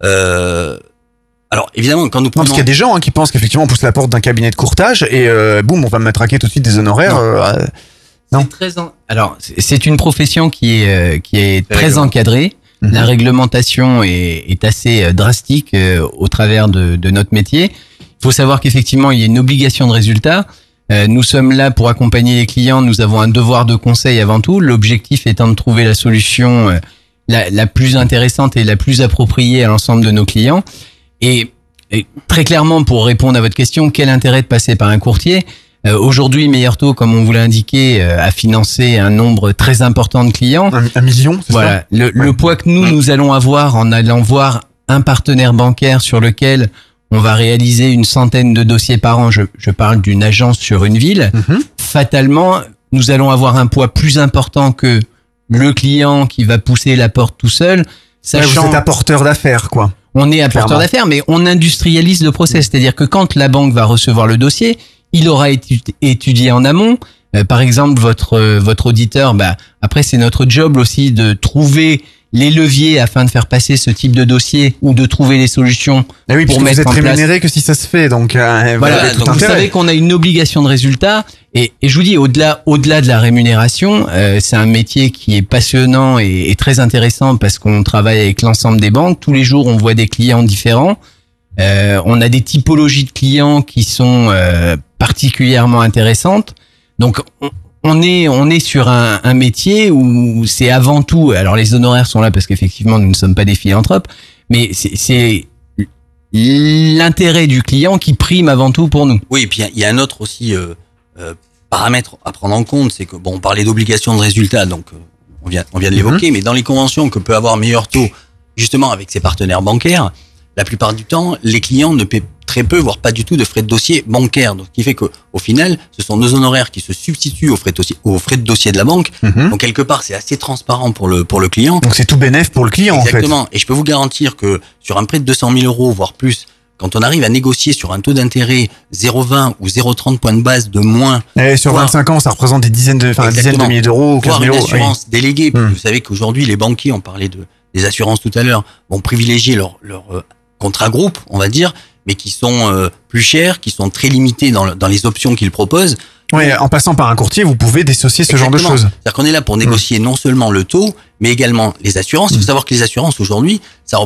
Alors évidemment, quand nous prenons... parce qu'il y a des gens qui pensent qu'effectivement on pousse la porte d'un cabinet de courtage et boum, on va me matraquer tout de suite des honoraires. Non. Alors c'est une profession qui est très encadrée. La réglementation est assez drastique au travers de notre métier. Il faut savoir qu'effectivement, il y a une obligation de résultat. Nous sommes là pour accompagner les clients. Nous avons un devoir de conseil avant tout. L'objectif étant de trouver la solution la plus intéressante et la plus appropriée à l'ensemble de nos clients. Et très clairement, pour répondre à votre question, quel intérêt de passer par un courtier? Aujourd'hui, Meilleur Taux, comme on vous l'a indiqué, a financé un nombre très important de clients. 1 million, c'est voilà. ça? Le poids que nous allons avoir en allant voir un partenaire bancaire sur lequel on va réaliser une centaine de dossiers par an. Je parle d'une agence sur une ville. Fatalement, nous allons avoir un poids plus important que le client qui va pousser la porte tout seul. Sachant... Vous êtes apporteur d'affaires, quoi. On est apporteur d'affaires, mais on industrialise le process. C'est-à-dire que quand la banque va recevoir le dossier, il aura étudié en amont. Par exemple, votre auditeur, après c'est notre job aussi de trouver les leviers afin de faire passer ce type de dossier ou de trouver les solutions pour mettre en place. Vous êtes rémunéré que si ça se fait, donc voilà. Donc vous savez qu'on a une obligation de résultat et je vous dis au-delà de la rémunération, c'est un métier qui est passionnant et très intéressant parce qu'on travaille avec l'ensemble des banques. Tous les jours, on voit des clients différents. On a des typologies de clients qui sont particulièrement intéressantes. Donc on est sur un métier où c'est avant tout, alors les honoraires sont là parce qu'effectivement nous ne sommes pas des philanthropes, mais c'est l'intérêt du client qui prime avant tout pour nous. Oui, et puis il y a un autre aussi paramètre à prendre en compte, c'est que on parlait d'obligation de résultat, donc on vient de l'évoquer, mais dans les conventions que peut avoir Meilleur Taux justement avec ses partenaires bancaires, la plupart du temps, les clients ne paient très peu, voire pas du tout de frais de dossier bancaire. Donc, ce qui fait qu'au final, ce sont nos honoraires qui se substituent aux frais de dossier de la banque. Donc, quelque part, c'est assez transparent pour le client. Donc, c'est tout bénef pour le client, Exactement. En fait. Et je peux vous garantir que sur un prêt de 200 000 €, voire plus, quand on arrive à négocier sur un taux d'intérêt 0,20 ou 0,30 points de base de moins. Et sur 25 ans, ça représente des dizaines de milliers d'euros, 15 000 €. Voire une assurance déléguée. Vous savez qu'aujourd'hui, les banquiers, on parlait des assurances tout à l'heure, vont privilégier leur contrat groupe, on va dire, mais qui sont plus chers, qui sont très limités dans les options qu'ils proposent. Oui, en passant par un courtier, vous pouvez dissocier ce genre de choses. C'est-à-dire qu'on est là pour négocier non seulement le taux, mais également les assurances. Il faut savoir que les assurances, aujourd'hui,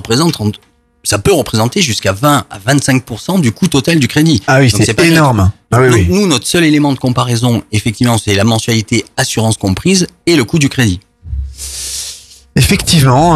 ça peut représenter jusqu'à 20 à 25% du coût total du crédit. Ah oui, c'est énorme. Nous, notre seul élément de comparaison, effectivement, c'est la mensualité assurance comprise et le coût du crédit. Effectivement.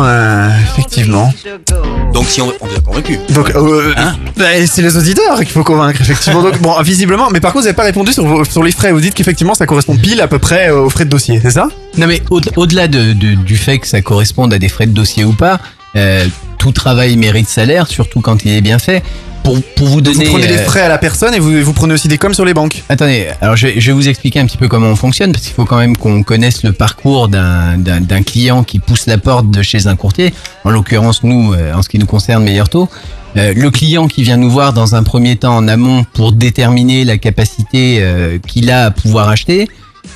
Donc si on vous a convaincu. Donc c'est les auditeurs qu'il faut convaincre, effectivement. Donc bon, visiblement, mais par contre vous n'avez pas répondu sur les frais. Vous dites qu'effectivement ça correspond pile à peu près aux frais de dossier, c'est ça? Non mais au-delà du fait que ça corresponde à des frais de dossier ou pas, tout travail mérite salaire, surtout quand il est bien fait. Pour vous donner... Vous prenez les frais à la personne et vous prenez aussi des coms sur les banques. Attendez, alors je vais vous expliquer un petit peu comment on fonctionne, parce qu'il faut quand même qu'on connaisse le parcours d'un client qui pousse la porte de chez un courtier. En l'occurrence, nous, en ce qui nous concerne, Meilleur Taux. Le client qui vient nous voir dans un premier temps en amont pour déterminer la capacité qu'il a à pouvoir acheter,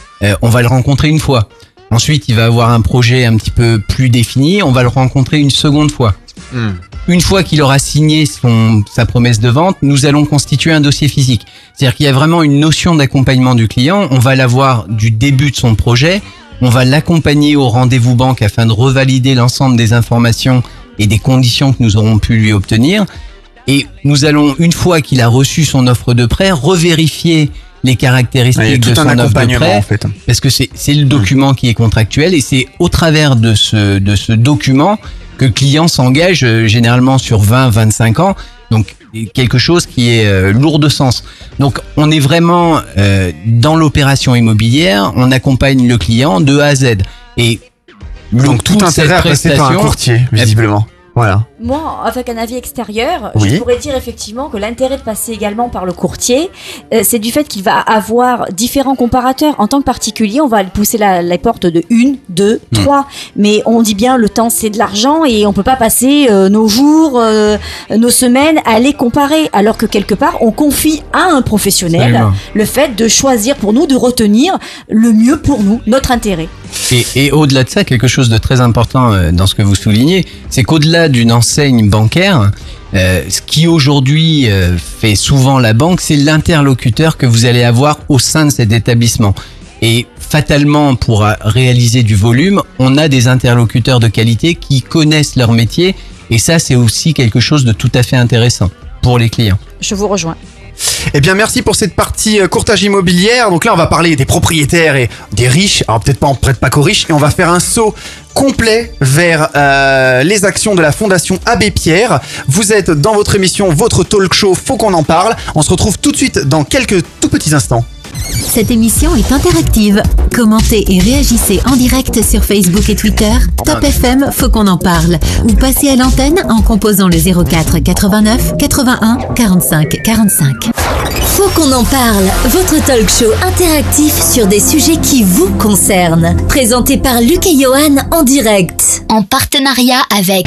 on va le rencontrer une fois. Ensuite, il va avoir un projet un petit peu plus défini, on va le rencontrer une seconde fois. Une fois qu'il aura signé sa promesse de vente, nous allons constituer un dossier physique. C'est-à-dire qu'il y a vraiment une notion d'accompagnement du client. On va l'avoir du début de son projet. On va l'accompagner au rendez-vous banque afin de revalider l'ensemble des informations et des conditions que nous aurons pu lui obtenir. Et nous allons, une fois qu'il a reçu son offre de prêt, revérifier les caractéristiques de son offre de prêt, en fait. Parce que c'est le document qui est contractuel et c'est au travers de ce document que le client s'engage généralement sur 20-25 ans, donc quelque chose qui est lourd de sens. Donc on est vraiment dans l'opération immobilière, on accompagne le client de A à Z. Et donc tout intérêt à passer par un courtier, visiblement. Voilà. Moi, avec un avis extérieur, Oui. je pourrais dire effectivement que l'intérêt de passer également par le courtier, c'est du fait qu'il va avoir différents comparateurs. En tant que particulier, on va pousser la porte de 1, 2, 3. Mais on dit bien, le temps, c'est de l'argent et on peut pas passer nos jours, nos semaines à les comparer. Alors que quelque part, on confie à un professionnel Absolument. le fait de choisir pour nous, de retenir le mieux pour nous, notre intérêt. Et au-delà de ça, quelque chose de très important dans ce que vous soulignez, c'est qu'au-delà d'une enseigne bancaire, ce qui aujourd'hui fait souvent la banque, c'est l'interlocuteur que vous allez avoir au sein de cet établissement. Et fatalement, pour réaliser du volume, on a des interlocuteurs de qualité qui connaissent leur métier. Et ça, c'est aussi quelque chose de tout à fait intéressant pour les clients. Je vous rejoins. Eh bien, merci pour cette partie courtage immobilière. Donc là, on va parler des propriétaires et des riches. Alors peut-être pas, on prête pas qu'aux riches. Et on va faire un saut complet vers les actions de la Fondation Abbé Pierre. Vous êtes dans votre émission, votre talk show, faut qu'on en parle. On se retrouve tout de suite dans quelques tout petits instants. Cette émission est interactive. Commentez et réagissez en direct sur Facebook et Twitter. Top FM, faut qu'on en parle. Ou passez à l'antenne en composant le 04 89 81 45 45. Faut qu'on en parle, votre talk show interactif sur des sujets qui vous concernent. Présenté par Luc et Johan en direct. En partenariat avec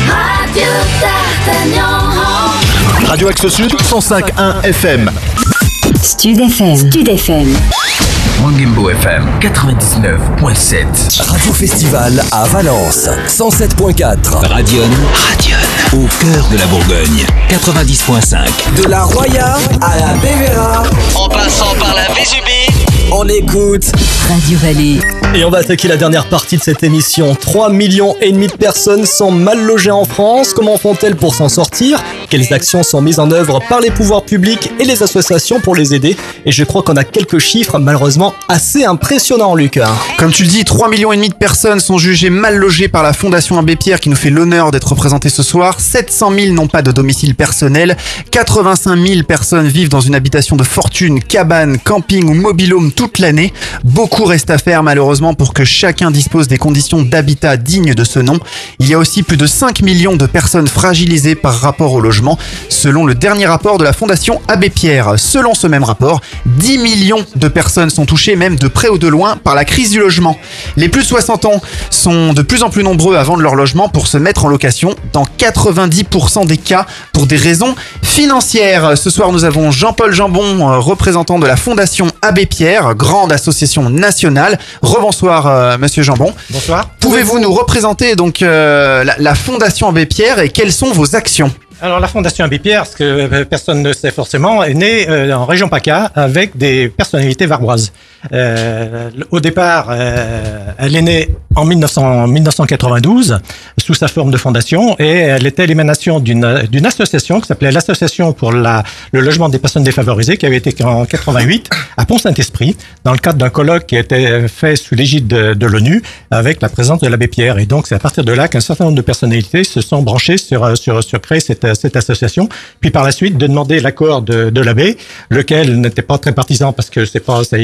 Radio Axe Sud, 105.1 FM. Stud FM. Mangembo FM 99.7. Radio Festival à Valence 107.4. Radion. Au cœur de la Bourgogne. 90.5. De la Roya à la Bévéra. En passant par la Vésubie. On écoute Radio Vallée. Et on va attaquer la dernière partie de cette émission. 3,5 millions de personnes sont mal logées en France. Comment font-elles pour s'en sortir? Quelles actions sont mises en œuvre par les pouvoirs publics et les associations pour les aider? Et je crois qu'on a quelques chiffres malheureusement assez impressionnants, Lucas. Comme tu le dis, 3,5 millions de personnes sont jugées mal logées par la Fondation Abbé Pierre qui nous fait l'honneur d'être représentée ce soir. 700 000 n'ont pas de domicile personnel. 85 000 personnes vivent dans une habitation de fortune, cabane, camping ou mobil-home toute l'année. Beaucoup reste à faire malheureusement pour que chacun dispose des conditions d'habitat dignes de ce nom. Il y a aussi plus de 5 millions de personnes fragilisées par rapport au logement, selon le dernier rapport de la Fondation Abbé Pierre. Selon ce même rapport, 10 millions de personnes sont touchées, même de près ou de loin, par la crise du logement. Les plus de 60 ans sont de plus en plus nombreux à vendre leur logement pour se mettre en location, dans 90% des cas pour des raisons financières. Ce soir, nous avons Jean-Paul Jambon, représentant de la Fondation Abbé Pierre, grande association nationale. Rebonsoir, monsieur Jambon. Bonsoir. Pouvez-vous nous représenter donc la Fondation Abbé Pierre et quelles sont vos actions? Alors la Fondation Abbé Pierre, ce que personne ne sait forcément, est née en région PACA avec des personnalités varoises. Au départ, elle est née en 1992 sous sa forme de fondation et elle était l'émanation d'une association qui s'appelait l'Association pour le logement des personnes défavorisées qui avait été créée en 88 à Pont-Saint-Esprit dans le cadre d'un colloque qui a été fait sous l'égide de l'ONU avec la présence de l'Abbé Pierre. Et donc c'est à partir de là qu'un certain nombre de personnalités se sont branchées sur créer cette association. Puis par la suite de demander l'accord de l'abbé, lequel n'était pas très partisan parce que il est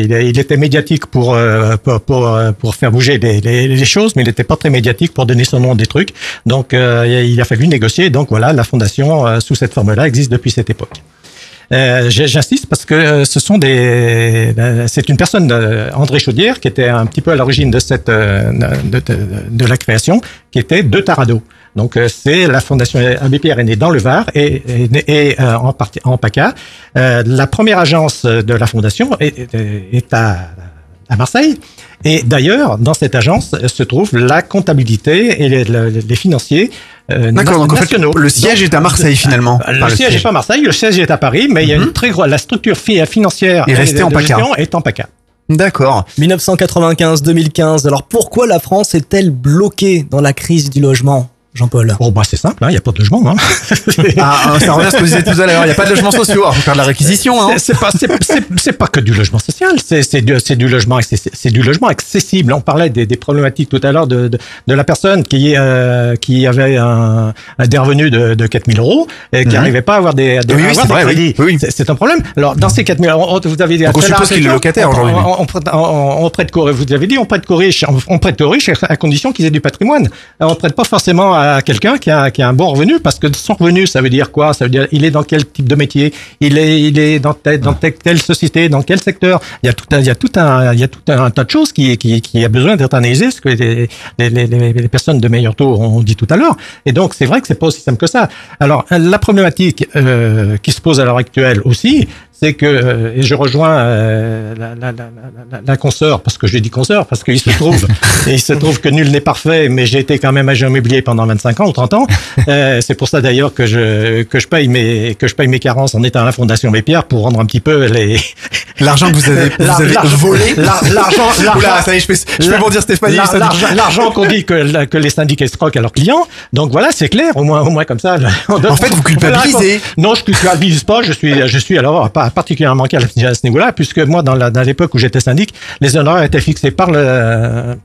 était médiatique pour faire bouger les choses, mais il n'était pas très médiatique pour donner son nom des trucs. Donc, il a fallu négocier. Donc voilà, la fondation sous cette forme-là existe depuis cette époque. J'insiste parce que c'est une personne, André Chaudière, qui était un petit peu à l'origine de cette de la création, qui était de Tarado. Donc c'est la fondation Abbé Pierre est née dans le Var et en PACA. La première agence de la fondation est à Marseille. Et d'ailleurs, dans cette agence se trouve la comptabilité et les financiers D'accord, donc en fait, le siège est à Marseille finalement. Le siège n'est pas à Marseille, le siège est à Paris, mais il y a une très grosse, la structure financière est restée en PACA. Est en PACA. D'accord. 1995-2015. Alors pourquoi la France est-elle bloquée dans la crise du logement, Jean-Paul? Oh bah c'est simple, il n'y a pas de logement. Ça revient à ce que vous disiez tout à l'heure, il n'y a pas de logement social, on peut faire de la réquisition. C'est pas que du logement social, c'est du logement accessible. On parlait des problématiques tout à l'heure de la personne qui avait des revenus de 4 000 euros et qui n'arrivait pas à avoir des crédits. Oui. C'est un problème. Alors dans ces 4 000 euros, vous avez dit... Donc on suppose qu'il est locataire aujourd'hui. On prête qu'aux riches, vous avez dit, on prête qu'aux riches à condition qu'ils aient du patrimoine. On prête pas forcément à quelqu'un qui a un bon revenu, parce que son revenu, ça veut dire quoi? Ça veut dire il est dans quel type de métier, il est dans telle société, dans quel secteur. Il y a tout un tas de choses qui a besoin d'être analysées, ce que les personnes de meilleur taux ont dit tout à l'heure. Et donc c'est vrai que c'est pas aussi simple que ça. Alors la problématique qui se pose à l'heure actuelle aussi, c'est que, et je rejoins la consoeur, parce que je dis consoeur, parce qu'il se trouve que nul n'est parfait, mais j'ai été quand même agent immobilier pendant 25 ans ou 30 ans. C'est pour ça d'ailleurs que je paye mes carences en étant à la Fondation Abbé Pierre pour rendre un petit peu l'argent que vous avez volé. Oula, ça y est, je peux vous dire Stéphanie. L'argent qu'on dit que les syndicats escroquent à leurs clients. Donc voilà, c'est clair, au moins comme ça. En fait, vous culpabilisez. Non, je culpabilise pas, je suis alors pas particulièrement manqué à ce niveau-là, puisque moi, dans l'époque où j'étais syndic, les honoraires étaient fixés par le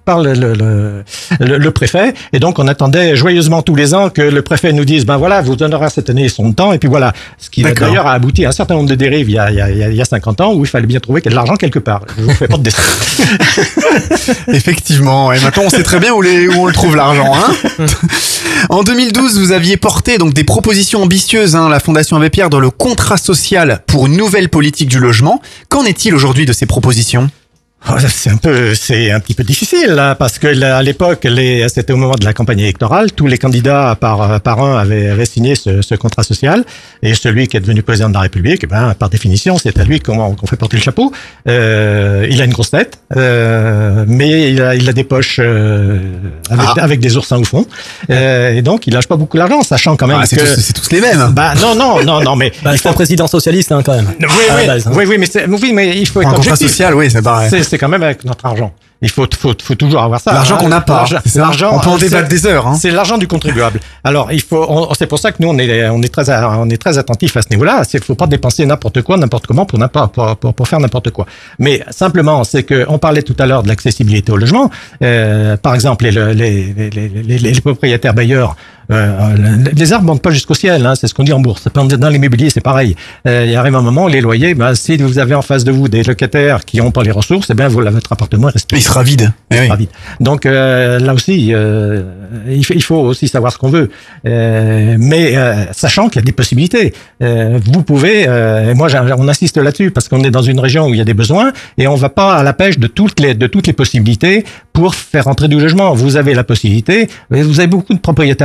préfet, et donc on attendait joyeusement tous les ans que le préfet nous dise, ben voilà, vos honoraires cette année sont de temps, et puis voilà. Ce qui d'ailleurs a abouti à un certain nombre de dérives il y a 50 ans, où il fallait bien trouver de l'argent quelque part. Je vous fais pas de dessin. Effectivement, et maintenant on sait très bien où on le trouve l'argent, hein. En 2012, vous aviez porté donc des propositions ambitieuses, la Fondation Abbé Pierre, dans le contrat social pour une nouvelle politique du logement. Qu'en est-il aujourd'hui de ces propositions ? C'est un petit peu difficile là, parce que à l'époque, c'était au moment de la campagne électorale, tous les candidats par un avaient signé ce contrat social, et celui qui est devenu président de la République, par définition, c'est à lui qu'on fait porter le chapeau. Il a une grosse tête, mais il a des poches avec des oursins au fond, et donc il lâche pas beaucoup d'argent, sachant quand même que c'est tous les mêmes. Non, mais il faut un président socialiste quand même. Oui, mais il faut être un contrat social, oui, c'est pareil. C'est quand même avec notre argent. Il faut toujours avoir ça. L'argent qu'on n'a pas. On peut en débattre des heures. C'est l'argent du contribuable. Alors c'est pour ça que nous on est très attentifs à ce niveau-là. Il faut pas dépenser n'importe quoi, n'importe comment pour faire n'importe quoi. Mais simplement, c'est que on parlait tout à l'heure de l'accessibilité au logement. Par exemple, les propriétaires bailleurs. Les arbres montent pas jusqu'au ciel, c'est ce qu'on dit en bourse. Dans l'immobilier, c'est pareil. Il arrive un moment où les loyers, si vous avez en face de vous des locataires qui n'ont pas les ressources, votre appartement reste. Il sera vide. Donc là aussi, il faut aussi savoir ce qu'on veut, mais sachant qu'il y a des possibilités. Vous pouvez, moi on insiste là-dessus parce qu'on est dans une région où il y a des besoins et on va pas à la pêche de toutes les possibilités pour faire entrer du logement. Vous avez la possibilité, vous avez beaucoup de propriétaires,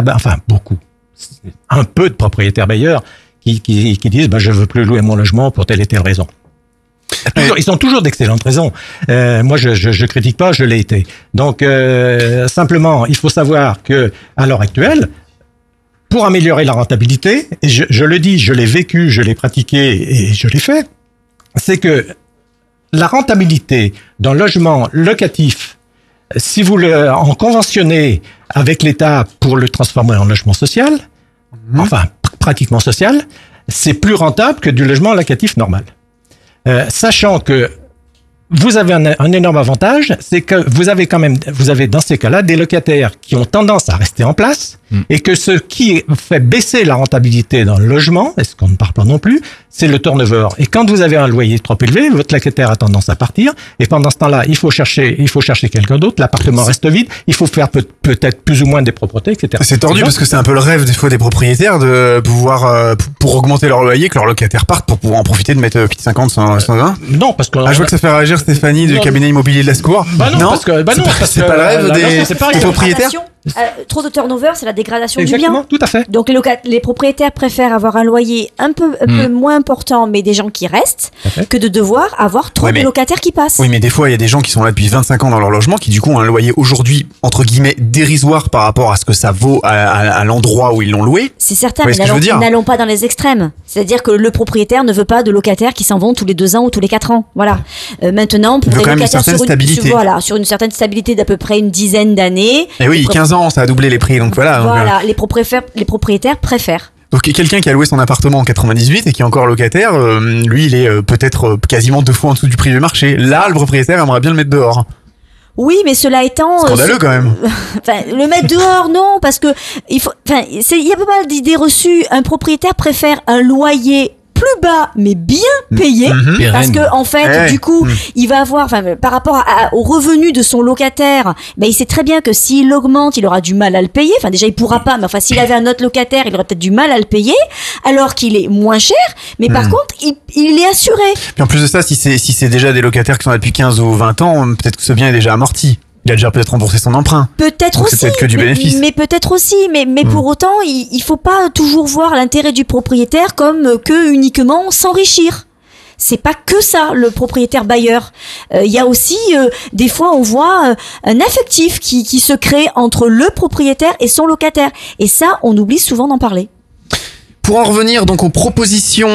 un peu de propriétaires bailleurs qui disent je veux plus louer mon logement pour telle et telle raison. Ils ont toujours d'excellentes raisons. Moi, je critique pas, je l'ai été. Donc, simplement, il faut savoir que à l'heure actuelle, pour améliorer la rentabilité, et je le dis, je l'ai vécu, je l'ai pratiqué et je l'ai fait, c'est que la rentabilité d'un logement locatif, si vous en conventionnez avec l'État pour le transformer en logement social, pratiquement social, c'est plus rentable que du logement locatif normal. Sachant que vous avez un énorme avantage, c'est que vous avez dans ces cas-là des locataires qui ont tendance à rester en place et que ce qui fait baisser la rentabilité dans le logement, et ce qu'on ne parle pas non plus, c'est le turnover. Et quand vous avez un loyer trop élevé, votre locataire a tendance à partir et pendant ce temps-là, il faut chercher quelqu'un d'autre, l'appartement reste vide, il faut faire peut-être plus ou moins des propretés, etc. C'est tordu parce que c'est un peu le rêve des fois des propriétaires de pouvoir, pour augmenter leur loyer, que leurs locataires partent pour pouvoir en profiter de mettre plus de 50, 120. Non, parce que... je vois que ça fait réagir Stéphanie du cabinet immobilier de Lascours. Parce que c'est pas le rêve des propriétaires. Trop de turnover, c'est la dégradation Exactement, du bien. Tout à fait. Donc les propriétaires préfèrent avoir un loyer un peu moins important, mais des gens qui restent, que de devoir avoir trop de locataires qui passent. Oui, mais des fois, il y a des gens qui sont là depuis 25 ans dans leur logement, qui du coup ont un loyer aujourd'hui, entre guillemets, dérisoire par rapport à ce que ça vaut à l'endroit où ils l'ont loué. C'est certain, mais n'allons pas dans les extrêmes. C'est-à-dire que le propriétaire ne veut pas de locataires qui s'en vont tous les 2 ans ou tous les 4 ans. Voilà. Maintenant, pour des locataires sur une certaine stabilité d'à peu près une dizaine d'années. Et oui, 15 ans, ça a doublé les prix, donc voilà. Voilà, les propriétaires préfèrent. Donc quelqu'un qui a loué son appartement en 98 et qui est encore locataire, lui, il est peut-être quasiment 2 fois en dessous du prix du marché. Là, le propriétaire aimerait bien le mettre dehors. Oui, mais cela étant... Scandaleux quand même. Le mettre dehors, non, parce que il y a pas mal d'idées reçues. Un propriétaire préfère un loyer plus bas mais bien payé parce que en fait du coup il va avoir par rapport au revenu de son locataire, il sait très bien que s'il augmente il aura du mal à le payer, déjà il pourra pas, mais s'il avait un autre locataire il aurait peut-être du mal à le payer alors qu'il est moins cher, mais par contre il est assuré. Puis en plus de ça, si c'est déjà des locataires qui sont là depuis 15 ou 20 ans, peut-être que ce bien est déjà amorti. Il a déjà peut-être remboursé son emprunt. Peut-être aussi. C'est peut-être que du bénéfice. Mais peut-être aussi. Mais pour autant, il faut pas toujours voir l'intérêt du propriétaire comme que uniquement s'enrichir. C'est pas que ça, le propriétaire bailleur. Il y a aussi, des fois, on voit un affectif qui se crée entre le propriétaire et son locataire. Et ça, on oublie souvent d'en parler. Pour en revenir donc aux propositions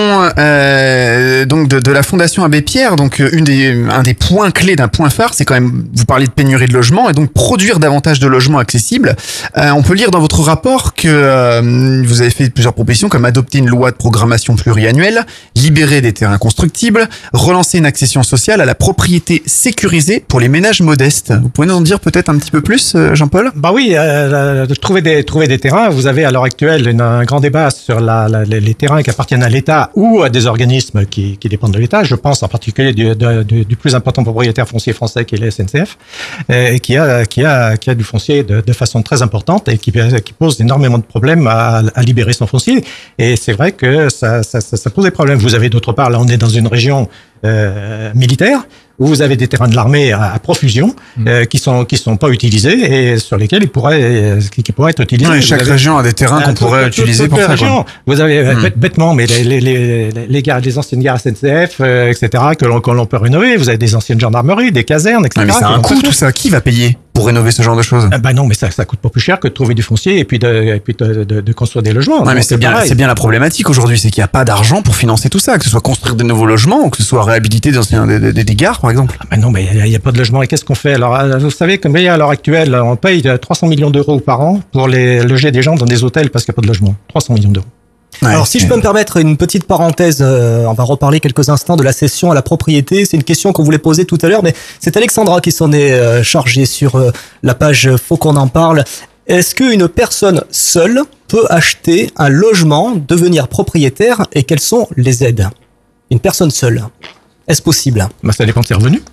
donc de la Fondation Abbé Pierre, donc un des points clés d'un point phare, c'est quand même, vous parlez de pénurie de logements et donc produire davantage de logements accessibles. On peut lire dans votre rapport que vous avez fait plusieurs propositions comme adopter une loi de programmation pluriannuelle, libérer des terrains constructibles, relancer une accession sociale à la propriété sécurisée pour les ménages modestes. Vous pouvez nous en dire peut-être un petit peu plus, Jean-Paul ? Oui, trouver des terrains. Vous avez à l'heure actuelle un grand débat sur les terrains qui appartiennent à l'État ou à des organismes qui dépendent de l'État. Je pense en particulier du plus important propriétaire foncier français qui est la SNCF, qui a du foncier de façon très importante et qui pose énormément de problèmes à libérer son foncier. Et c'est vrai que ça pose des problèmes. Vous avez d'autre part, là on est dans une région militaire où vous avez des terrains de l'armée à profusion qui sont pas utilisés et sur lesquels qui pourraient être utilisés. Ouais, chaque région a des terrains qu'on pourrait utiliser pour ça. Vous avez bêtement, mais les anciennes gares SNCF, etc. que l'on peut rénover. Vous avez des anciennes gendarmeries, des casernes, etc. Mais c'est un coût tout ça. Qui va payer pour rénover ce genre de choses? Non, mais ça coûte pas plus cher que de trouver du foncier et puis de construire des logements. Ouais, mais c'est bien la problématique aujourd'hui, c'est qu'il n'y a pas d'argent pour financer tout ça, que ce soit construire des nouveaux logements ou que ce soit réhabiliter des gares, par exemple. Non, mais il n'y a pas de logement. Et qu'est-ce qu'on fait? Alors, vous savez, comme à l'heure actuelle, on paye 300 millions d'euros par an pour loger des gens dans des hôtels parce qu'il n'y a pas de logement. 300 millions d'euros. Ouais, alors, si je peux me permettre une petite parenthèse, on va reparler quelques instants de la cession à la propriété. C'est une question qu'on voulait poser tout à l'heure, mais c'est Alexandra qui s'en est chargée sur la page Faut qu'on en parle. Est-ce qu'une personne seule peut acheter un logement, devenir propriétaire, et quelles sont les aides? Une personne seule, est-ce possible? Ça dépend de ses revenus.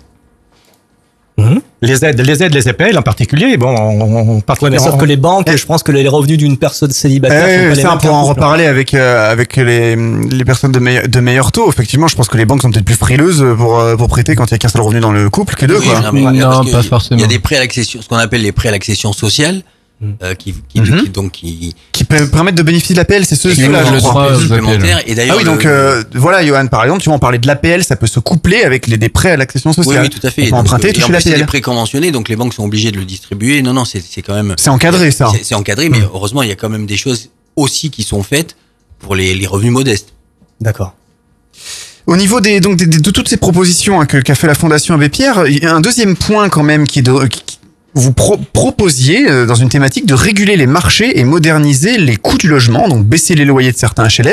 Les aides, les APL en particulier, on parle mais sauf que les banques, je pense que les revenus d'une personne célibataire ça, on pourra en reparler avec les personnes de meilleurs taux. Effectivement, je pense que les banques sont peut-être plus frileuses pour prêter quand il y a qu'un seul revenu dans le couple que deux, oui, quoi. Non, pas forcément. Il y a des prêts à l'accession, ce qu'on appelle les prêts à l'accession sociale. Qui permettent de bénéficier de l'APL, c'est ceux-là, je crois. Et d'ailleurs, donc voilà, Johan, par exemple, tu vas en parler de l'APL, ça peut se coupler avec des prêts à l'accession sociale. Oui, tout à fait. On peut emprunter, toucher l'APL. C'est des prêts conventionnés, donc les banques sont obligées de le distribuer. Non, c'est quand même. C'est encadré, ça. C'est encadré, mais heureusement, il y a quand même des choses aussi qui sont faites pour les revenus modestes. D'accord. Au niveau de toutes ces propositions qu'a fait la Fondation Abbé Pierre, il y a un deuxième point quand même qui vous proposiez dans une thématique de réguler les marchés et moderniser les coûts du logement, donc baisser les loyers de certains HLM.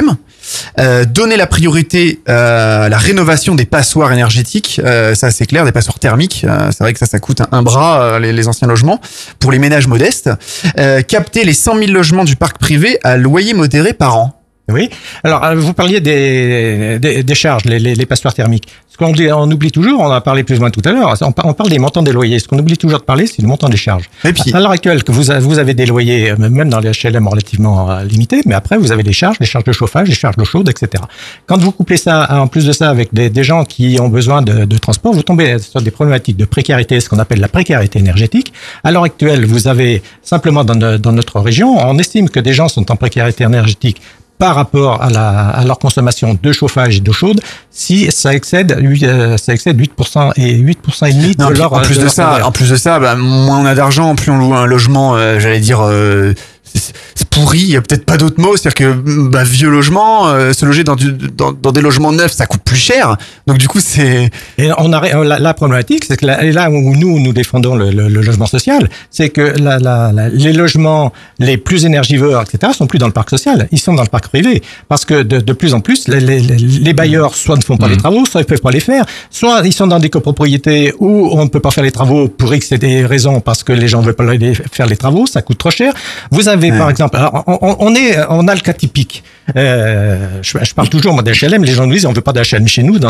Donner la priorité à la rénovation des passoires énergétiques, ça c'est clair, des passoires thermiques. C'est vrai que ça coûte un bras, les anciens logements, pour les ménages modestes. Capter les 100 000 logements du parc privé à loyer modéré par an. Oui. Alors, vous parliez des charges, les passoires thermiques. Ce qu'on oublie toujours, on en a parlé plus ou moins tout à l'heure, on parle des montants des loyers. Ce qu'on oublie toujours de parler, c'est le montant des charges. Et puis, à l'heure actuelle, que vous avez des loyers, même dans les HLM relativement limités, mais après, vous avez les charges de chauffage, les charges d'eau chaude, etc. Quand vous couplez ça, en plus de ça, avec des gens qui ont besoin de transport, vous tombez sur des problématiques de précarité, ce qu'on appelle la précarité énergétique. À l'heure actuelle, vous avez simplement dans notre région, on estime que des gens sont en précarité énergétique par rapport à leur consommation de chauffage et d'eau chaude, si ça excède 8% et 8,5% de leur. En plus de ça, moins on a d'argent, plus on loue un logement, c'est pourri, il y a peut-être pas d'autre mot, c'est-à-dire que vieux logement, se loger dans des logements neufs, ça coûte plus cher. Donc du coup, c'est et la problématique, c'est que là où nous défendons le logement social, c'est que les logements les plus énergivores, etc., sont plus dans le parc social, ils sont dans le parc privé, parce que de plus en plus les bailleurs soit ne font pas les travaux, soit ils peuvent pas les faire, soit ils sont dans des copropriétés où on ne peut pas faire les travaux pour X et des raisons, parce que les gens ne veulent pas faire les travaux, ça coûte trop cher. Vous avez par exemple, alors, on a le cas typique. Je parle toujours moi d'HLM. Les gens nous disent on veut pas d'HLM chez nous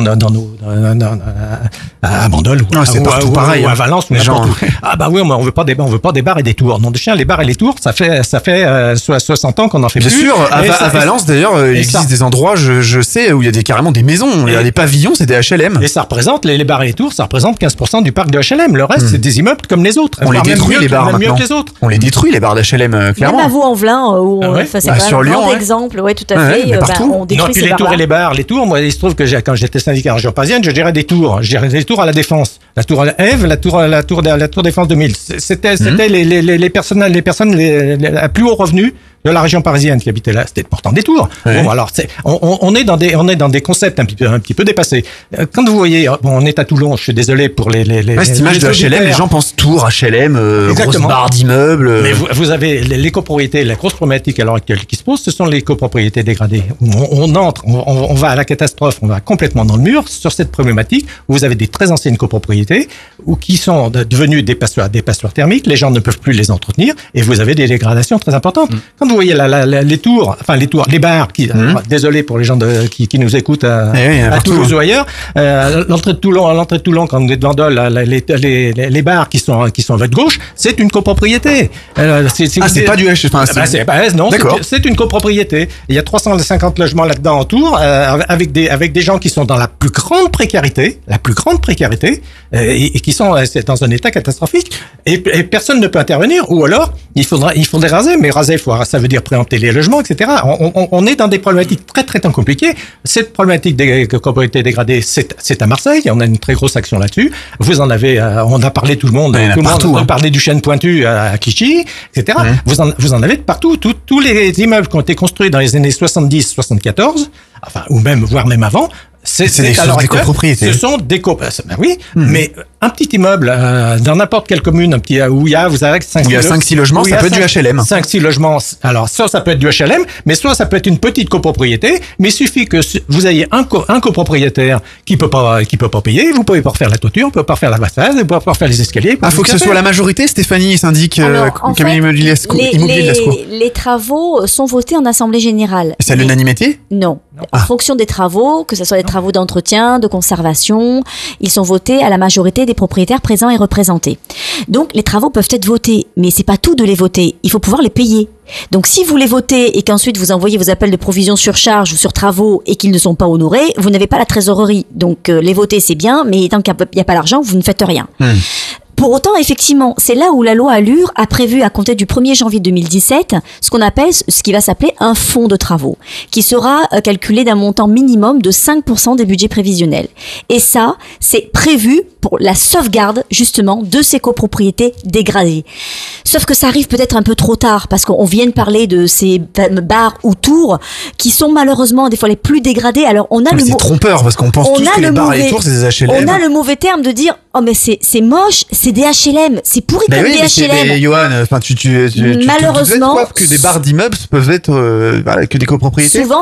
à Bandol ou à Valence ou n'importe où. Ah bah oui, on veut pas des bars et des tours. Non, les bars et les tours, ça fait 60 ans qu'on en fait plus. Bien sûr. À Valence d'ailleurs, il existe des endroits, je sais, où il y a carrément des maisons. Il y a des pavillons, c'est des HLM. Et ça représente les bars et les tours, ça représente 15% du parc de HLM. Le reste, c'est des immeubles comme les autres. On les détruit les bars maintenant. On les détruit les bars d'HLM clairement. Même à Vaux-en-Velin, c'est sur un Lyon, grand exemple. Ouais, tout à fait. On détruit ces les bars-là. tours et les bars. Les tours, moi, il se trouve que quand j'étais syndicat en région parisienne, je gérais des tours. Je gérais des tours à la Défense. La tour à Ève, la tour Défense 2000. C'était les personnes à plus haut revenu de la région parisienne qui habitaient là, c'était pourtant des tours. Ouais. Bon, alors on est dans des concepts un petit peu dépassés. Quand vous voyez, on est à Toulon, je suis désolé pour cette image de HLM, les gens pensent tours, HLM, grosses barres d'immeubles. Mais vous avez les copropriétés, la grosse problématique à l'heure actuelle qui se pose, ce sont les copropriétés dégradées. On va à la catastrophe, on va complètement dans le mur sur cette problématique où vous avez des très anciennes copropriétés ou qui sont devenues des passoires thermiques, les gens ne peuvent plus les entretenir et vous avez des dégradations très importantes. Quand vous voyez les bars, désolé pour les gens qui nous écoutent à Toulouse ou ailleurs, l'entrée de Toulon, quand on est devant les bars qui sont à votre gauche, c'est une copropriété. C'est pas du H. Non, c'est une copropriété. Il y a 350 logements là-dedans autour, avec des gens qui sont dans la plus grande précarité, et qui sont dans un état catastrophique. Et personne ne peut intervenir. Ou alors, il faudrait raser, mais raser, ça veut dire préempter les logements, etc. On est dans des problématiques très très compliquées. Cette problématique des copropriétés dégradées, c'est à Marseille. On a une très grosse action là-dessus. Vous en avez, on a parlé tout le monde a parlé du chêne pointu à Clichy, etc. Vous en avez de partout. Tous les immeubles qui ont été construits dans les années 70-74, voire même avant, c'est des copropriétés. Ce sont des copropriétés. Oui, mais un petit immeuble dans n'importe quelle commune, où il y a 5-6 logements, ça peut être du HLM. 5-6 logements. Alors soit ça peut être du HLM, mais soit ça peut être une petite copropriété. Mais il suffit que vous ayez un copropriétaire qui peut pas payer. Vous pouvez pas refaire la toiture, vous pouvez pas refaire la façade, vous pouvez pas refaire les escaliers. Faut que ce soit la majorité, Stéphanie, syndic Camille Immobilier de Lascaux. Les travaux sont votés en assemblée générale. C'est à l'unanimité ? Non. En fonction des travaux, que ce soit des travaux d'entretien, de conservation, ils sont votés à la majorité des propriétaires présents et représentés. Donc les travaux peuvent être votés, mais c'est pas tout de les voter. Il faut pouvoir les payer. Donc si vous les votez et qu'ensuite vous envoyez vos appels de provision sur charge ou sur travaux et qu'ils ne sont pas honorés, vous n'avez pas la trésorerie. Donc les voter c'est bien, mais tant qu'il n'y a pas l'argent, vous ne faites rien. Pour autant, effectivement, c'est là où la loi Allure a prévu, à compter du 1er janvier 2017, ce qui va s'appeler un fonds de travaux, qui sera calculé d'un montant minimum de 5% des budgets prévisionnels. Et ça, c'est prévu pour la sauvegarde justement de ces copropriétés dégradées. Sauf que ça arrive peut-être un peu trop tard parce qu'on vient de parler de ces bars ou tours qui sont malheureusement des fois les plus dégradés. Alors on a mais c'est trompeur parce qu'on pense tous que les bars et les tours c'est des HLM. On a le mauvais terme de dire oh mais c'est moche, c'est des HLM, c'est pourri comme des HLM. Mais Johan, enfin tu malheureusement que des bars d'immeubles peuvent être que des copropriétés. Souvent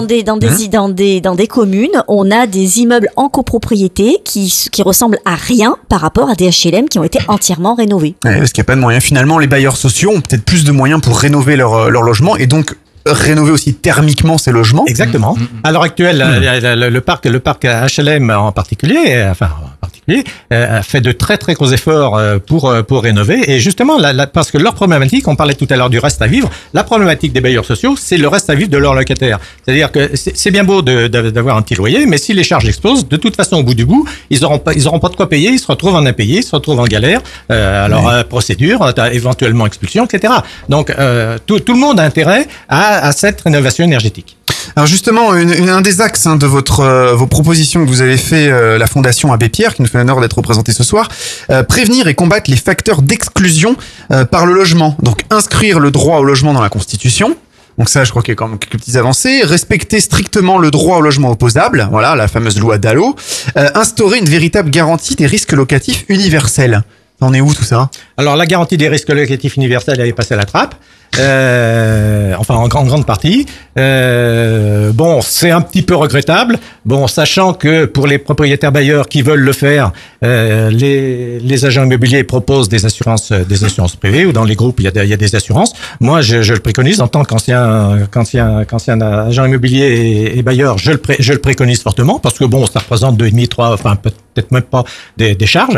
dans des communes, on a des immeubles en copropriété qui ressemblent à rien par rapport à des HLM qui ont été entièrement rénovés. Ouais, parce qu'il n'y a pas de moyens. Finalement, les bailleurs sociaux ont peut-être plus de moyens pour rénover leur logement et donc rénover aussi thermiquement ces logements. Exactement. À l'heure actuelle, le parc HLM en particulier, fait de très très gros efforts pour rénover. Et justement, parce que leur problématique, on parlait tout à l'heure du reste à vivre, la problématique des bailleurs sociaux, c'est le reste à vivre de leurs locataires. C'est-à-dire que c'est bien beau d'avoir un petit loyer, mais si les charges explosent, de toute façon, au bout du bout, ils auront pas de quoi payer, ils se retrouvent en impayés, ils se retrouvent en galère. Procédure, éventuellement expulsion, etc. Donc, tout le monde a intérêt à cette rénovation énergétique. Alors justement, un des axes de vos propositions que vous avez fait, la Fondation Abbé Pierre, qui nous fait l'honneur d'être représentée ce soir, prévenir et combattre les facteurs d'exclusion par le logement. Donc inscrire le droit au logement dans la Constitution. Donc ça, je crois qu'il y a quand même quelques petites avancées. Respecter strictement le droit au logement opposable, voilà, la fameuse loi Dallot. Instaurer une véritable garantie des risques locatifs universels. On est où tout ça? Alors la garantie des risques locatifs universels, elle est passée à la trappe. En grande partie. C'est un petit peu regrettable. Sachant que pour les propriétaires bailleurs qui veulent le faire, les agents immobiliers proposent des assurances privées ou dans les groupes il y a des assurances. Moi, je le préconise en tant qu'ancien agent immobilier et bailleur, je le préconise fortement parce que ça représente 2,5, 3, peut-être même pas des charges.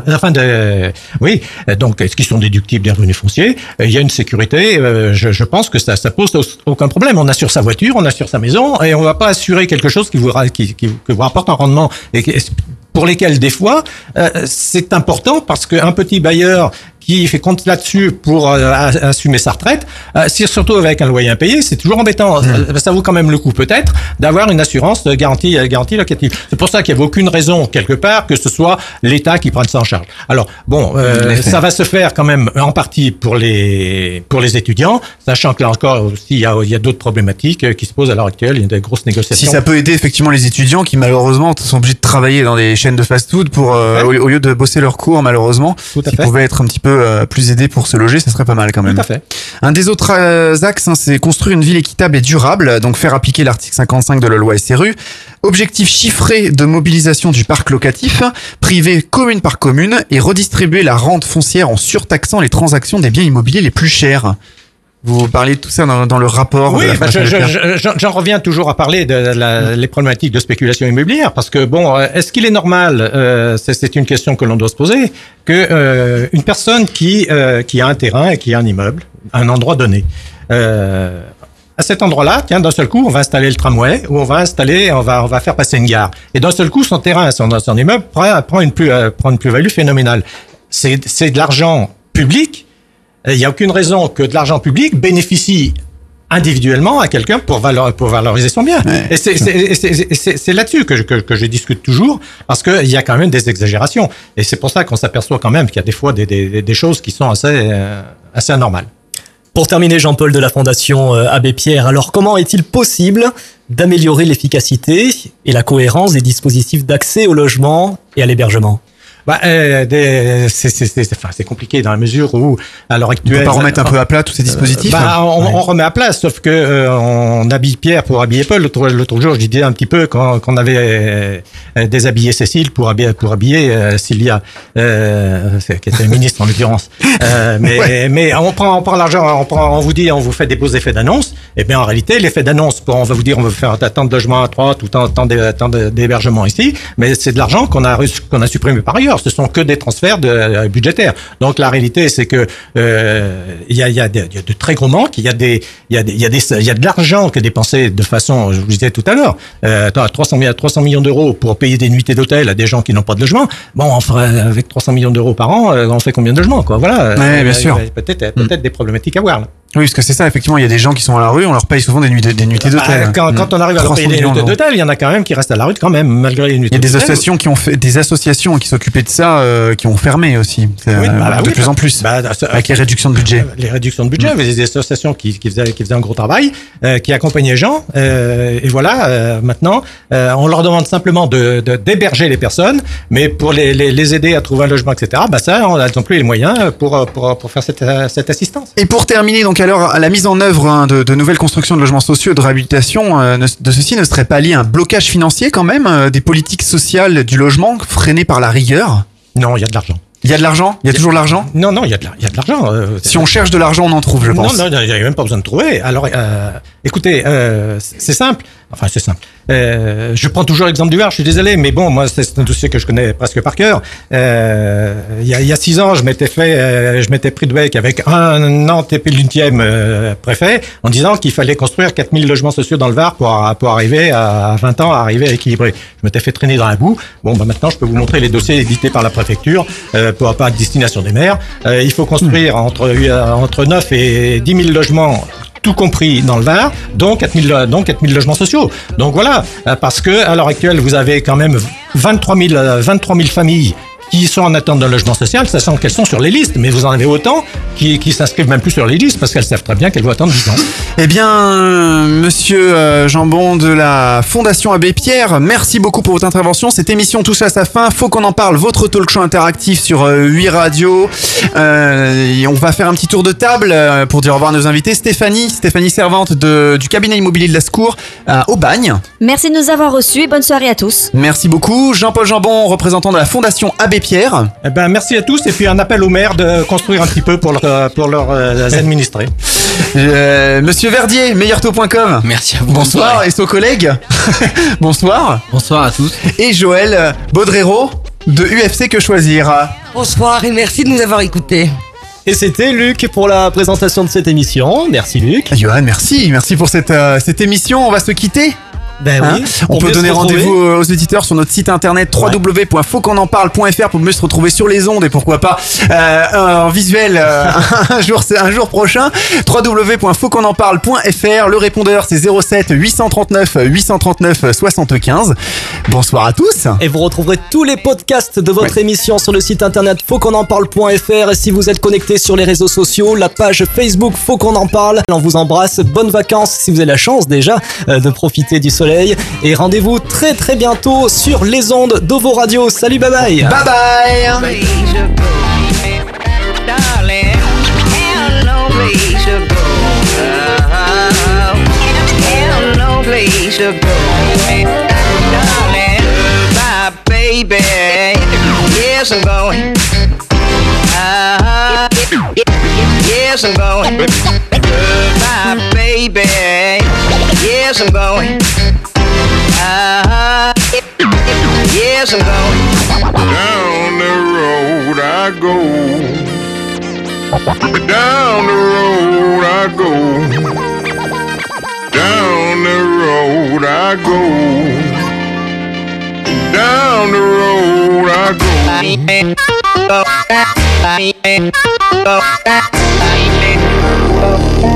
Donc est-ce qu'ils sont déductibles des revenus fonciers? Il y a une sécurité. Je pense que ça pose aucun problème. On assure sa voiture, on assure sa maison, et on va pas assurer quelque chose qui vous rapporte un rendement et pour lesquels des fois c'est important parce qu'un petit bailleur qui fait compte là-dessus pour assumer sa retraite, si surtout avec un loyer impayé, c'est toujours embêtant. Ça vaut quand même le coup peut-être d'avoir une assurance garantie locative. C'est pour ça qu'il n'y avait aucune raison quelque part que ce soit l'État qui prenne ça en charge. Alors ça va se faire quand même en partie pour les étudiants, sachant que là encore aussi il y a d'autres problématiques qui se posent à l'heure actuelle. Il y a des grosses négociations. Si ça peut aider effectivement les étudiants qui malheureusement sont obligés de travailler dans des chaînes de fast-food pour au lieu de bosser leurs cours malheureusement, qui pouvaient être un petit peu plus aidés pour se loger, ça serait pas mal quand même. Tout à fait. Un des autres axes, c'est construire une ville équitable et durable, donc faire appliquer l'article 55 de la loi SRU. Objectif chiffré de mobilisation du parc locatif, privé commune par commune, et redistribuer la rente foncière en surtaxant les transactions des biens immobiliers les plus chers. Vous parlez de tout ça dans le rapport. Oui, j'en reviens toujours à parler les problématiques de spéculation immobilière, parce que est-ce qu'il est normal, c'est une question que l'on doit se poser, que une personne qui a un terrain et qui a un immeuble, à un endroit donné, à cet endroit-là, d'un seul coup, on va installer le tramway, ou on va faire passer une gare, et d'un seul coup, son terrain, son immeuble prend une plus-value phénoménale. C'est de l'argent public. Il n'y a aucune raison que de l'argent public bénéficie individuellement à quelqu'un pour valoriser son bien. Ouais. Et c'est là-dessus que je discute toujours, parce qu'il y a quand même des exagérations. Et c'est pour ça qu'on s'aperçoit quand même qu'il y a des fois des choses qui sont assez anormales. Pour terminer, Jean-Paul de la Fondation Abbé Pierre, alors comment est-il possible d'améliorer l'efficacité et la cohérence des dispositifs d'accès au logement et à l'hébergement ? C'est compliqué dans la mesure où, à l'heure actuelle... On peut pas remettre un peu à plat tous ces dispositifs? On remet à plat, sauf que on habille Pierre pour habiller Paul. L'autre jour, je disais un petit peu qu'on avait déshabillé Cécile pour habiller Sylvia, qui était ministre en l'occurrence. Mais on prend l'argent, on vous dit, on vous fait des beaux effets d'annonce. Et bien en réalité, l'effet d'annonce, on va vous dire, on va faire tant de logements à 3, tout tant d'hébergements ici, mais c'est de l'argent qu'on a supprimé par ailleurs. Ce sont que des transferts budgétaires. Donc la réalité, c'est que il y a de très gros manques. Il y a de l'argent qui est dépensé de façon, je vous disais tout à l'heure, 300 millions d'euros pour payer des nuitées d'hôtel à des gens qui n'ont pas de logement. On ferait avec 300 millions d'euros par an, on fait combien de logements, quoi? Voilà. Ouais, bien sûr. Peut-être des problématiques à voir là. Oui, parce que c'est ça, effectivement, il y a des gens qui sont à la rue, on leur paye souvent des nuitées d'hôtel. Quand on arrive à leur payer des nuitées d'hôtel, il y en a quand même qui restent à la rue quand même, malgré les nuitées. Il y a des associations qui ont fait, des associations qui s'occupaient de ça, qui ont fermé aussi. De plus en plus. Avec les réductions de budget. Les réductions de budget, il y avait des associations qui faisaient un gros travail, qui accompagnaient les gens, et voilà, maintenant, on leur demande simplement d'héberger les personnes, mais pour les aider à trouver un logement, etc., ça, elles n'ont plus les moyens pour faire cette assistance. Et pour terminer, donc, alors, à la mise en œuvre de nouvelles constructions de logements sociaux et de réhabilitation, de ceci ne serait pas lié à un blocage financier quand même, des politiques sociales du logement freinées par la rigueur? Non, il y a de l'argent. Il y a de l'argent? Il y a toujours de l'argent? Non, il y a de l'argent. Si on cherche de l'argent, on en trouve, je pense. Non, il n'y a même pas besoin de trouver. Alors, écoutez, c'est simple. Enfin, c'est simple. Je prends toujours l'exemple du Var, je suis désolé, mais bon, moi, c'est un dossier que je connais presque par cœur. Il y a 6 ans, je m'étais pris de bec avec un antépénultième préfet en disant qu'il fallait construire 4000 logements sociaux dans le Var pour arriver à 20 ans, à arriver à équilibrer. Je m'étais fait traîner dans la boue. Bon, maintenant, je peux vous montrer les dossiers édités par la préfecture pour à destination des maires. Il faut construire entre 9 et 10 000 logements, tout compris dans le Var, donc 4000 logements sociaux. Donc voilà, parce que à l'heure actuelle, vous avez quand même 23 000 familles qui sont en attente d'un logement social, sachant qu'elles sont sur les listes, mais vous en avez autant qui s'inscrivent même plus sur les listes parce qu'elles savent très bien qu'elles vont attendre 10 ans. Eh bien, monsieur Jambon de la Fondation Abbé Pierre, merci beaucoup pour votre intervention. Cette émission touche à sa fin. Faut qu'on en parle. Votre talk show interactif sur 8 radios. Et on va faire un petit tour de table pour dire au revoir à nos invités. Stéphanie Servante du cabinet immobilier de la Secours à Aubagne. Merci de nous avoir reçus et bonne soirée à tous. Merci beaucoup. Jean-Paul Jambon, représentant de la Fondation Abbé Pierre. Eh ben, merci à tous et puis un appel aux maires de construire un petit peu pour leurs administrés. Monsieur Verdier, meilleurtaux.com. Merci à vous. Bonsoir. Et son collègue. Bonsoir. Bonsoir à tous. Et Joël Baudrero de UFC Que Choisir. Bonsoir et merci de nous avoir écoutés. Et c'était Luc pour la présentation de cette émission. Merci Luc. Johan, merci pour cette émission. On va se quitter. Ben oui, on peut donner rendez-vous aux auditeurs sur notre site internet www.fautquonenparle.fr pour mieux se retrouver sur les ondes et pourquoi pas en visuel un jour prochain. www.fautquonenparle.fr. Le répondeur c'est 07 839 839 75. Bonsoir à tous. Et vous retrouverez tous les podcasts de votre émission sur le site internet fautquonenparle.fr. Et si vous êtes connecté sur les réseaux sociaux, la page Facebook Faut qu'on en parle. On vous embrasse, bonnes vacances si vous avez la chance déjà de profiter du soleil. Et rendez-vous très très bientôt sur les ondes d'Ovo Radio. Salut, bye bye. Bye bye. Yes, I'm going. Yes, I'm going. Down the road I go. Down the road I go. Down the road I go. Down the road I go.